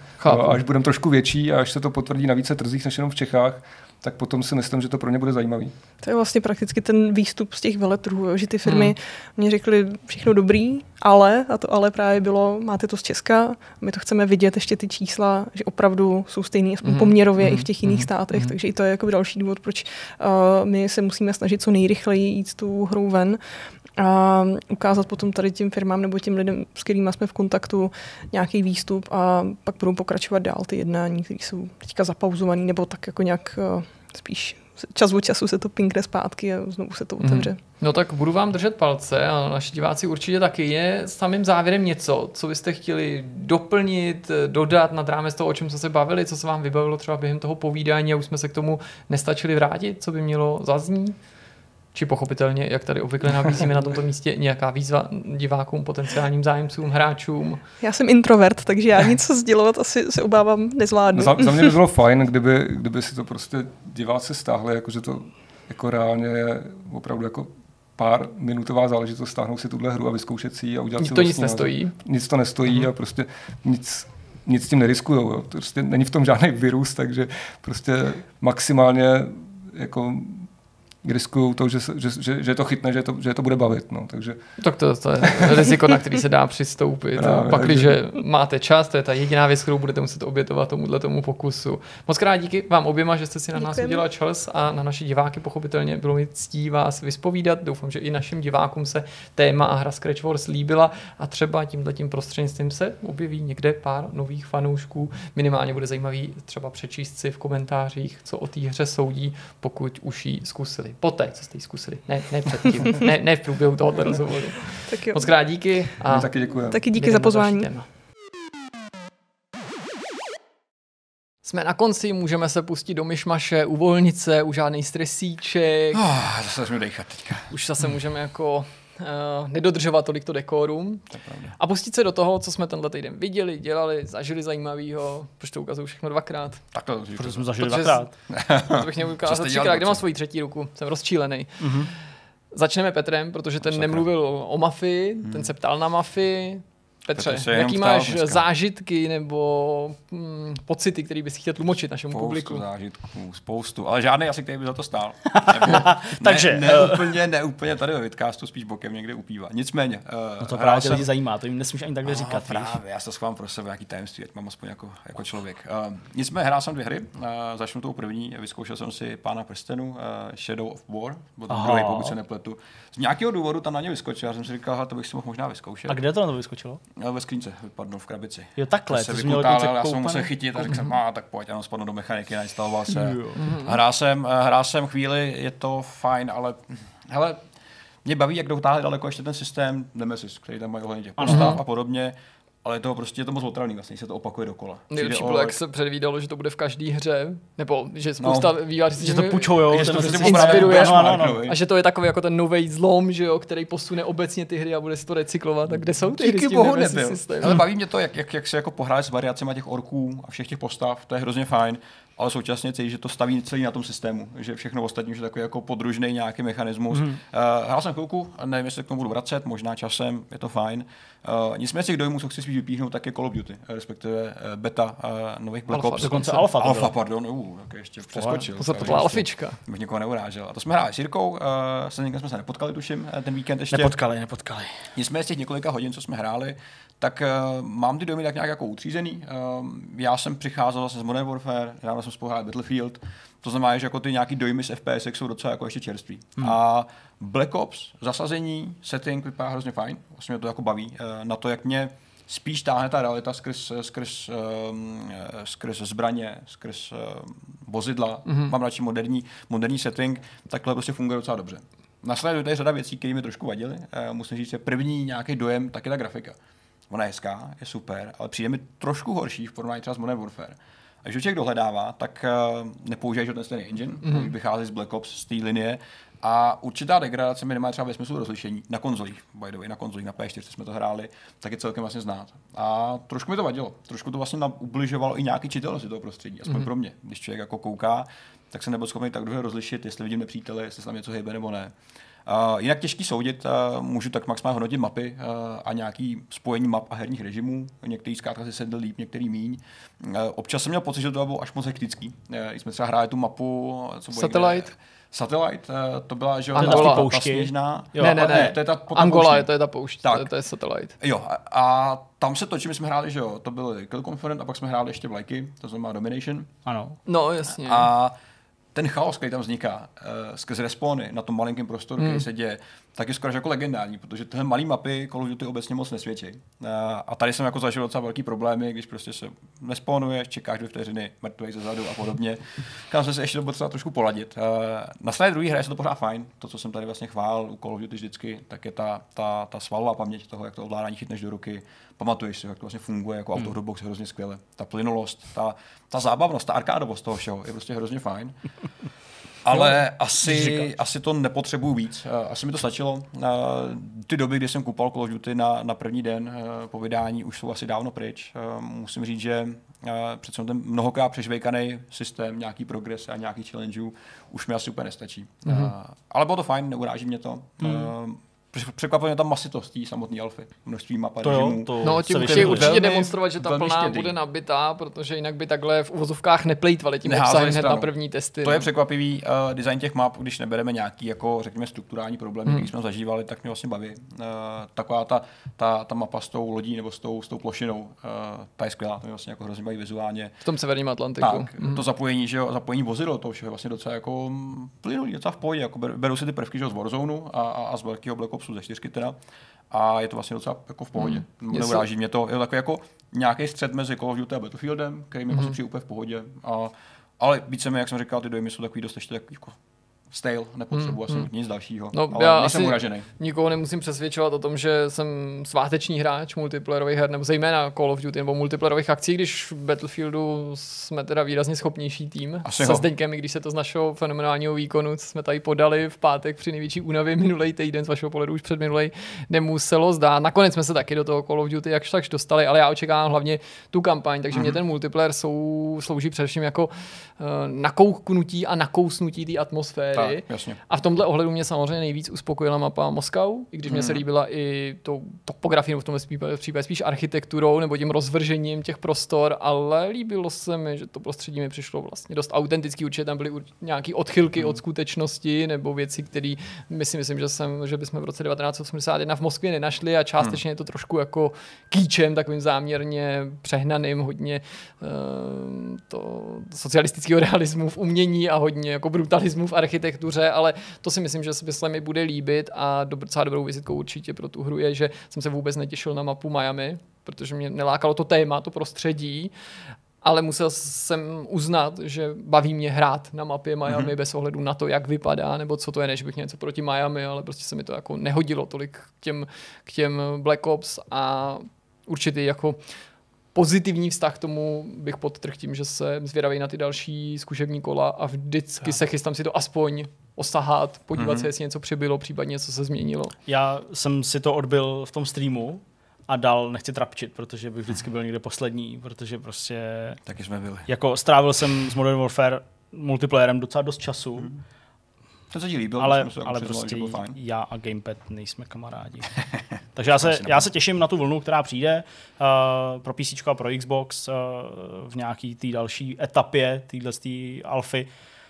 Až budeme trošku větší a až se to potvrdí na více trzích než jenom v Čechách, tak potom si myslím, že to pro ně bude zajímavý.
To je vlastně prakticky ten výstup z těch veletrhů, že ty firmy hmm. mě řekly všechno dobrý, ale, a to ale právě bylo, máte to z Česka, my to chceme vidět ještě ty čísla, že opravdu jsou stejný aspoň hmm. poměrově hmm. i v těch jiných hmm. státech, hmm. takže i to je jako další důvod, proč uh, my se musíme snažit co nejrychleji jít s tou hrou ven a ukázat potom tady těm firmám nebo těm lidem, s kterými jsme v kontaktu, nějaký výstup a pak budou pokračovat dál ty jednání, které jsou teďka zapauzované nebo tak jako nějak uh, spíš čas od času se to pinkne zpátky a znovu se to otevře. Mm.
No tak budu vám držet palce a naši diváci určitě taky. Je samým závěrem něco, co byste chtěli doplnit, dodat nad rámec toho, o čem jsme se bavili, co se vám vybavilo třeba během toho povídání a už jsme se k tomu nestačili vrátit, co by mělo zaznít? Či pochopitelně, jak tady obvykle nabízíme na tomto místě, nějaká výzva divákům, potenciálním zájemcům, hráčům?
Já jsem introvert, takže já nic sdělovat asi se obávám nezvládnu.
Za, za mě by bylo fajn, kdyby, kdyby si to prostě diváci stáhli, jakože to jako reálně je opravdu jako pár minutová záležitost stáhnout si tuhle hru a vyzkoušet si ji a udělat
nic
si
to
vlastně
nic nestojí.
Nic to nestojí uh-huh. a prostě nic, nic s tím neriskujou. Jo. Prostě není v tom žádný virus, takže prostě maximálně jako riskují to, že, že, že, že to chytne, že to, že to bude bavit. No, takže...
Tak to, to je riziko, na který se dá přistoupit.
Právě,
Pak, když
takže...
máte čas, to je ta jediná věc, kterou budete muset obětovat tomuhle tomu pokusu. Moc krát díky vám oběma, že jste si na nás
Děkujeme.
udělal čas a na naše diváky pochopitelně bylo mi ctí vás vyspovídat. Doufám, že i našim divákům se téma a hra Scratch Wars líbila a třeba tímhletím prostřednictvím se objeví někde pár nových fanoušků. Minimálně bude zajímavý třeba přečíst si v komentářích, co o té hře soudí, pokud už ji zkusili. Poté, co jste ji zkusili. Ne, ne předtím. ne, ne v průběhu tohoto rozhovoru.
Tak jo.
Moc krát díky. A
My taky děkujeme.
Taky díky
jdeme
za
na
pozvání.
další téma. Jsme na konci, můžeme se pustit do myšmaše, uvolnit se, u žádný stresíček.
Oh, zase začnu dejchat teďka.
Už zase můžeme jako uh, nedodržovat tolik to dekorum.
To je pravda.
A pustit se do toho, co jsme tenhle týden viděli, dělali, zažili zajímavýho. Proč to ukazuju všechno dvakrát?
Tak to
Protože jsme zažili
Protože-
dvakrát.
To bych měl
Co
ukázat
jste dělali,
třikrát. Kde mám
kluci?
svoji třetí ruku? Jsem rozčílený.
Mhm.
Začneme Petrem, protože ten
Sakra.
nemluvil o mafii,
Hmm.
ten se ptal na mafii. Petře,
Petr se jenom
jaký
ptal
máš
dneska.
zážitky nebo hm, pocity, které bys chtěl tlumočit našemu
Spoustu
publiku?
zážitků, spoustu, ale žádný asi, který by za to stál.
Takže,
ne, ne, úplně, ne úplně tady ve Vidcastu, spíš bokem někde u piva. Nicméně. Uh,
No to
hrál
právě ty
jsem-
lidi zajímá, to jim nesmíš ani takhle
Aha,
říkat. víš.
právě, já se schovám pro sebe nějaký tajemství, ať mám aspoň jako, jako člověk. Uh, nicméně hrál jsem dvě hry, uh, začnu tou první, vyzkoušel jsem si Pána prstenů, uh, Shadow of War, byl ten
Aha.
druhý, pokud se nepletu. Z nějakého důvodu tam na ně vyskočil, já jsem si říkal, hele, to bych si mohl možná vyzkoušet.
A kde to na to vyskočilo?
Uh, ve skřínce, vypadnul v krabici.
Jo, takhle,
To se
ty jsi měl
vykutálel,
dokonce
já jsem ho
koupený?
musel chytit a řekl jsem, a tak pojď, ano, spadnu do mechaniky, nainstaloval se.
Jo.
Hrál jsem, eh, hrál jsem chvíli, je to fajn, ale hele, mě baví, jak dotáhli daleko ještě ten systém Nemesis, který tam mají ohledně těch postav a podobně, ale je to prostě je to moc otravný, vlastně se to opakuje dokola.
Nejlepší
Přijde
bylo,
o-
jak se předvídalo, že to bude v každé hře, nebo že spousta no, vývářů si
Že to půjčujou,
že
ten
to
systém.
prostě opravdu
inspiruje.
ukáže
No, no,
Mark,
no.
no,
a že to je takový jako ten nový zlom, že jo, který posune obecně ty hry a bude si to recyklovat. Tak kde jsou ty hry s
Díky
tím
bohu
Nemesis
nebyl.
systémem?
Ale baví mě to, jak, jak, jak se jako pohráli s variacemi těch orků a všech těch postav, to je hrozně fajn, ale současně cítí, že to staví celý na tom systému, že všechno ostatní už je takový jako podružný nějaký mechanismus. Mm. Uh, hrál jsem chvilku, nevím, jestli se k tomu budu vracet, možná časem, je to fajn. Uh, nicméně z těch dojmů, co chci spíš vypíchnout, tak je Call of Duty, respektive uh, beta uh, nových Black
Alpha,
Ops.
Dokonce alfa to
Alfa,
bylo.
pardon, uh, tak ještě přeskočil.
To se to byla alfička.
Bych někoho neurážel. A to jsme hráli s Jirkou, uh, se někde jsme se nepotkali, tuším, ten víkend ještě.
Nepotkali, nepotkali.
Nicméně z těch několika hodin, co jsme hráli, tak uh, mám ty dojmy tak nějak jako utřízený. Uh, já jsem přicházel vlastně z Modern Warfare, nedávno jsem spolu hrál Battlefield, to znamená, že jako ty nějaký dojmy z F P S jsou docela jako ještě čerství. Hmm. A Black Ops, zasazení, setting vypadá hrozně fajn, vlastně mě to jako baví. Uh, na to, jak mě spíš táhne ta realita skrz, skrz, um, skrz zbraně, skrz uh, vozidla, mm-hmm. mám radši moderní, moderní setting, takhle prostě funguje docela dobře. Následuje tady řada věcí, které mi trošku vadily. Uh, musím říct, že první nějaký dojem, tak je ta grafika. Ona je hezká, je super, ale přijde mi trošku horší v porovnání třeba s Modern Warfare. A když člověk dohledává, tak uh, nepoužívají ten stejný engine, mm-hmm. vychází z Black Ops, z té linie. A určitá degradace mi nemá třeba ve smyslu rozlišení na konzolích, by the way, na konzolích, na P čtyři jsme to hráli, tak je celkem vlastně znát. A trošku mi to vadilo, trošku to vlastně ubližovalo i nějaký čitelnosti toho prostředí, aspoň mm-hmm. pro mě. Když člověk jako kouká, tak se nebyl schopný tak dobře rozlišit, jestli vidím nepřítele, jestli se tam něco hejbe nebo ne. Uh, jinak těžký soudit, uh, můžu tak maximálně hodnotit mapy uh, a nějaký spojení map a herních režimů. Některý zkrátka si sedl líp, některý míň. Uh, občas jsem měl pocit, že to bylo až moc hektický. Uh, když jsme třeba hráli tu mapu, co bylo
Satellite?
Někde, Satellite, uh, to byla, že jo,
Angola.
ta, ta
Poušti.
sněžná.
Jo, ne, ne, ne,
to je ta
Angola,
pouští.
je, to je ta poušť,
Tak.
to, je, to je Satellite.
Jo, a, a tam se točí, my jsme hráli, že jo, to byl Kill Confident a pak jsme hráli ještě vlajky, to znamená Domination.
Ano.
No, jasně.
A ten chaos, který tam vzniká uh, skrz respawny na tom malinkém prostoru, hmm. který se děje, tak je skoro jako legendární, protože tyhle malé mapy Call of Duty obecně moc nesvědčí. Uh, a tady jsem jako zažil docela velký problémy, když prostě se nespawnuješ, čekáš dvě vteřiny, mrtvej zezadu a podobně. Kam jsem se ještě to potřeba trošku poladit. Uh, na straně druhé hře je to pořád fajn. To, co jsem tady vlastně chválil u Call of Duty vždycky, tak je ta, ta, ta svalová paměť toho, jak to ovládání chytneš do ruky. Pamatuješ si, jak to vlastně funguje, jako hmm. Autobox je hrozně skvěle. Ta plynulost, ta, ta zábavnost, ta arkádovost toho všeho je prostě hrozně fajn. Ale asi, asi to nepotřebuju víc. Asi mi to stačilo. Ty doby, kdy jsem kupoval Call of Duty na, na první den po vydání, už jsou asi dávno pryč. Musím říct, že přece ten mnohokrát přežvejkaný systém, nějaký progres a nějaký challengeů už mi asi úplně nestačí. Mm-hmm. Ale bylo to fajn, neuráží mě to. Mm. překvapuje mě tam masitost té samotné alfy, množství map a
to
režimů.
Jo, to
no, tím chtějí určitě demonstrovat, že ta plná bude nabitá, protože jinak by takhle v uvozovkách neplejtvali tím obsahem hned na první testy.
To
no.
je překvapivý uh, design těch map, když nebereme nějaký, jako řekněme, strukturální problémy, hmm. který jsme zažívali, tak mě vlastně baví. Uh, taková ta, ta, ta mapa s tou lodí nebo s tou, s tou plošinou, uh, ta je skvělá, to mě vlastně jako hrozně baví vizuálně.
V tom severním Atlantiku.
Tak, hmm. to zapojení, že jo, zapojení vozidel, to už je vlastně docela jako plynulý, docela v pohodě, jako berou si ty prvky, že jo, z Warzone a, a, a z velkého Black Opsu ze čtyřky teda. A je to vlastně docela jako v pohodě. Hmm. Neuráží mě to. Je to takový jako nějaký střed mezi Call of Duty a Battlefieldem, který mi hmm. přijde úplně v pohodě. A, ale více mi, jak jsem říkal, ty dojmy jsou takový dost ještě takový jako stale, nepotřebuji hmm. asi nic dalšího.
No,
ale
já
nejsem
asi
uražený.
Nikoho nemusím přesvědčovat o tom, že jsem sváteční hráč multiplayerových her, nebo zejména Call of Duty, nebo multiplayerových akcí, když v Battlefieldu jsme teda výrazně schopnější tým.
Asi
se
ho.
Zdeňkem, když se to z našeho fenomenálního výkonu, co jsme tady podali v pátek při největší únavě minulý týden, z vašeho pohledu už před minulej, nemuselo zdát. Nakonec jsme se taky do toho Call of Duty jakž takž dostali, ale já očekávám hlavně tu kampaň, takže mm-hmm. mě ten multiplayer sou, slouží především jako uh, nakouknutí a nakousnutí té atmosféry.
Tak, jasně.
A v tomhle ohledu mě samozřejmě nejvíc uspokojila mapa Moskau, i když hmm. mě se líbila i tou topografií, nebo v tomhle případě spíš architekturou nebo tím rozvržením těch prostor, ale líbilo se mi, že to prostředí mi přišlo vlastně dost autentický, určitě tam byly nějaké odchylky hmm. od skutečnosti nebo věci, které my si myslím, že, jsem, že bychom v roce devatenáct osmdesát jedna v Moskvě nenašli a částečně hmm. je to trošku jako kýčem, takovým záměrně přehnaným, hodně uh, to socialistického realismu v umění a hodně jako brutalismu v architektuře, ale to si myslím, že se mi bude líbit a docela dobrou vizitkou určitě pro tu hru je, že jsem se vůbec netěšil na mapu Miami, protože mě nelákalo to téma, to prostředí, ale musel jsem uznat, že baví mě hrát na mapě Miami mm-hmm. bez ohledu na to, jak vypadá, nebo co to je, než bych něco proti Miami, ale prostě se mi to jako nehodilo tolik k těm, k těm Black Ops a určitě jako pozitivní vztah k tomu bych podtrhl tím, že jsem zvědavý na ty další zkušební kola a vždycky se chystám si to aspoň osahat, podívat mm-hmm. se, jestli něco přibylo, případně něco se změnilo.
Já jsem si to odbil v tom streamu a dál nechci trapčit, protože bych vždycky byl někde poslední, protože prostě...
Taky jsme byli.
Jako strávil jsem s Modern Warfare multiplayerem docela dost času. Mm.
To se ti líbilo,
ale,
se
ale
jako
prostě
fajn.
Já a Gamepad nejsme kamarádi. Takže já se, já se těším na tu vlnu, která přijde uh, pro PC a pro Xbox uh, v nějaký té další etapě téhle alfy.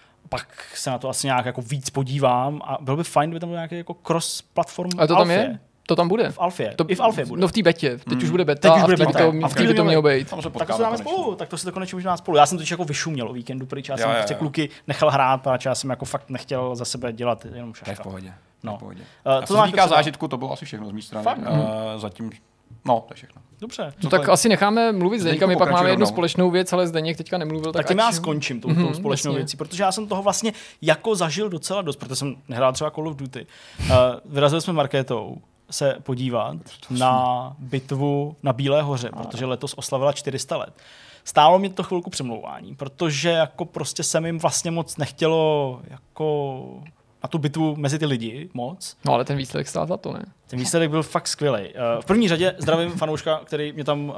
Pak se na to asi nějak jako víc podívám a bylo by fajn, kdyby tam byl nějaký jako cross-platform
a to tam alfě. Je? To tam bude.
V alfě.
To,
I v alfě bude.
No v té betě. Teď mm. už bude beta
Teď už bude
a v té by,
beta.
by to mělo být.
Tak to se dáme spolu. Tak to si to konečně můžeme spolu. Já jsem totiž jako vyšuměl o víkendu pryč. Já jsem prostě kluky nechal hrát, protože já jsem jako fakt nechtěl za sebe dělat jenom šaška.
To je v pohodě.
No.
V pohodě.
Uh,
co se týká zážitku, to bylo asi všechno z mé strany.
Fakt?
Uh, zatím, no, to je všechno.
Dobře.
No tak asi necháme mluvit Zdeňka, my pak máme jednu společnou věc, ale Zdeněk teďka nemluvil. Tak,
tak tím ať... já skončím tou, mm-hmm, tou společnou jasně. věcí, protože já jsem toho vlastně jako zažil docela dost, protože jsem nehrál třeba Call of Duty. Uh, vyrazili jsme Markétou se podívat na bitvu na Bílé hoře, protože letos oslavila čtyři sta let. Stálo mě to chvilku přemlouvání, protože jako prostě se jim vlastně moc nechtělo jako na tu bitvu mezi ty lidi moc.
No ale ten výsledek stál za to, ne?
Ten výsledek byl fakt skvělý. V první řadě zdravím fanouška, který mě tam uh,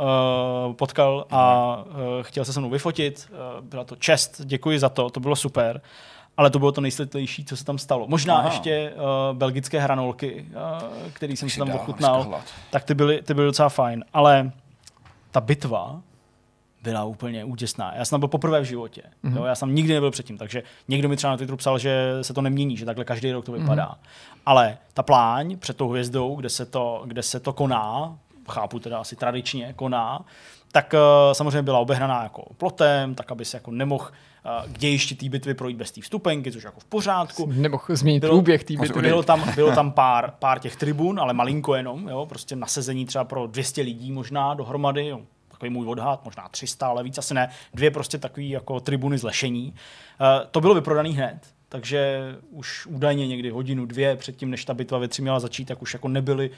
potkal a uh, chtěl se se mnou vyfotit. Uh, byla to čest, děkuji za to, to bylo super. Ale to bylo to nejsvětlejší, co se tam stalo. Možná Aha. ještě uh, belgické hranolky, uh, který jsem si tam ochutnal, tak ty byly, ty byly docela fajn. Ale ta bitva byla úplně úděsná. Já jsem tam byl poprvé v životě. Mm-hmm. Jo? Já jsem nikdy nebyl předtím, takže někdo mi třeba na Twitteru psal, že se to nemění, že takhle každý rok to vypadá. Mm-hmm. Ale ta pláň před tou hvězdou, kde se to, kde se to koná, chápu teda asi tradičně koná, tak uh, samozřejmě byla obehnaná jako plotem, tak aby se jako nemohl uh, k dějišti té bitvy projít bez té vstupenky, což jako v pořádku.
Nemohl změnit průběh té bitvy.
Bylo tam, bylo tam pár, pár těch tribun, ale malinko jenom, jo, prostě nasazení třeba pro dvě stě lidí možná dohromady, jo. Takový můj odhad, možná tři sta, ale víc asi ne. Dvě prostě takový jako tribuny z lešení. Uh, to bylo vyprodaný hned, takže už údajně někdy hodinu, dvě předtím, než ta bitva ve tři měla začít, tak už jako nebyly,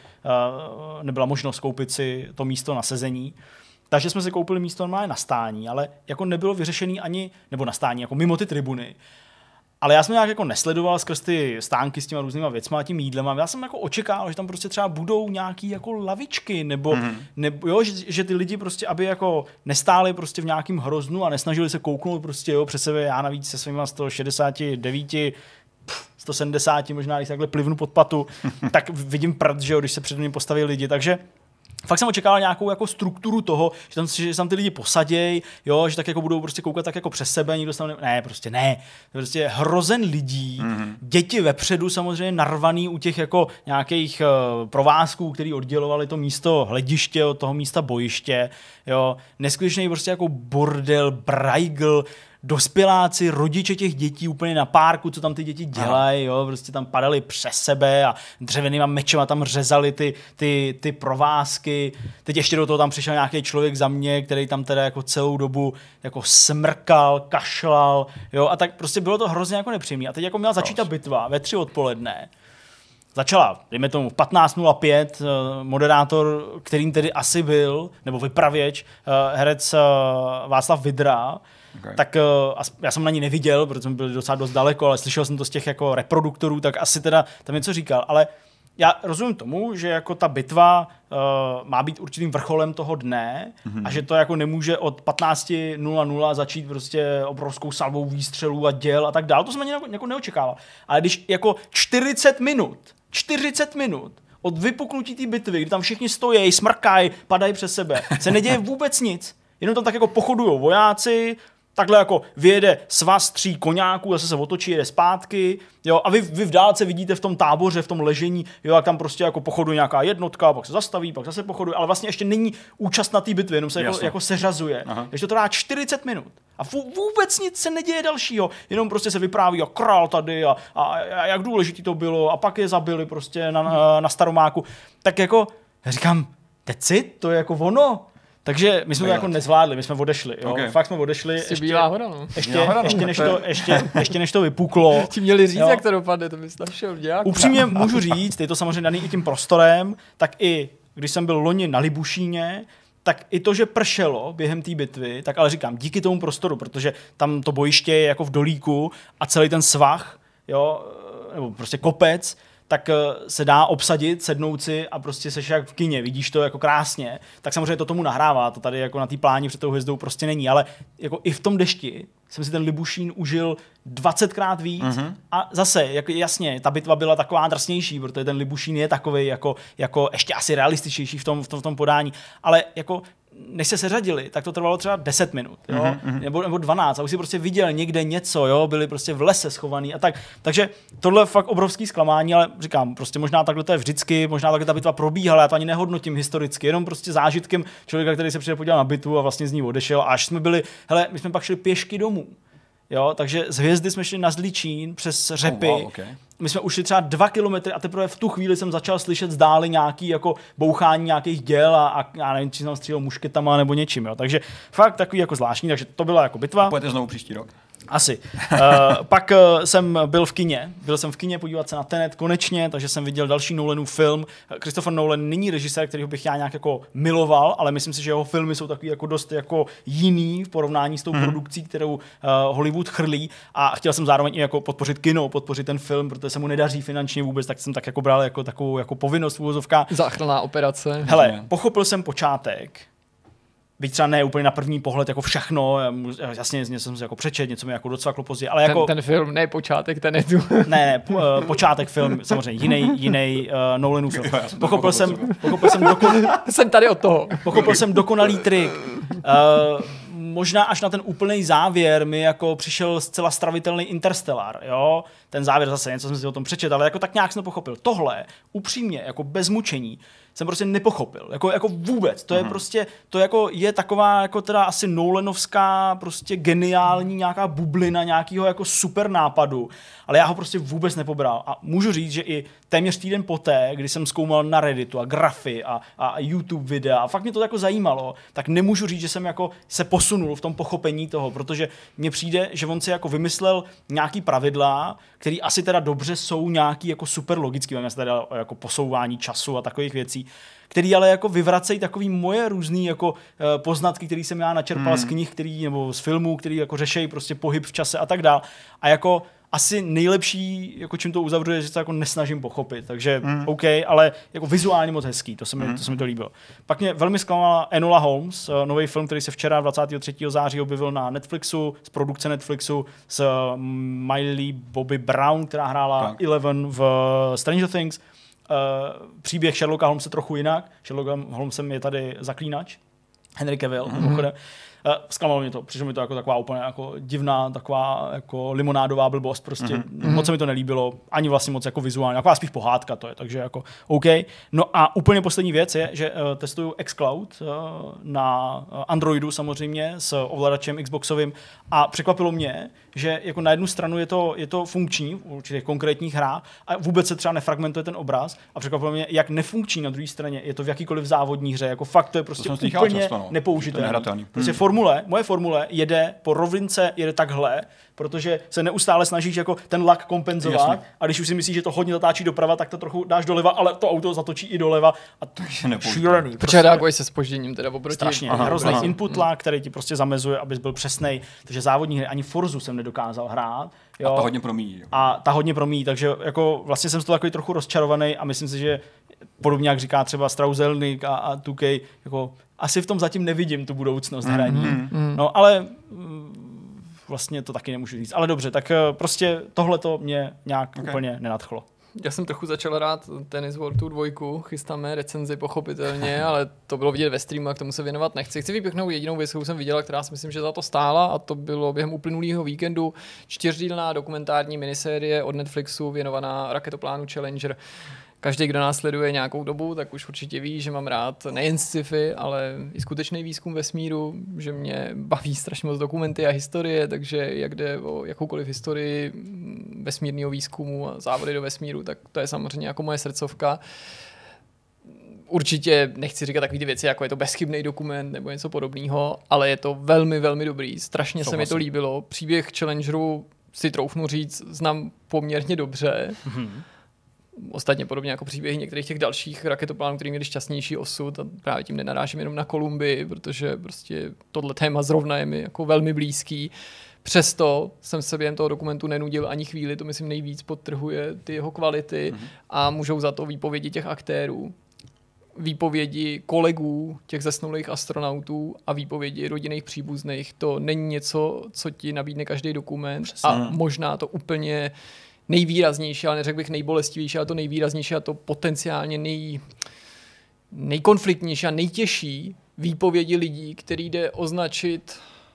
uh, nebyla možnost koupit si to místo na sezení. Takže jsme si koupili místo normálně na stání, ale jako nebylo vyřešený ani, nebo na stání, jako mimo ty tribuny. Ale já jsem nějak jako nesledoval skrz ty stánky s těma různýma věcma a tím jídlem. A já jsem jako očekával, že tam prostě třeba budou nějaký jako lavičky, nebo, mm. nebo jo, že, že ty lidi prostě, aby jako nestáli prostě v nějakým hroznu a nesnažili se kouknout prostě jo, před sebe, já navíc se svýma sto šedesát devět, sto sedmdesát, možná když takhle plivnu pod patu, tak vidím prd, že jo, když se před mě postaví lidi, takže fakt jsem očekával nějakou jako strukturu toho, že tam, že tam ty lidi posaděj, jo, že tak jako budou prostě koukat tak jako přes sebe, nikdo se tam ne, ne, prostě ne. Prostě hrozen lidí, mm-hmm. děti vepředu samozřejmě narvaný u těch jako nějakých uh, provázků, který oddělovali to místo hlediště od toho místa bojiště, jo. Neskutečný prostě jako bordel, brajgl, dospěláci, rodiče těch dětí úplně na párku, co tam ty děti dělají, jo, prostě tam padali přes sebe a dřevěnýma mečema tam řezali ty, ty, ty provázky. Teď ještě do toho tam přišel nějaký člověk za mě, který tam teda jako celou dobu jako smrkal, kašlal, jo, a tak prostě bylo to hrozně jako nepříjemné. A teď jako měla začít ta bitva ve tři odpoledne. Začala, dejme tomu, v patnáct nula pět, moderátor, kterým tedy asi byl, nebo vypravěč, herec Václav Vidra. Okay. Tak uh, já jsem na ní neviděl, protože jsme byli docela dost daleko, ale slyšel jsem to z těch jako reproduktorů, tak asi teda tam něco říkal. Ale já rozumím tomu, že jako ta bitva uh, má být určitým vrcholem toho dne mm-hmm. a že to jako nemůže od patnáct nula nula začít prostě obrovskou salvou výstřelů a děl a tak dál. To jsem ani jako neočekával. Ale když jako čtyřicet minut, čtyřicet minut od vypuknutí té bitvy, kdy tam všichni stojí, smrkají, padají přes sebe, se neděje vůbec nic. Jenom tam tak jako pochodujou vojáci, takhle jako vyjede svaz tří koňáků, zase se otočí, jede zpátky, jo, a vy, vy v dálce vidíte v tom táboře, v tom ležení, jo, jak tam prostě jako pochoduje nějaká jednotka, pak se zastaví, pak zase pochoduje, ale vlastně ještě není účast na té bitvě, jenom se jako, jako seřazuje. Takže to trvá čtyřicet minut. A vůbec nic se neděje dalšího, jenom prostě se vypráví a král tady a, a, a jak důležitý to bylo a pak je zabili prostě na, na, na Staromáku. Tak jako říkám, decit, to je jako ono. Takže my jsme to jako nezvládli, my jsme odešli, jo. Okay. Fakt jsme odešli.
Ještě, bílá hora, no.
Ještě, hora, ještě, než to, ještě, ještě než to vypuklo.
Ti měli říct, jo. Jak to dopadne, to bys tam šel dělat.
Upřímně můžu říct, je to samozřejmě daný i tím prostorem, tak i když jsem byl loni na Libušíně, tak i to, že pršelo během té bitvy, tak ale říkám, díky tomu prostoru, protože tam to bojiště je jako v dolíku a celý ten svah, jo, nebo prostě kopec, tak se dá obsadit, sednout si a prostě seš jak v kině, vidíš to jako krásně, tak samozřejmě to tomu nahrává, to tady jako na té pláni před tou hvězdou prostě není, ale jako i v tom dešti jsem si ten Libušín užil dvacetkrát víc mm-hmm. a zase, jako jasně, ta bitva byla taková drsnější, protože ten Libušín je takovej jako, jako ještě asi realističnější v tom, v tom, v tom podání, ale jako než se seřadili, tak to trvalo třeba deset minut, jo? Mm-hmm. Nebo, nebo dvanáct a už si prostě viděl někde něco, jo? Byli prostě v lese schovaný a tak. Takže tohle je fakt obrovský zklamání, ale říkám, prostě možná takhle to je vždycky, možná takhle ta bitva probíhala, já to ani nehodnotím historicky, jenom prostě zážitkem člověka, který se přijde podíval na bitvu a vlastně z ní odešel, až jsme byli, hele, my jsme pak šli pěšky domů. Jo, takže z Hvězdy jsme šli na Zličín přes Řepy. Oh, wow, okay. My jsme ušli třeba dva kilometry a teprve v tu chvíli jsem začal slyšet zdáli nějaký jako bouchání nějakých děl a, a já nevím, či jsem střílel mušketama nebo něčím. Jo. Takže fakt takový jako zvláštní, takže to byla jako bitva.
Pojďte znovu příští rok.
Asi. Uh, pak uh, jsem byl v kině. Byl jsem v kině podívat se na Tenet konečně, takže jsem viděl další Nolanův film. Christopher Nolan není režisér, kterýho bych já nějak jako miloval, ale myslím si, že jeho filmy jsou takový jako dost jako jiný v porovnání s tou mm. produkcí, kterou uh, Hollywood chrlí, a chtěl jsem zároveň i jako podpořit kino, podpořit ten film, protože se mu nedaří finančně vůbec, tak jsem tak jako bral jako takovou jako povinnost v uvozovkách.
Záchranná operace.
Hele, pochopil jsem počátek. Byť třeba ne úplně na první pohled jako všechno, jasně něco jsem si jako přečet, něco mi jako docvaklo později, ale jako...
Ten, ten film, ne počátek Tenetu.
Ne, ne, po, počátek film, samozřejmě jiný, jiný uh, Nolanův film. Pochopil jsem, pochopil jsem dokon...
jsem tady od toho.
Pochopil jsem dokonalý trik. Uh, možná až na ten úplný závěr mi jako přišel zcela stravitelný Interstellar, jo? Ten závěr zase, něco jsem si o tom přečet, ale jako tak nějak jsem to pochopil. Tohle, upřímně, jako bez mučení, jsem prostě nepochopil. Jako, jako vůbec. To je prostě, to jako je taková jako teda asi Nolanovská prostě geniální nějaká bublina nějakého jako super nápadu, ale já ho prostě vůbec nepobral. A můžu říct, že i téměř týden poté, kdy jsem zkoumal na Redditu a grafy a, a YouTube videa a fakt mě to jako zajímalo, tak nemůžu říct, že jsem jako se posunul v tom pochopení toho, protože mně přijde, že on si jako vymyslel nějaký pravidla, který asi teda dobře jsou nějaký jako super logický, máme se teda jako posouvání času a takových věcí, který ale jako vyvracejí takový moje různý jako uh, poznatky, který jsem já načerpal hmm. z knih, který, nebo z filmů, který jako řešejí prostě pohyb v čase a tak dál. A jako asi nejlepší, jako čím to uzavřu, je, že se to jako nesnažím pochopit. Takže mm. OK, ale jako vizuálně moc hezký, to se mi, mm. to, se mi to líbilo. Pak mě velmi zklamala Enola Holmes, nový film, který se včera dvacátého třetího září objevil na Netflixu, z produkce Netflixu s Miley Bobby Brown, která hrála tak. Eleven v Stranger Things. Uh, příběh Sherlocka Holmese trochu jinak. Sherlock Holmesem je tady Zaklínač, Henry Cavill, mm-hmm. Uh, zklamalo mě to, přišlo mi to jako taková úplně jako divná, taková jako limonádová blbost, prostě mm-hmm. moc se mi to nelíbilo, ani vlastně moc jako vizuálně, taková spíš pohádka to je, takže jako OK. No a úplně poslední věc je, že uh, testuju xCloud uh, na Androidu samozřejmě s ovladačem Xboxovým a překvapilo mě, že jako na jednu stranu je to, je to funkční v určitých konkrétních hrách a vůbec se třeba nefragmentuje ten obraz a překvapilo mě, jak nefunkční na druhé straně je to v jakýkoliv závodní hře, jako fakt to je prostě
to
úplně
často, no.
nepoužitelné. Prostě formule, moje formule jede po rovince, jede takhle, protože se neustále snažíš jako ten lak kompenzovat. Jasně. A když už si myslíš, že to hodně zatáčí doprava, tak to trochu dáš doleva, ale to auto zatočí i doleva a to je šílený.
Protože reaguje se zpožděním teda oproti.
Strašně. Hrozný input lag, který ti prostě zamezuje, abys byl přesnej. Takže závodní hry ani Forzu jsem nedokázal hrát. Jo.
A ta hodně promíjí.
A ta hodně promíjí, takže jako vlastně jsem z toho takový trochu rozčarovaný a myslím si, že podobně jak říká třeba Strauzelnik a, a two K, jako asi v tom zatím nevidím tu budoucnost mm, hraní. Mm. No ale vlastně to taky nemůžu říct. Ale dobře, tak prostě tohle to mě nějak okay. úplně nenadchlo.
Já jsem trochu začal hrát Tennis World Tour dva, chystáme recenzi pochopitelně, ale to bylo vidět ve streamu a k tomu se věnovat nechci. Chci vypěchnout jedinou věc, kterou jsem viděla, která si myslím, že za to stála, a to bylo během uplynulého víkendu čtyřdílná dokumentární minisérie od Netflixu věnovaná raketoplánu Challenger. Každý, kdo nás sleduje nějakou dobu, tak už určitě ví, že mám rád nejen sci-fi, ale i skutečný výzkum vesmíru, že mě baví strašně moc dokumenty a historie, takže jak jde o jakoukoliv historii vesmírného výzkumu a závody do vesmíru, tak to je samozřejmě jako moje srdcovka. Určitě nechci říkat takové ty věci, jako je to bezchybný dokument nebo něco podobného, ale je to velmi, velmi dobrý. Strašně se mi to líbilo. Příběh Challengeru si troufnu říct, znám poměrně dobře. Mm-hmm. Ostatně podobně jako příběhy některých těch dalších raketoplánů, který měli šťastnější osud, a právě tím nenarážím jenom na Kolumbii, protože prostě tohle téma zrovna je mi jako velmi blízký. Přesto jsem se během toho dokumentu nenudil ani chvíli, to myslím nejvíc podtrhuje ty jeho kvality mm-hmm. a můžou za to výpovědi těch aktérů, výpovědi kolegů těch zesnulých astronautů a výpovědi rodinných příbuzných. To není něco, co ti nabídne každý dokument. Přesně. A možná to úplně nejvýraznější, ale neřekl bych nejbolestivější, ale to nejvýraznější a to potenciálně nej, nejkonfliktnější a nejtěžší výpovědi lidí, který jde označit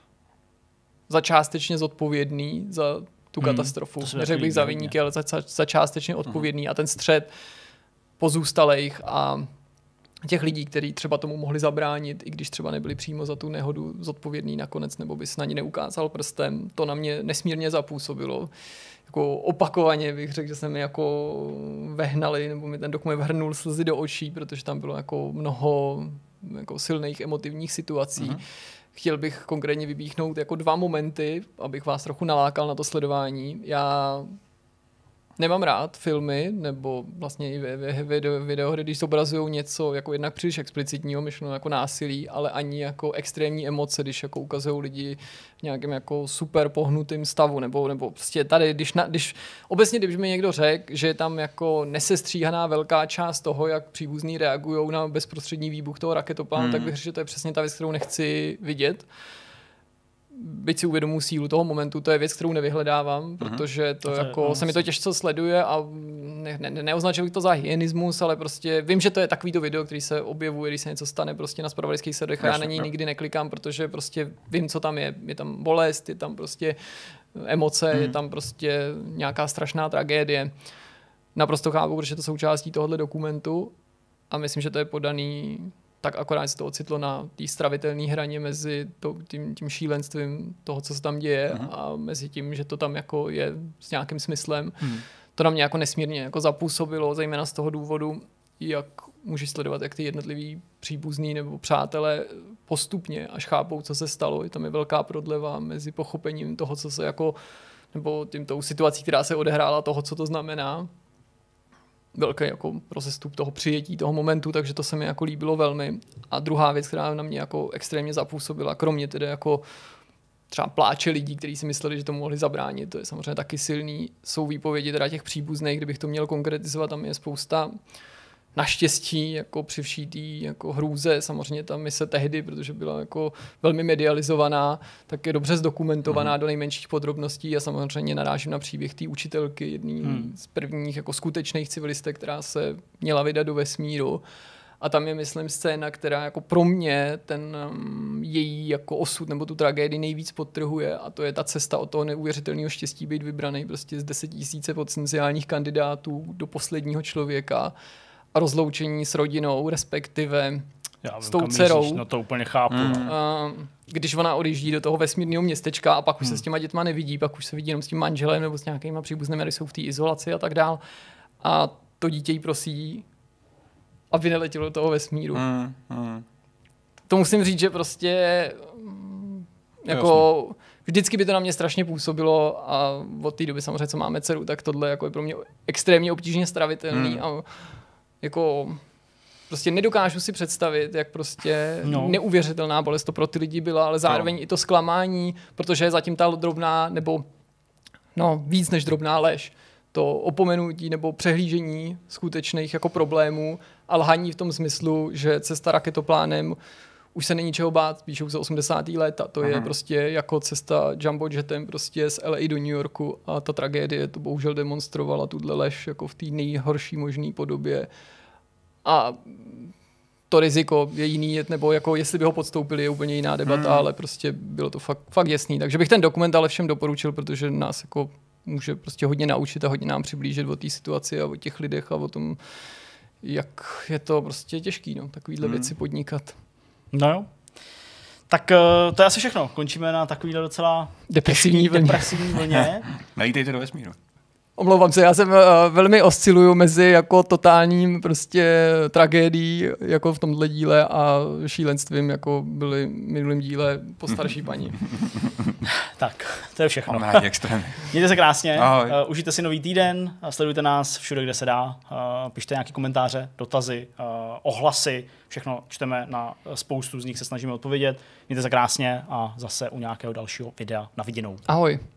za částečně zodpovědný za tu hmm, katastrofu. Neřekl bych za viníky, ale za, za částečně odpovědný. Hmm. A ten střed pozůstalých a těch lidí, kteří třeba tomu mohli zabránit, i když třeba nebyli přímo za tu nehodu zodpovědný nakonec, nebo bys na ní neukázal prstem, to na mě nesmírně zapůsobilo. Jako opakovaně bych řekl, že se mi jako vehnali, nebo mi ten dokument vrhnul slzy do očí, protože tam bylo jako mnoho jako silných emotivních situací. Uh-huh. Chtěl bych konkrétně vypíchnout jako dva momenty, abych vás trochu nalákal na to sledování. Já nemám rád filmy, nebo vlastně i video, videohry, když zobrazují něco jako jednak příliš explicitního, myšleno jako násilí, ale ani jako extrémní emoce, když jako ukazují lidi v nějakém jako super pohnutým stavu, nebo, nebo prostě tady, když, na, když obecně, když mi někdo řekl, že je tam jako nesestříhaná velká část toho, jak příbuzní reagují na bezprostřední výbuch toho raketoplánu, hmm. tak bych řekl, že to je přesně ta věc, kterou nechci vidět. Byť si uvědomuji sílu toho momentu, to je věc, kterou nevyhledávám, uh-huh. protože to, to jako se mi to těžce sleduje a ne, ne, neoznačil bych to za hyenismus, ale prostě vím, že to je takový to video, který se objevuje, když se něco stane prostě na zpravodajských serverech a já na něj nikdy neklikám, protože prostě vím, co tam je. Je tam bolest, je tam prostě emoce, uh-huh. je tam prostě nějaká strašná tragédie. Naprosto chápu, protože to součástí tohohle dokumentu a myslím, že to je podaný tak akorát se to ocitlo na té stravitelné hraně mezi to, tím, tím šílenstvím toho, co se tam děje uh-huh. a mezi tím, že to tam jako je s nějakým smyslem. Uh-huh. To na mě jako nesmírně jako zapůsobilo, zejména z toho důvodu, jak můžeš sledovat, jak ty jednotliví příbuzní nebo přátelé postupně, až chápou, co se stalo. Je tam je velká prodleva mezi pochopením toho, co se jako, nebo tím tou situací, která se odehrála, toho, co to znamená. velký jako rozestup toho přijetí toho momentu, takže to se mi jako líbilo velmi. A druhá věc, která na mě jako extrémně zapůsobila, kromě tedy jako třeba pláče lidí, kteří si mysleli, že to mohli zabránit, to je samozřejmě taky silný, jsou výpovědi teda těch příbuzných, kdybych to měl konkretizovat, tam je spousta naštěstí jako při vší tý jako hrůze, samozřejmě ta mise tehdy, protože byla jako velmi medializovaná, tak je dobře zdokumentovaná mm. do nejmenších podrobností a samozřejmě narážím na příběh té učitelky, jedný mm. z prvních jako skutečných civilistek, která se měla vydat do vesmíru. A tam je, myslím, scéna, která jako pro mě ten um, její jako osud nebo tu tragédii nejvíc podtrhuje, a to je ta cesta od toho neuvěřitelného štěstí být vybraný prostě z desetitisíce potenciálních kandidátů do posledního člověka a rozloučení s rodinou, respektive
Já
s tou dcerou.
No to úplně chápu. Mm.
Uh, když ona odjíždí do toho vesmírného městečka a pak už hmm. se s těma dětma nevidí, pak už se vidí jenom s tím manželem nebo s nějakýma příbuznými, když jsou v té izolaci a tak dál. A to dítě jí prosí, aby neletělo do toho vesmíru. Hmm. Hmm. To musím říct, že prostě jako vždycky by to na mě strašně působilo a od té doby samozřejmě, co máme dceru, tak tohle jako je pro mě extrémně obtížně stravitelný hmm. a jako prostě nedokážu si představit, jak prostě no. neuvěřitelná bolest to pro ty lidi byla, ale zároveň no. i to zklamání, protože je zatím ta drobná, nebo no víc než drobná lež, to opomenutí nebo přehlížení skutečných jako problémů a lhaní v tom smyslu, že cesta raketoplánem už se není čeho bát, píšou se osmdesátá léta, to Aha. je prostě jako cesta jumbo jetem prostě z L A do New Yorku a ta tragédie to bohužel demonstrovala tuhle lež jako v té nejhorší možné podobě. A to riziko je jiný, nebo jako jestli by ho podstoupili, je úplně jiná debata, hmm. ale prostě bylo to fakt, fakt jasný. Takže bych ten dokument ale všem doporučil, protože nás jako může prostě hodně naučit a hodně nám přiblížit o té situaci a o těch lidech a o tom, jak je to prostě těžký, no, takovýhle hmm. věci podnikat.
No jo. Tak to je asi všechno. Končíme na takovýhle docela
depresivní vlně.
Depresivní vlně.
Najítejte do vesmíru.
Omlouvám se, já jsem uh, velmi osciluju mezi jako totálním prostě tragédií jako v tomhle díle a šílenstvím, jako byly v minulém díle postarší paní.
Tak, to je všechno.
Máme rádi extrémy.
Mějte se krásně,
Ahoj.
Uh, užijte si nový týden, sledujte nás všude, kde se dá, uh, pište nějaké komentáře, dotazy, uh, ohlasy, všechno čteme, na spoustu z nich se snažíme odpovědět. Mějte se krásně a zase u nějakého dalšího videa na viděnou.
Ahoj.